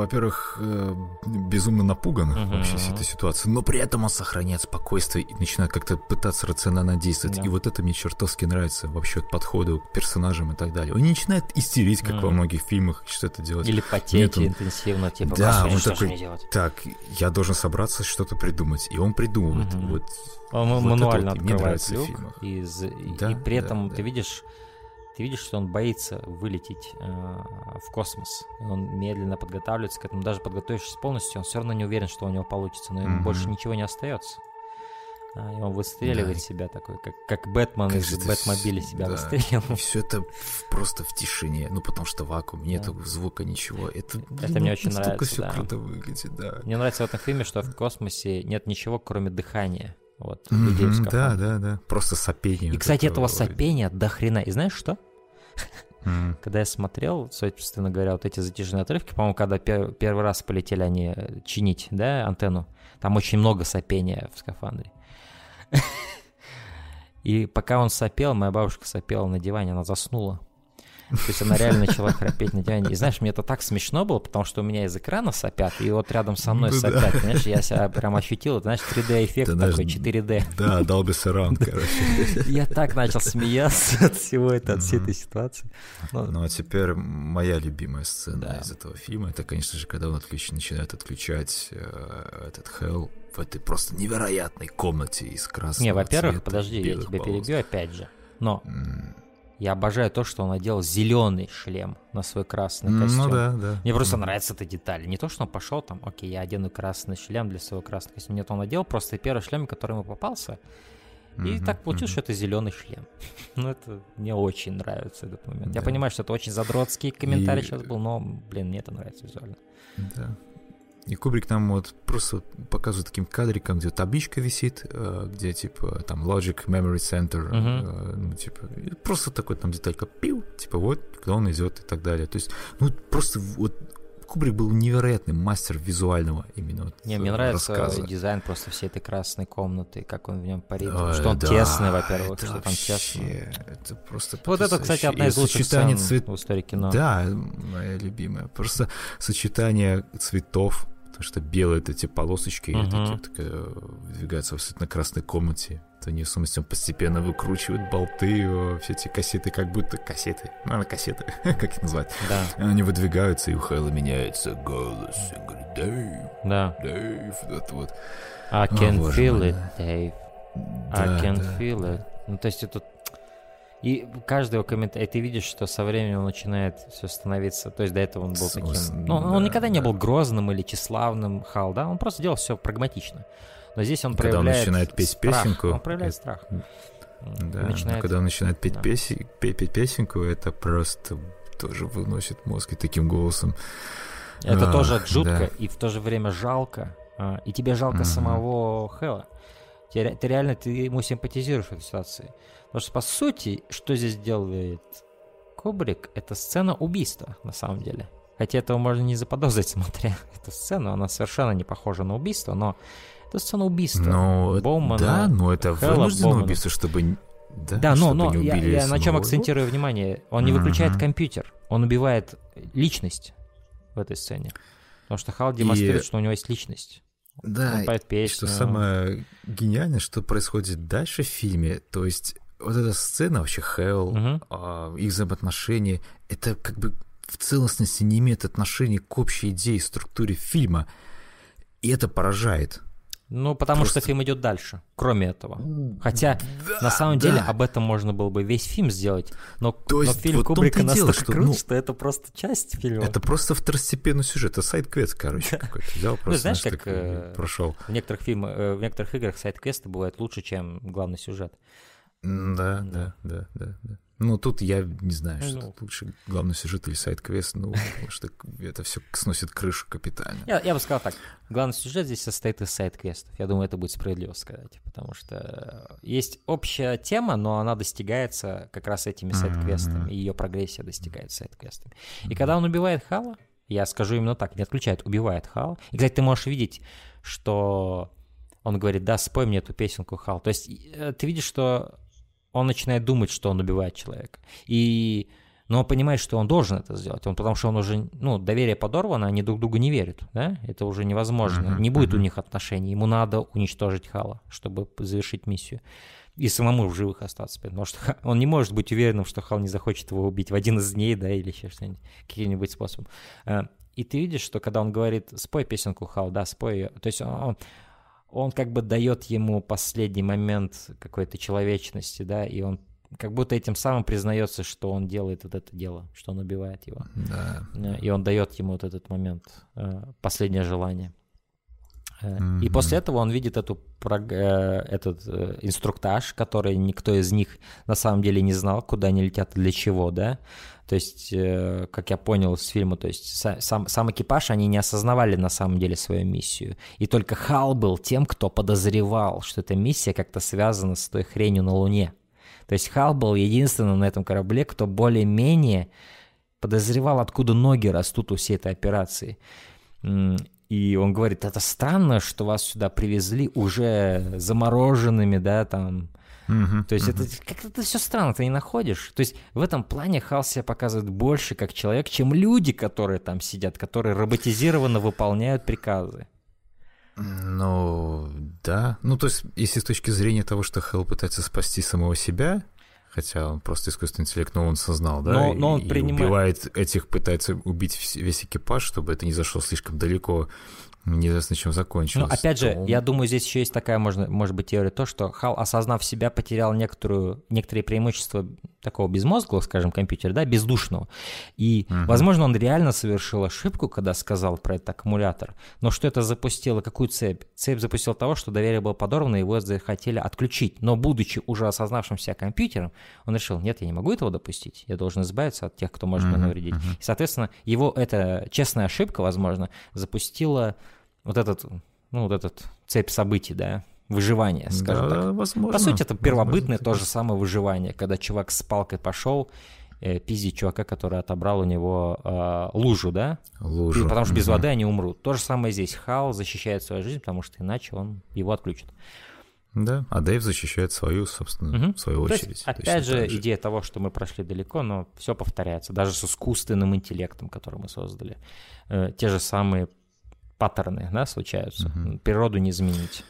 безумно напуган вообще всей этой ситуацией, но при этом он сохраняет спокойствие и начинает как-то пытаться рационально действовать. Да. И вот это мне чертовски нравится вообще от подхода к персонажам и так далее. Он не начинает истерить, как во многих фильмах, что это делать. Или потеть интенсивно, типа, да, он такой, так, я должен собраться что-то придумать, и он придумывает. Он мануально открывает люк, и при этом ты видишь, что он боится вылететь в космос. Он медленно подготавливается к этому. Даже подготовившись полностью, он все равно не уверен, что у него получится, но ему больше ничего не остается. И он выстреливает себя такой, как Бэтмен из Бэтмобиля себя выстреливал. И все это просто в тишине, потому что вакуум, нету звука, ничего. Это мне очень нравится. Все круто выглядит, да. Мне нравится в этом фильме, что в космосе нет ничего, кроме дихания. Вот, людей в скафандрах. Да. Просто сопение. И, кстати, этого сопения до хрена. И знаешь что? Когда я смотрел, собственно говоря, вот эти затяжные отрывки, по-моему, когда первый раз полетели они чинить, да, антенну, там очень много сопения в скафандре. И пока он сопел, моя бабушка сопела на диване, она заснула. То есть она реально начала храпеть на диване. И знаешь, мне это так смешно было, потому что у меня из экрана сопят, и вот рядом со мной сопят. Знаешь, я себя прям ощутил, это, знаешь, 3D-эффект такой, 4D. Да, Dolby Surround, короче. Я так начал смеяться от всего этого, от всей этой ситуации. Ну, а теперь моя любимая сцена из этого фильма, это, конечно же, когда он начинает отключать этот Хелл в этой просто невероятной комнате из красного цвета. Не, во-первых, подожди, я тебя перебью опять же, но... Я обожаю то, что он надел зеленый шлем на свой красный костюм. Ну да. Мне просто нравится эта деталь. Не то, что он пошел там, окей, я одену красный шлем для своего красного костюма. Нет, он надел просто первый шлем, который ему попался. И так получилось, что это зеленый шлем. Ну, это мне очень нравится этот момент. Я понимаю, что это очень задротский комментарий сейчас был, но, мне это нравится визуально. Да. И Кубрик нам вот просто показывает таким кадриком, где табличка висит, где типа там Logic Memory Center, типа просто такой там деталька, пиу, типа вот, когда он идет и так далее. То есть, просто вот Кубрик был невероятный мастер визуального именно вот мне нравится рассказа. Дизайн просто всей этой красной комнаты, как он в нем парит, что он тесный, во-первых, что там тесно. Это просто вот это, кстати, одна из лучших сцен в истории кино. Да, моя любимая. Просто сочетание цветов, потому что белые эти полосочки выдвигаются в абсолютно-красной комнате. То они, в смысле, постепенно выкручивают болты, все эти кассеты, как будто кассеты. Наверное, кассеты, как их назвать. Да. Они выдвигаются, и у Хэлла меняется голос. И говорит, Дэйв, вот. I can feel it, Dave. I can feel it. Ну, то есть это... И каждый его комментарий, ты видишь, что со временем он начинает все становиться... То есть до этого он был таким... он никогда не был грозным или тщеславным, Хал, да? Он просто делал все прагматично. Но здесь он проявляет когда он начинает петь страх. песенку... Он проявляет страх. Да, когда он начинает петь песенку, это просто тоже выносит мозг и таким голосом. Это тоже жутко и в то же время жалко. И тебе жалко самого Хэлла. Ты реально ему симпатизируешь в этой ситуации. Потому что, по сути, что здесь делает Кубрик, это сцена убийства, на самом деле. Хотя этого можно не заподозрить, смотря эту сцену. Она совершенно не похожа на убийство, но это сцена убийства. Боумана, да, но это вынужденное убийство, чтобы... Да, но я на чем акцентирую внимание. Он не выключает компьютер, он убивает личность в этой сцене. Потому что Хал демонстрирует, что у него есть личность. Да, что самое гениальное, что происходит дальше в фильме, то есть вот эта сцена вообще, Хелл, их взаимоотношения, это как бы в целостности не имеет отношения к общей идее, структуре фильма. И это поражает. Ну, потому что фильм идет дальше, кроме этого. Хотя, на самом деле, об этом можно было бы весь фильм сделать, но фильм вот Кубрика настолько крут, что это просто часть фильма. Это просто второстепенный сюжет, это сайд-квест, короче, какой-то. Взял просто, знаешь, как прошел. В некоторых играх сайд-квесты бывают лучше, чем главный сюжет. Да. Ну, тут я не знаю, что лучше главный сюжет или сайд-квест, потому что это все сносит крышу капитально. Я бы сказал так, главный сюжет здесь состоит из сайд-квестов. Я думаю, это будет справедливо сказать, потому что есть общая тема, но она достигается как раз этими сайд-квестами, и ее прогрессия достигается сайд-квестами. И когда он убивает Хала, я скажу именно так, не отключает, убивает Хала. И, кстати, ты можешь видеть, что он говорит, да, спой мне эту песенку, Хал. То есть ты видишь, что он начинает думать, что он убивает человека. Но он понимает, что он должен это сделать, потому что он уже, доверие подорвано, они друг другу не верят, да? Это уже невозможно. Не будет у них отношений. Ему надо уничтожить Хала, чтобы завершить миссию. И самому в живых остаться. Потому что он не может быть уверенным, что Хал не захочет его убить в один из дней, да, или еще что-нибудь, каким-нибудь способом. И ты видишь, что когда он говорит, спой песенку, Хал, да, спой ее. То есть он как бы дает ему последний момент какой-то человечности, да, и он как будто этим самым признается, что он делает вот это дело, что он убивает его. Да. И он дает ему вот этот момент, последнее желание. И после этого он видит этот инструктаж, который никто из них на самом деле не знал, куда они летят и для чего, да. То есть, как я понял из фильма, то есть сам экипаж, они не осознавали на самом деле свою миссию. И только Хал был тем, кто подозревал, что эта миссия как-то связана с той хренью на Луне. То есть Хал был единственным на этом корабле, кто более-менее подозревал, откуда ноги растут у всей этой операции. И он говорит, это странно, что вас сюда привезли уже замороженными, да, там. То есть это как-то все странно, ты не находишь? То есть в этом плане Хал себя показывает больше как человек, чем люди, которые там сидят, которые роботизированно выполняют приказы. Ну, да. Ну, то есть, если с точки зрения того, что Хэл пытается спасти самого себя, хотя он просто искусственный интеллект, но он сознал, да, но он убивает этих, пытается убить весь экипаж, чтобы это не зашло слишком далеко, неизвестно, чем закончилось. Ну, опять же, я думаю, здесь еще есть такая, может быть, теория, то, что Хал, осознав себя, потерял некоторые преимущества такого безмозглого, скажем, компьютера, да, бездушного. И, возможно, он реально совершил ошибку, когда сказал про этот аккумулятор. Но что это запустило? Какую цепь? Цепь запустила того, что доверие было подорвано, его захотели отключить. Но, будучи уже осознавшим себя компьютером, он решил, нет, я не могу этого допустить, я должен избавиться от тех, кто может мне навредить. И, соответственно, его эта честная ошибка, возможно, запустила вот этот цепь событий, да, выживание, скажем так. Возможно. По сути, это первобытное то же самое выживание, когда чувак с палкой пошел пиздить чувака, который отобрал у него лужу, да? Лужу. Потому что без воды они умрут. То же самое здесь. Хал защищает свою жизнь, потому что иначе он его отключит. Да, а Дэйв защищает свою, собственно, в свою очередь. То есть, опять же, идея того, что мы прошли далеко, но все повторяется. Даже с искусственным интеллектом, который мы создали. Те же самые паттерны, да, случаются. Природу не изменить.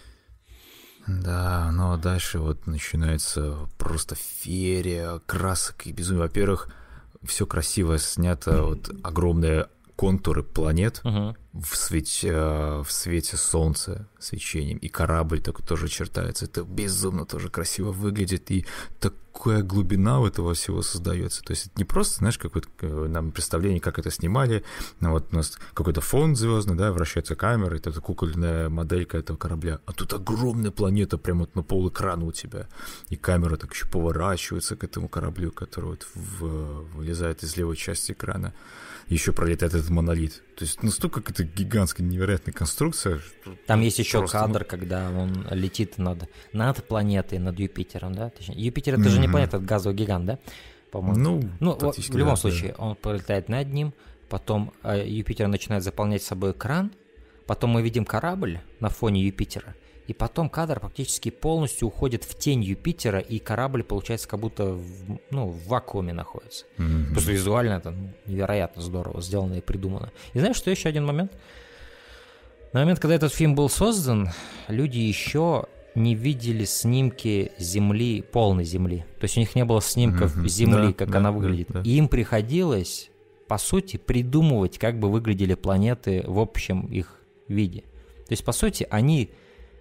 Да, но дальше вот начинается просто феерия красок и безумие. Во-первых, все красиво снято, вот огромные контуры планет в свете солнца, свечением, и корабль такой тоже чертается. Это безумно тоже красиво выглядит, и такая глубина у этого всего создается. То есть это не просто, знаешь, какое-то нам представление, как это снимали. Вот у нас какой-то фон звездный, да, вращается камера, это кукольная моделька этого корабля, а тут огромная планета прямо вот на полэкрана у тебя, и камера так еще поворачивается к этому кораблю, который вот вылезает из левой части экрана. Еще пролетает этот монолит. То есть настолько какая-то гигантская, невероятная конструкция. Там есть еще кадр, когда он летит над планетой, над Юпитером, да? Точнее, Юпитер — это же не планета, это газовый гигант, да? По-моему. Ну вот, в любом случае, он пролетает над ним, потом Юпитер начинает заполнять собой экран, потом мы видим корабль на фоне Юпитера, и потом кадр практически полностью уходит в тень Юпитера, и корабль, получается, как будто в вакууме находится. Просто визуально это невероятно здорово сделано и придумано. И знаешь, что еще один момент? На момент, когда этот фильм был создан, люди еще не видели снимки Земли, полной Земли. То есть у них не было снимков Земли, как она выглядит. Да. И им приходилось, по сути, придумывать, как бы выглядели планеты в общем их виде. То есть, по сути, они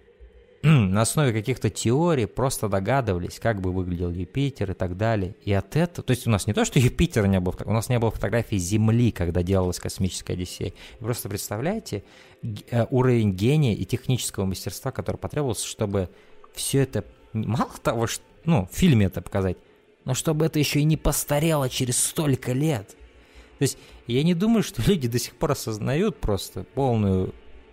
на основе каких-то теорий просто догадывались, как бы выглядел Юпитер и так далее. И от этого... То есть у нас не то, что Юпитера не было, у нас не было фотографий Земли, когда делалась космическая Одиссея. Вы просто представляете уровень гения и технического мастерства, который потребовался, чтобы все это... Мало того, что... в фильме это показать, но чтобы это еще и не постарело через столько лет. То есть я не думаю, что люди до сих пор осознают просто полный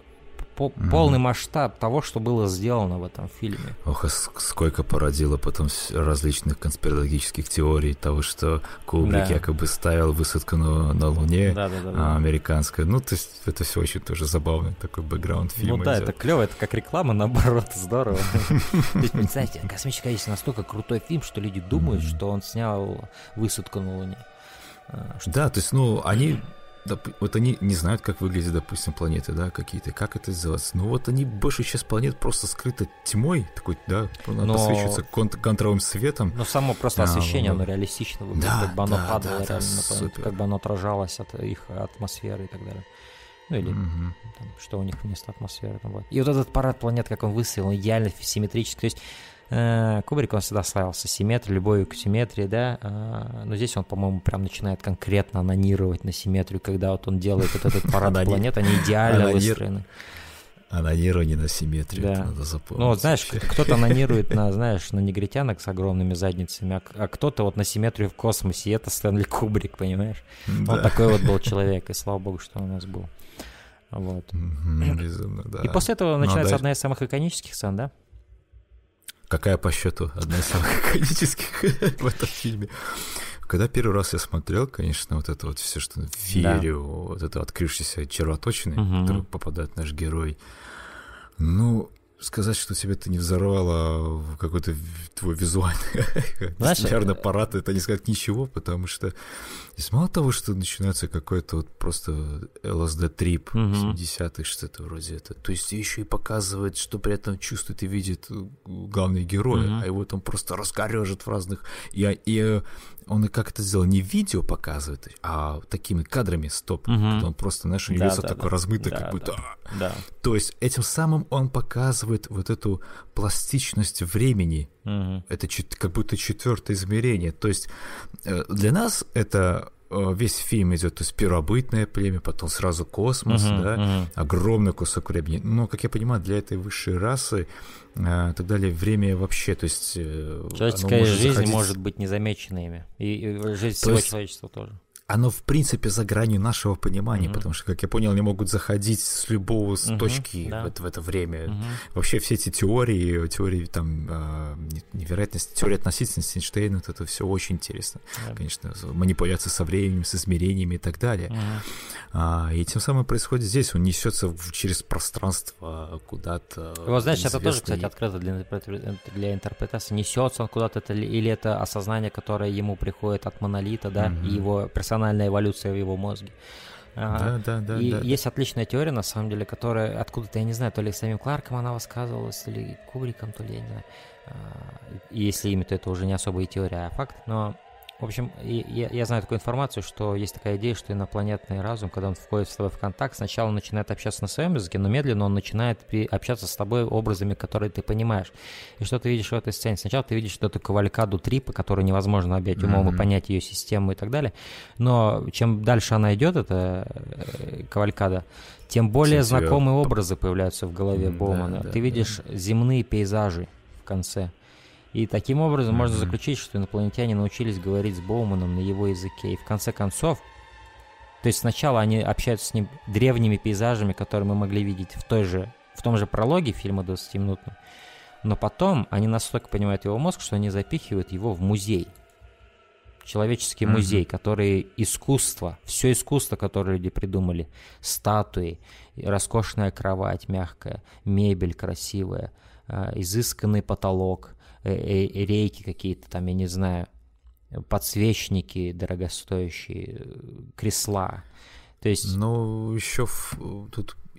масштаб того, что было сделано в этом фильме. Ох, сколько породило потом различных конспирологических теорий того, что Кубрик якобы ставил высадку на Луне американскую. То есть это все очень тоже забавный такой бэкграунд фильма. Это клево, это как реклама, наоборот, здорово. То есть, представьте, «Космическая Одиссея» настолько крутой фильм, что люди думают, что он снял высадку на Луне. Да, то есть, они не знают, как выглядят, допустим, планеты, да, какие-то, как это сделать. Они большая часть планет просто скрыта тьмой, такой, да, подсвечивается контровым светом. Но само просто освещение, оно реалистично выглядит, как бы оно падало реально на планету, как бы оно отражалось от их атмосферы и так далее. Или что у них вместо атмосферы там было. И вот этот парад планет, как он выставил, идеально симметрически. То есть Кубрик, он всегда славился симметрией, любовью к симметрии, да, но здесь он, по-моему, прям начинает конкретно анонировать на симметрию, когда вот он делает вот этот парад планет, они идеально выстроены. Анонирование на симметрию, это надо запомнить. Знаешь, кто-то анонирует на негритянок с огромными задницами, а кто-то вот на симметрию в космосе, и это Стэнли Кубрик, понимаешь? Да. Вот такой вот был человек, и слава богу, что он у нас был. Вот. Безумно, да. И после этого начинается одна из самых иконических сцен, да? Какая по счету одна из самых иконических в этом фильме? Когда первый раз я смотрел, конечно, вот это вот все, что верю, вот это открывшиеся червоточины, в которые попадает наш герой, сказать, что тебе это не взорвало какой-то твой визуальный вестибулярный аппарат, это не сказать ничего, потому что здесь мало того, что начинается какой-то вот просто ЛСД-трип 70-х, что-то вроде это, то есть еще и показывает, что при этом чувствует и видит главный герой, а его там просто раскорежит в разных... И он и как это сделал, не видео показывает, а такими кадрами стоп, когда он просто, знаешь, у него лицо такое размытое, как будто... Да. То есть этим самым он показывает вот эту пластичность времени. Это как будто четвертое измерение. То есть для нас это весь фильм идет, то есть первобытное племя, потом сразу космос, огромный кусок времени. Но, как я понимаю, для этой высшей расы и так далее, время вообще, то есть... Человеческая жизнь может быть незамечена ими. И жизнь всего человечества тоже. Оно, в принципе, за гранью нашего понимания, потому что, как я понял, они могут заходить с любого точки в это время. Вообще все эти теории там, невероятности, теория относительности Эйнштейна, вот это все очень интересно. Конечно, манипуляции со временем, с измерениями и так далее. И тем самым происходит здесь. Он несется через пространство куда-то. Вот, знаешь, это тоже, кстати, открыто для интерпретации. Несется он куда-то, или это осознание, которое ему приходит от монолита, да, и его персональная эволюция в его мозге. Есть отличная теория, на самом деле, которая откуда-то, я не знаю, то ли самим Кларком она высказывалась, то ли Кубриком, то ли, я не знаю. Если имя, то это уже не особо и теория, а факт. Но, в общем, я знаю такую информацию, что есть такая идея, что инопланетный разум, когда он входит с тобой в контакт, сначала он начинает общаться на своем языке, но медленно он начинает общаться с тобой образами, которые ты понимаешь. И что ты видишь в этой сцене? Сначала ты видишь эту кавалькаду трипа, которую невозможно объять умом и понять ее систему и так далее. Но чем дальше она идет, эта кавалькада, тем более знакомые образы появляются в голове Боумана. Ты видишь земные пейзажи в конце. И таким образом можно заключить, что инопланетяне научились говорить с Боуманом на его языке. И в конце концов, то есть сначала они общаются с ним древними пейзажами, которые мы могли видеть в том же прологе фильма 20-минутном, но потом они настолько понимают его мозг, что они запихивают его в музей. Человеческий музей, который все искусство, которое люди придумали, статуи, роскошная кровать мягкая, мебель красивая, изысканный потолок, рейки какие-то там, я не знаю, подсвечники дорогостоящие, кресла. То есть... Ну, еще тут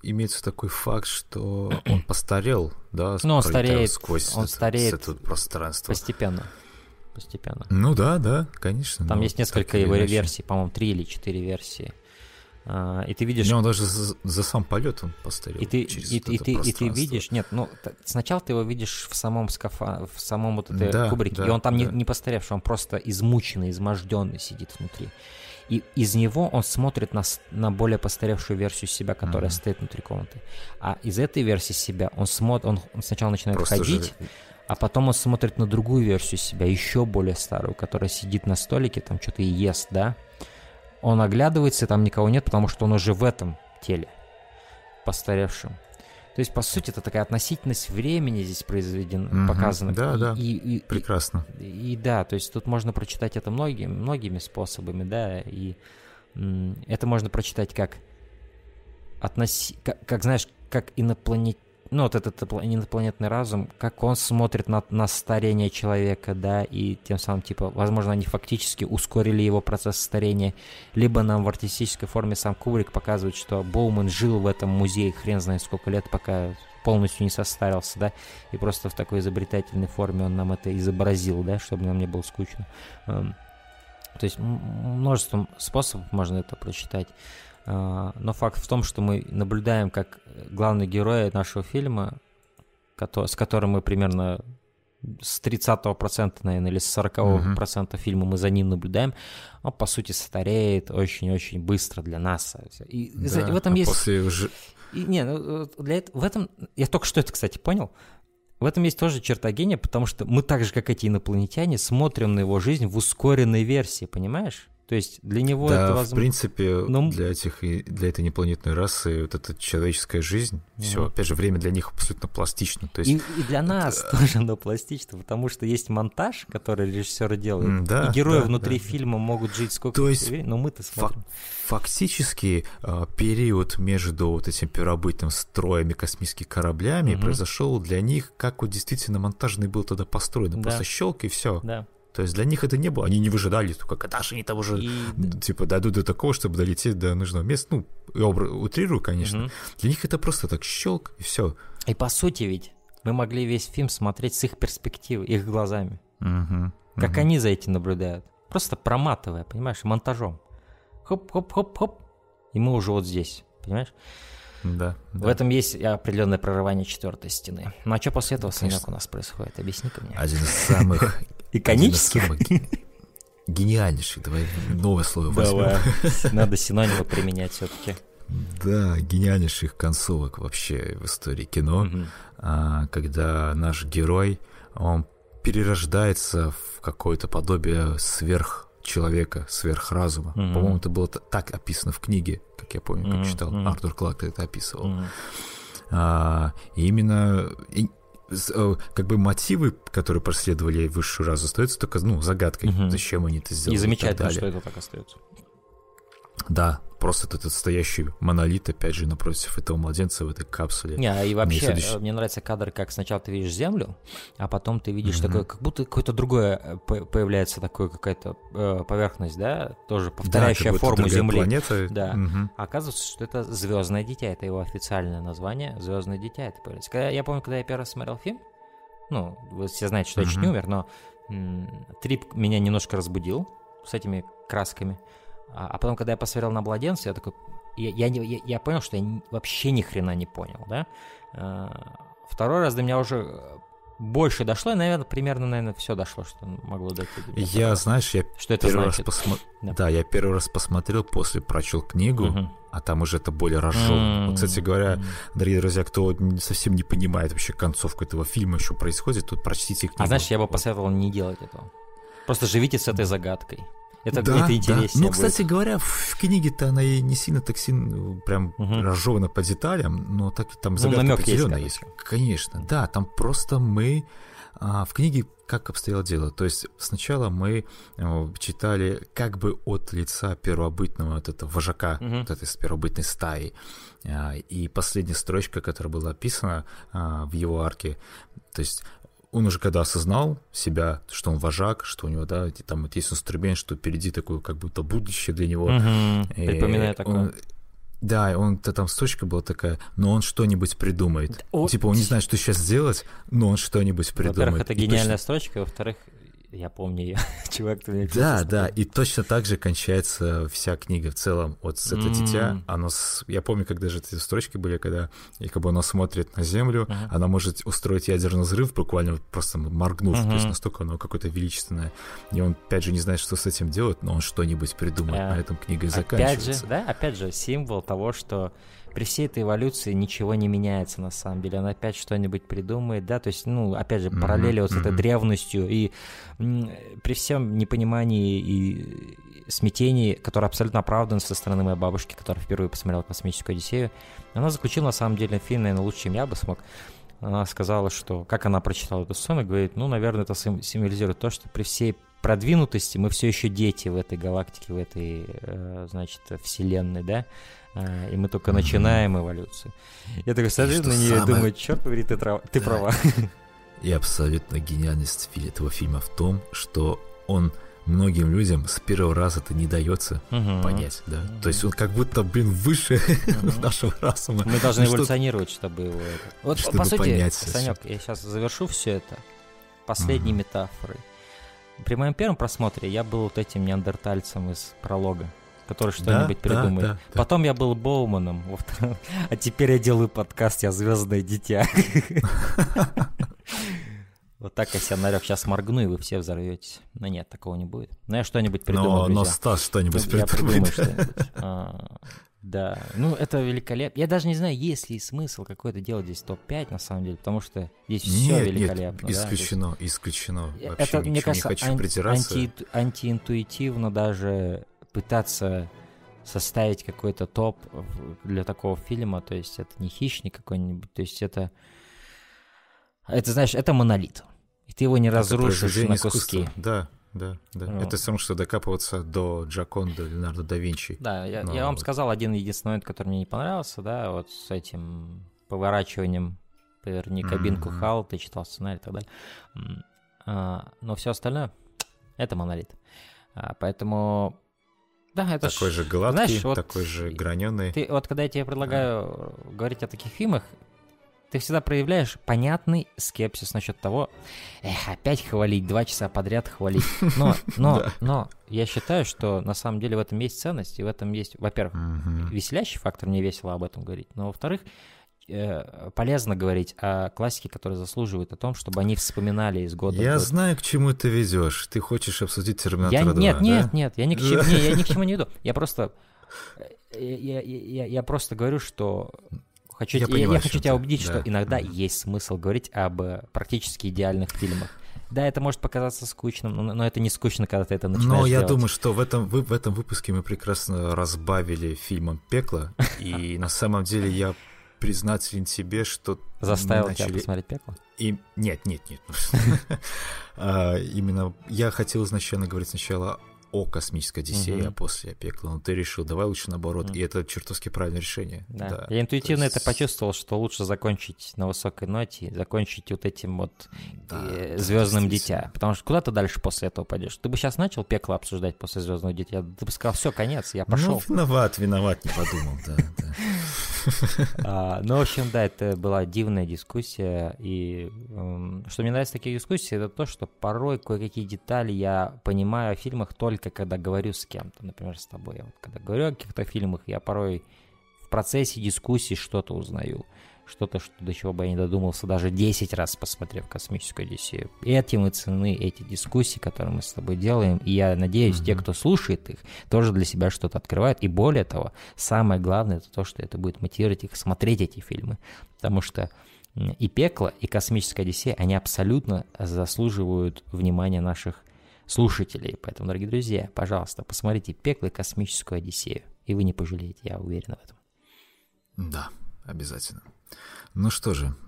имеется такой факт, что он постарел, да, ну, он стареет, сквозь это пространство. Постепенно. Ну да, конечно. Там есть несколько его версий, по-моему, 3 или 4 версии. И ты видишь... Он даже за сам полет он постарел. И ты видишь... Нет, ну, сначала ты его видишь в самом в самом вот этой кубрике, и он там не постаревший, он просто измученный, изможденный сидит внутри. И из него он смотрит на более постаревшую версию себя, которая стоит внутри комнаты. А из этой версии себя он сначала начинает просто ходить, а потом он смотрит на другую версию себя, еще более старую, которая сидит на столике, там что-то и ест, да? Он оглядывается, там никого нет, потому что он уже в этом теле, постаревшем. То есть, по сути, это такая относительность времени здесь показана. Да, прекрасно. И да, то есть тут можно прочитать это многими способами, да, и это можно прочитать как знаешь, как ну, вот этот инопланетный разум, как он смотрит на старение человека, да, и тем самым, типа, возможно, они фактически ускорили его процесс старения, либо нам в артистической форме сам Кубрик показывает, что Боуман жил в этом музее хрен знает сколько лет, пока полностью не состарился, да, и просто в такой изобретательной форме он нам это изобразил, да, чтобы нам не было скучно. То есть множеством способов можно это прочитать. Но факт в том, что мы наблюдаем, как главный герой нашего фильма, с которым мы примерно с 30%, наверное, или с 40% фильма мы за ним наблюдаем, он, по сути, стареет очень-очень быстро для нас. И в этом есть... В этом... Я только что это, кстати, понял. В этом есть тоже черта гения, потому что мы так же, как эти инопланетяне, смотрим на его жизнь в ускоренной версии, понимаешь? То есть для него это возможно... в принципе, для этой инопланетной расы вот эта человеческая жизнь, все, опять же, время для них абсолютно пластично. То есть, и для нас тоже оно пластично, потому что есть монтаж, который режиссеры делают, и герои внутри фильма могут жить сколько времени, но мы-то смотрим. Фактически период между вот этим первобытным строем и космическими кораблями произошел для них, как вот действительно монтажный был тогда построен. Просто щелк и все. Да. То есть для них это не было, они не выжидали, только когда же они того же, типа, дойдут до такого, чтобы долететь до нужного места. Ну, я утрирую, конечно. Для них это просто так щелк, и все. И по сути ведь мы могли весь фильм смотреть с их перспективы, их глазами. Как они за этим наблюдают. Просто проматывая, понимаешь, монтажом. Хоп-хоп-хоп-хоп, и мы уже вот здесь, понимаешь? Да. В этом есть определенное прорывание четвертой стены. Ну а что после этого, Санек, у нас происходит? Объясни-ка мне. Один из самых... Иконических? Гениальнейших. Давай новое слово возьмем. Давай. Надо синонимы применять все-таки. Да, гениальнейших концовок вообще в истории кино, когда наш герой, он перерождается в какое-то подобие сверхчеловека, сверхразума. По-моему, это было так описано в книге, как я помню, как читал. Артур Кларк это описывал. И именно... как бы мотивы, которые преследовали высшую разум, остаются только, загадкой, зачем они это сделали. И замечательно, что это так остается. Да, просто этот стоящий монолит, опять же, напротив этого младенца в этой капсуле. И вообще, мне нравится кадр, как сначала ты видишь Землю, а потом ты видишь такое, как будто какое-то другое появляется, такое какая-то поверхность, да, тоже повторяющая форму Земли. Планета. Да. А оказывается, что это «Звездное дитя», это его официальное название, «Звездное дитя» это появляется. Я помню, когда я первый раз смотрел фильм, вы все знаете, что я чуть не умер, но трип меня немножко разбудил с этими красками. А потом, когда я посмотрел на младенца, я такой... Я понял, что я вообще ни хрена не понял, да? Второй раз до меня уже больше дошло, и, наверное, примерно, все дошло, что могло дойти до меня. Я первый раз я первый раз посмотрел, прочел книгу, а там уже это более разжевано. Кстати говоря, дорогие друзья, кто совсем не понимает вообще концовку этого фильма, что происходит, тут прочтите книгу. А знаешь, я бы посоветовал не делать этого. Просто живите с этой загадкой. Это интереснее. Ну, кстати говоря, в книге-то она и не сильно так прям разжевана по деталям, но так там загадка определенная есть. Конечно, да, там просто мы в книге как обстояло дело. То есть сначала мы читали как бы от лица первобытного от этого вожака, вот этой первобытной стаи. И последняя строчка, которая была описана в его арке, то есть он уже когда осознал себя, что он вожак, что у него, да, там есть инструмент, что впереди такое как будто будущее для него. Припоминаю такое. Да, там строчка была такая, но он что-нибудь придумает. Типа он не знает, что сейчас сделать, но он что-нибудь придумает. Во-первых, это гениальная строчка, во-вторых, я помню ее. Чувак, ты мне Да, и точно так же кончается вся книга в целом. Вот это дитя, я помню, как даже эти строчки были, когда якобы оно смотрит на Землю, она может устроить ядерный взрыв, буквально просто моргнув, то есть настолько оно какое-то величественное. И он, опять же, не знает, что с этим делать, но он что-нибудь придумает. На этом книга и заканчивается. Опять же, символ того, что при всей этой эволюции ничего не меняется на самом деле. Он опять что-нибудь придумает, да, то есть, опять же, параллели вот с этой древностью и при всем непонимании и смятении, которое абсолютно оправдано со стороны моей бабушки, которая впервые посмотрела «Космическую Одиссею», она заключила, на самом деле, фильм, наверное, лучше, чем я бы смог. Она сказала, что, как она прочитала эту сцену, говорит, наверное, это символизирует то, что при всей продвинутости мы все еще дети в этой галактике, в этой, значит, вселенной, да, и мы только начинаем эволюцию. Я такой смотрю на нее и думаю, черт побери, ты права. И абсолютно гениальность этого фильма в том, что он многим людям с первого раза это не дается понять, да. То есть он как будто, выше нашего разума. Мы должны эволюционировать, чтобы его... Вот, чтобы по сути, понять, Санек, я сейчас завершу все это последней метафорой. При моем первом просмотре я был вот этим неандертальцем из пролога, который что-нибудь придумает. Да. Потом я был Боуманом, а теперь я делаю подкаст «Я звездное дитя». Вот так я себя нарек. Сейчас моргну, и вы все взорветесь. Но нет, такого не будет. Но я что-нибудь придумаю, но Стас что-нибудь придумает. Я придумаю что-нибудь. Да, это великолепно. Я даже не знаю, есть ли смысл какой-то делать здесь топ-5, на самом деле, потому что здесь все великолепно. Нет, исключено. Вообще это, мне кажется, не хочу притираться. Антиинтуитивно даже пытаться составить какой-то топ для такого фильма, то есть это не «Хищник» какой-нибудь, то есть это, знаешь, это монолит, и ты его не разрушишь на куски. Да. Это все равно, что докапываться до Джоконда, Леонардо да Винчи. Да, я вам сказал один единственный момент, который мне не понравился, да, вот с этим поворачиванием, поверни кабинку Хал, ты читал сценарий и так далее. Но все остальное — это монолит. Поэтому... Да, это такой же гладкий, знаешь, такой же граненый. Вот когда я тебе предлагаю говорить о таких фильмах, ты всегда проявляешь понятный скепсис насчет того, опять хвалить, 2 часа подряд хвалить. Но я считаю, что на самом деле в этом есть ценность, и в этом есть, во-первых, веселящий фактор, мне весело об этом говорить, но во-вторых, полезно говорить о классике, которая заслуживает о том, чтобы они вспоминали из года в год. Я знаю, к чему ты ведешь. Ты хочешь обсудить «Терминатора 2», Нет, я ни к чему не иду. Я просто говорю, что... Я хочу тебя убедить, что иногда есть смысл говорить об практически идеальных фильмах. Да, это может показаться скучным, но это не скучно, когда ты это начинаешь делать. Но я думаю, что в этом выпуске мы прекрасно разбавили фильмом «Пекло», и на самом деле я признателен тебе, что... Заставил тебя посмотреть «Пекло»? Нет. Именно я хотел изначально говорить сначала о «Космической Одиссее», а после о «Пекло», но ты решил, давай лучше наоборот, и это чертовски правильное решение. Да. Я интуитивно это почувствовал, что лучше закончить на высокой ноте, закончить вот этим вот «Звездным дитя», потому что куда ты дальше после этого пойдешь? Ты бы сейчас начал «Пекло» обсуждать после «Звездного дитя», ты бы сказал, все, конец, я пошел. Виноват, не подумал, да. В общем, да, это была дивная дискуссия, и что мне нравится в таких дискуссиях, это то, что порой кое-какие детали я понимаю о фильмах только когда говорю с кем-то, например, с тобой. Когда говорю о каких-то фильмах, я порой в процессе дискуссии что-то узнаю, что-то, до чего бы я не додумался, даже 10 раз посмотрев «Космическую Одиссею». И этим и ценны эти дискуссии, которые мы с тобой делаем, и я надеюсь, те, кто слушает их, тоже для себя что-то открывают, и более того, самое главное, это то, что это будет мотивировать их смотреть эти фильмы, потому что и «Пекло», и «Космическая Одиссея», они абсолютно заслуживают внимания наших слушателей. Поэтому, дорогие друзья, пожалуйста, посмотрите «Пекло» и «Космическую Одиссею», и вы не пожалеете, я уверен в этом. Да, обязательно. Ну что же,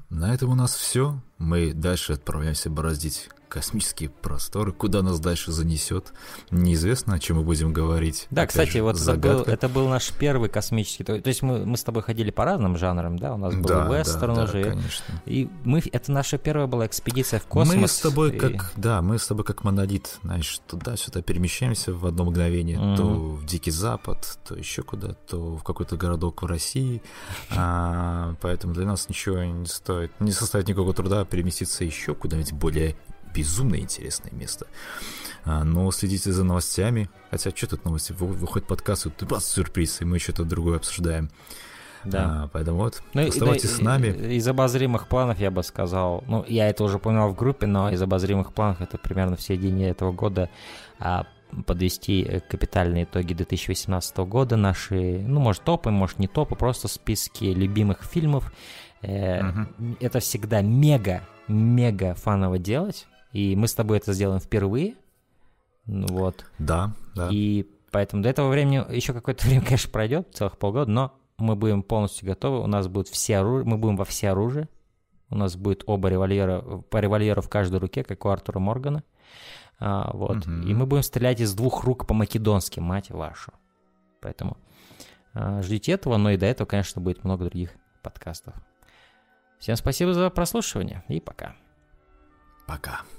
на этом у нас все. Мы дальше отправляемся бороздить космические просторы. Куда нас дальше занесет, неизвестно, о чем мы будем говорить. Да, опять кстати, же, вот загадка. это был наш первый космический... То есть мы с тобой ходили по разным жанрам, да? У нас был вестерн уже. Конечно. И это наша первая была экспедиция в космос. Мы с тобой как монолит, знаешь, туда-сюда перемещаемся в одно мгновение. То в Дикий Запад, то еще куда-то, то в какой-то городок в России. Поэтому для нас ничего не составит никакого труда переместиться еще куда-нибудь более безумно интересное место. Но следите за новостями. Хотя, что тут новости? Выходит подкаст, и тут сюрприз, и мы что-то другое обсуждаем. Да. Поэтому вот, оставайтесь с нами. Из обозримых планов я бы сказал, я это уже упоминал в группе, но из обозримых планов это примерно в середине этого года подвести капитальные итоги 2018 года, наши, может, топы, может, не топы, просто списки любимых фильмов. Это всегда мега фаново делать, и мы с тобой это сделаем впервые. Вот. Да. И поэтому до этого времени еще какое-то время, конечно, пройдет, целых полгода, но мы будем полностью готовы, у нас будет мы будем во всеоружии, у нас будет по револьверу в каждой руке, как у Артура Моргана, вот, и мы будем стрелять из 2 рук по-македонски, мать вашу, поэтому ждите этого, но и до этого, конечно, будет много других подкастов. Всем спасибо за прослушивание, и пока. Пока.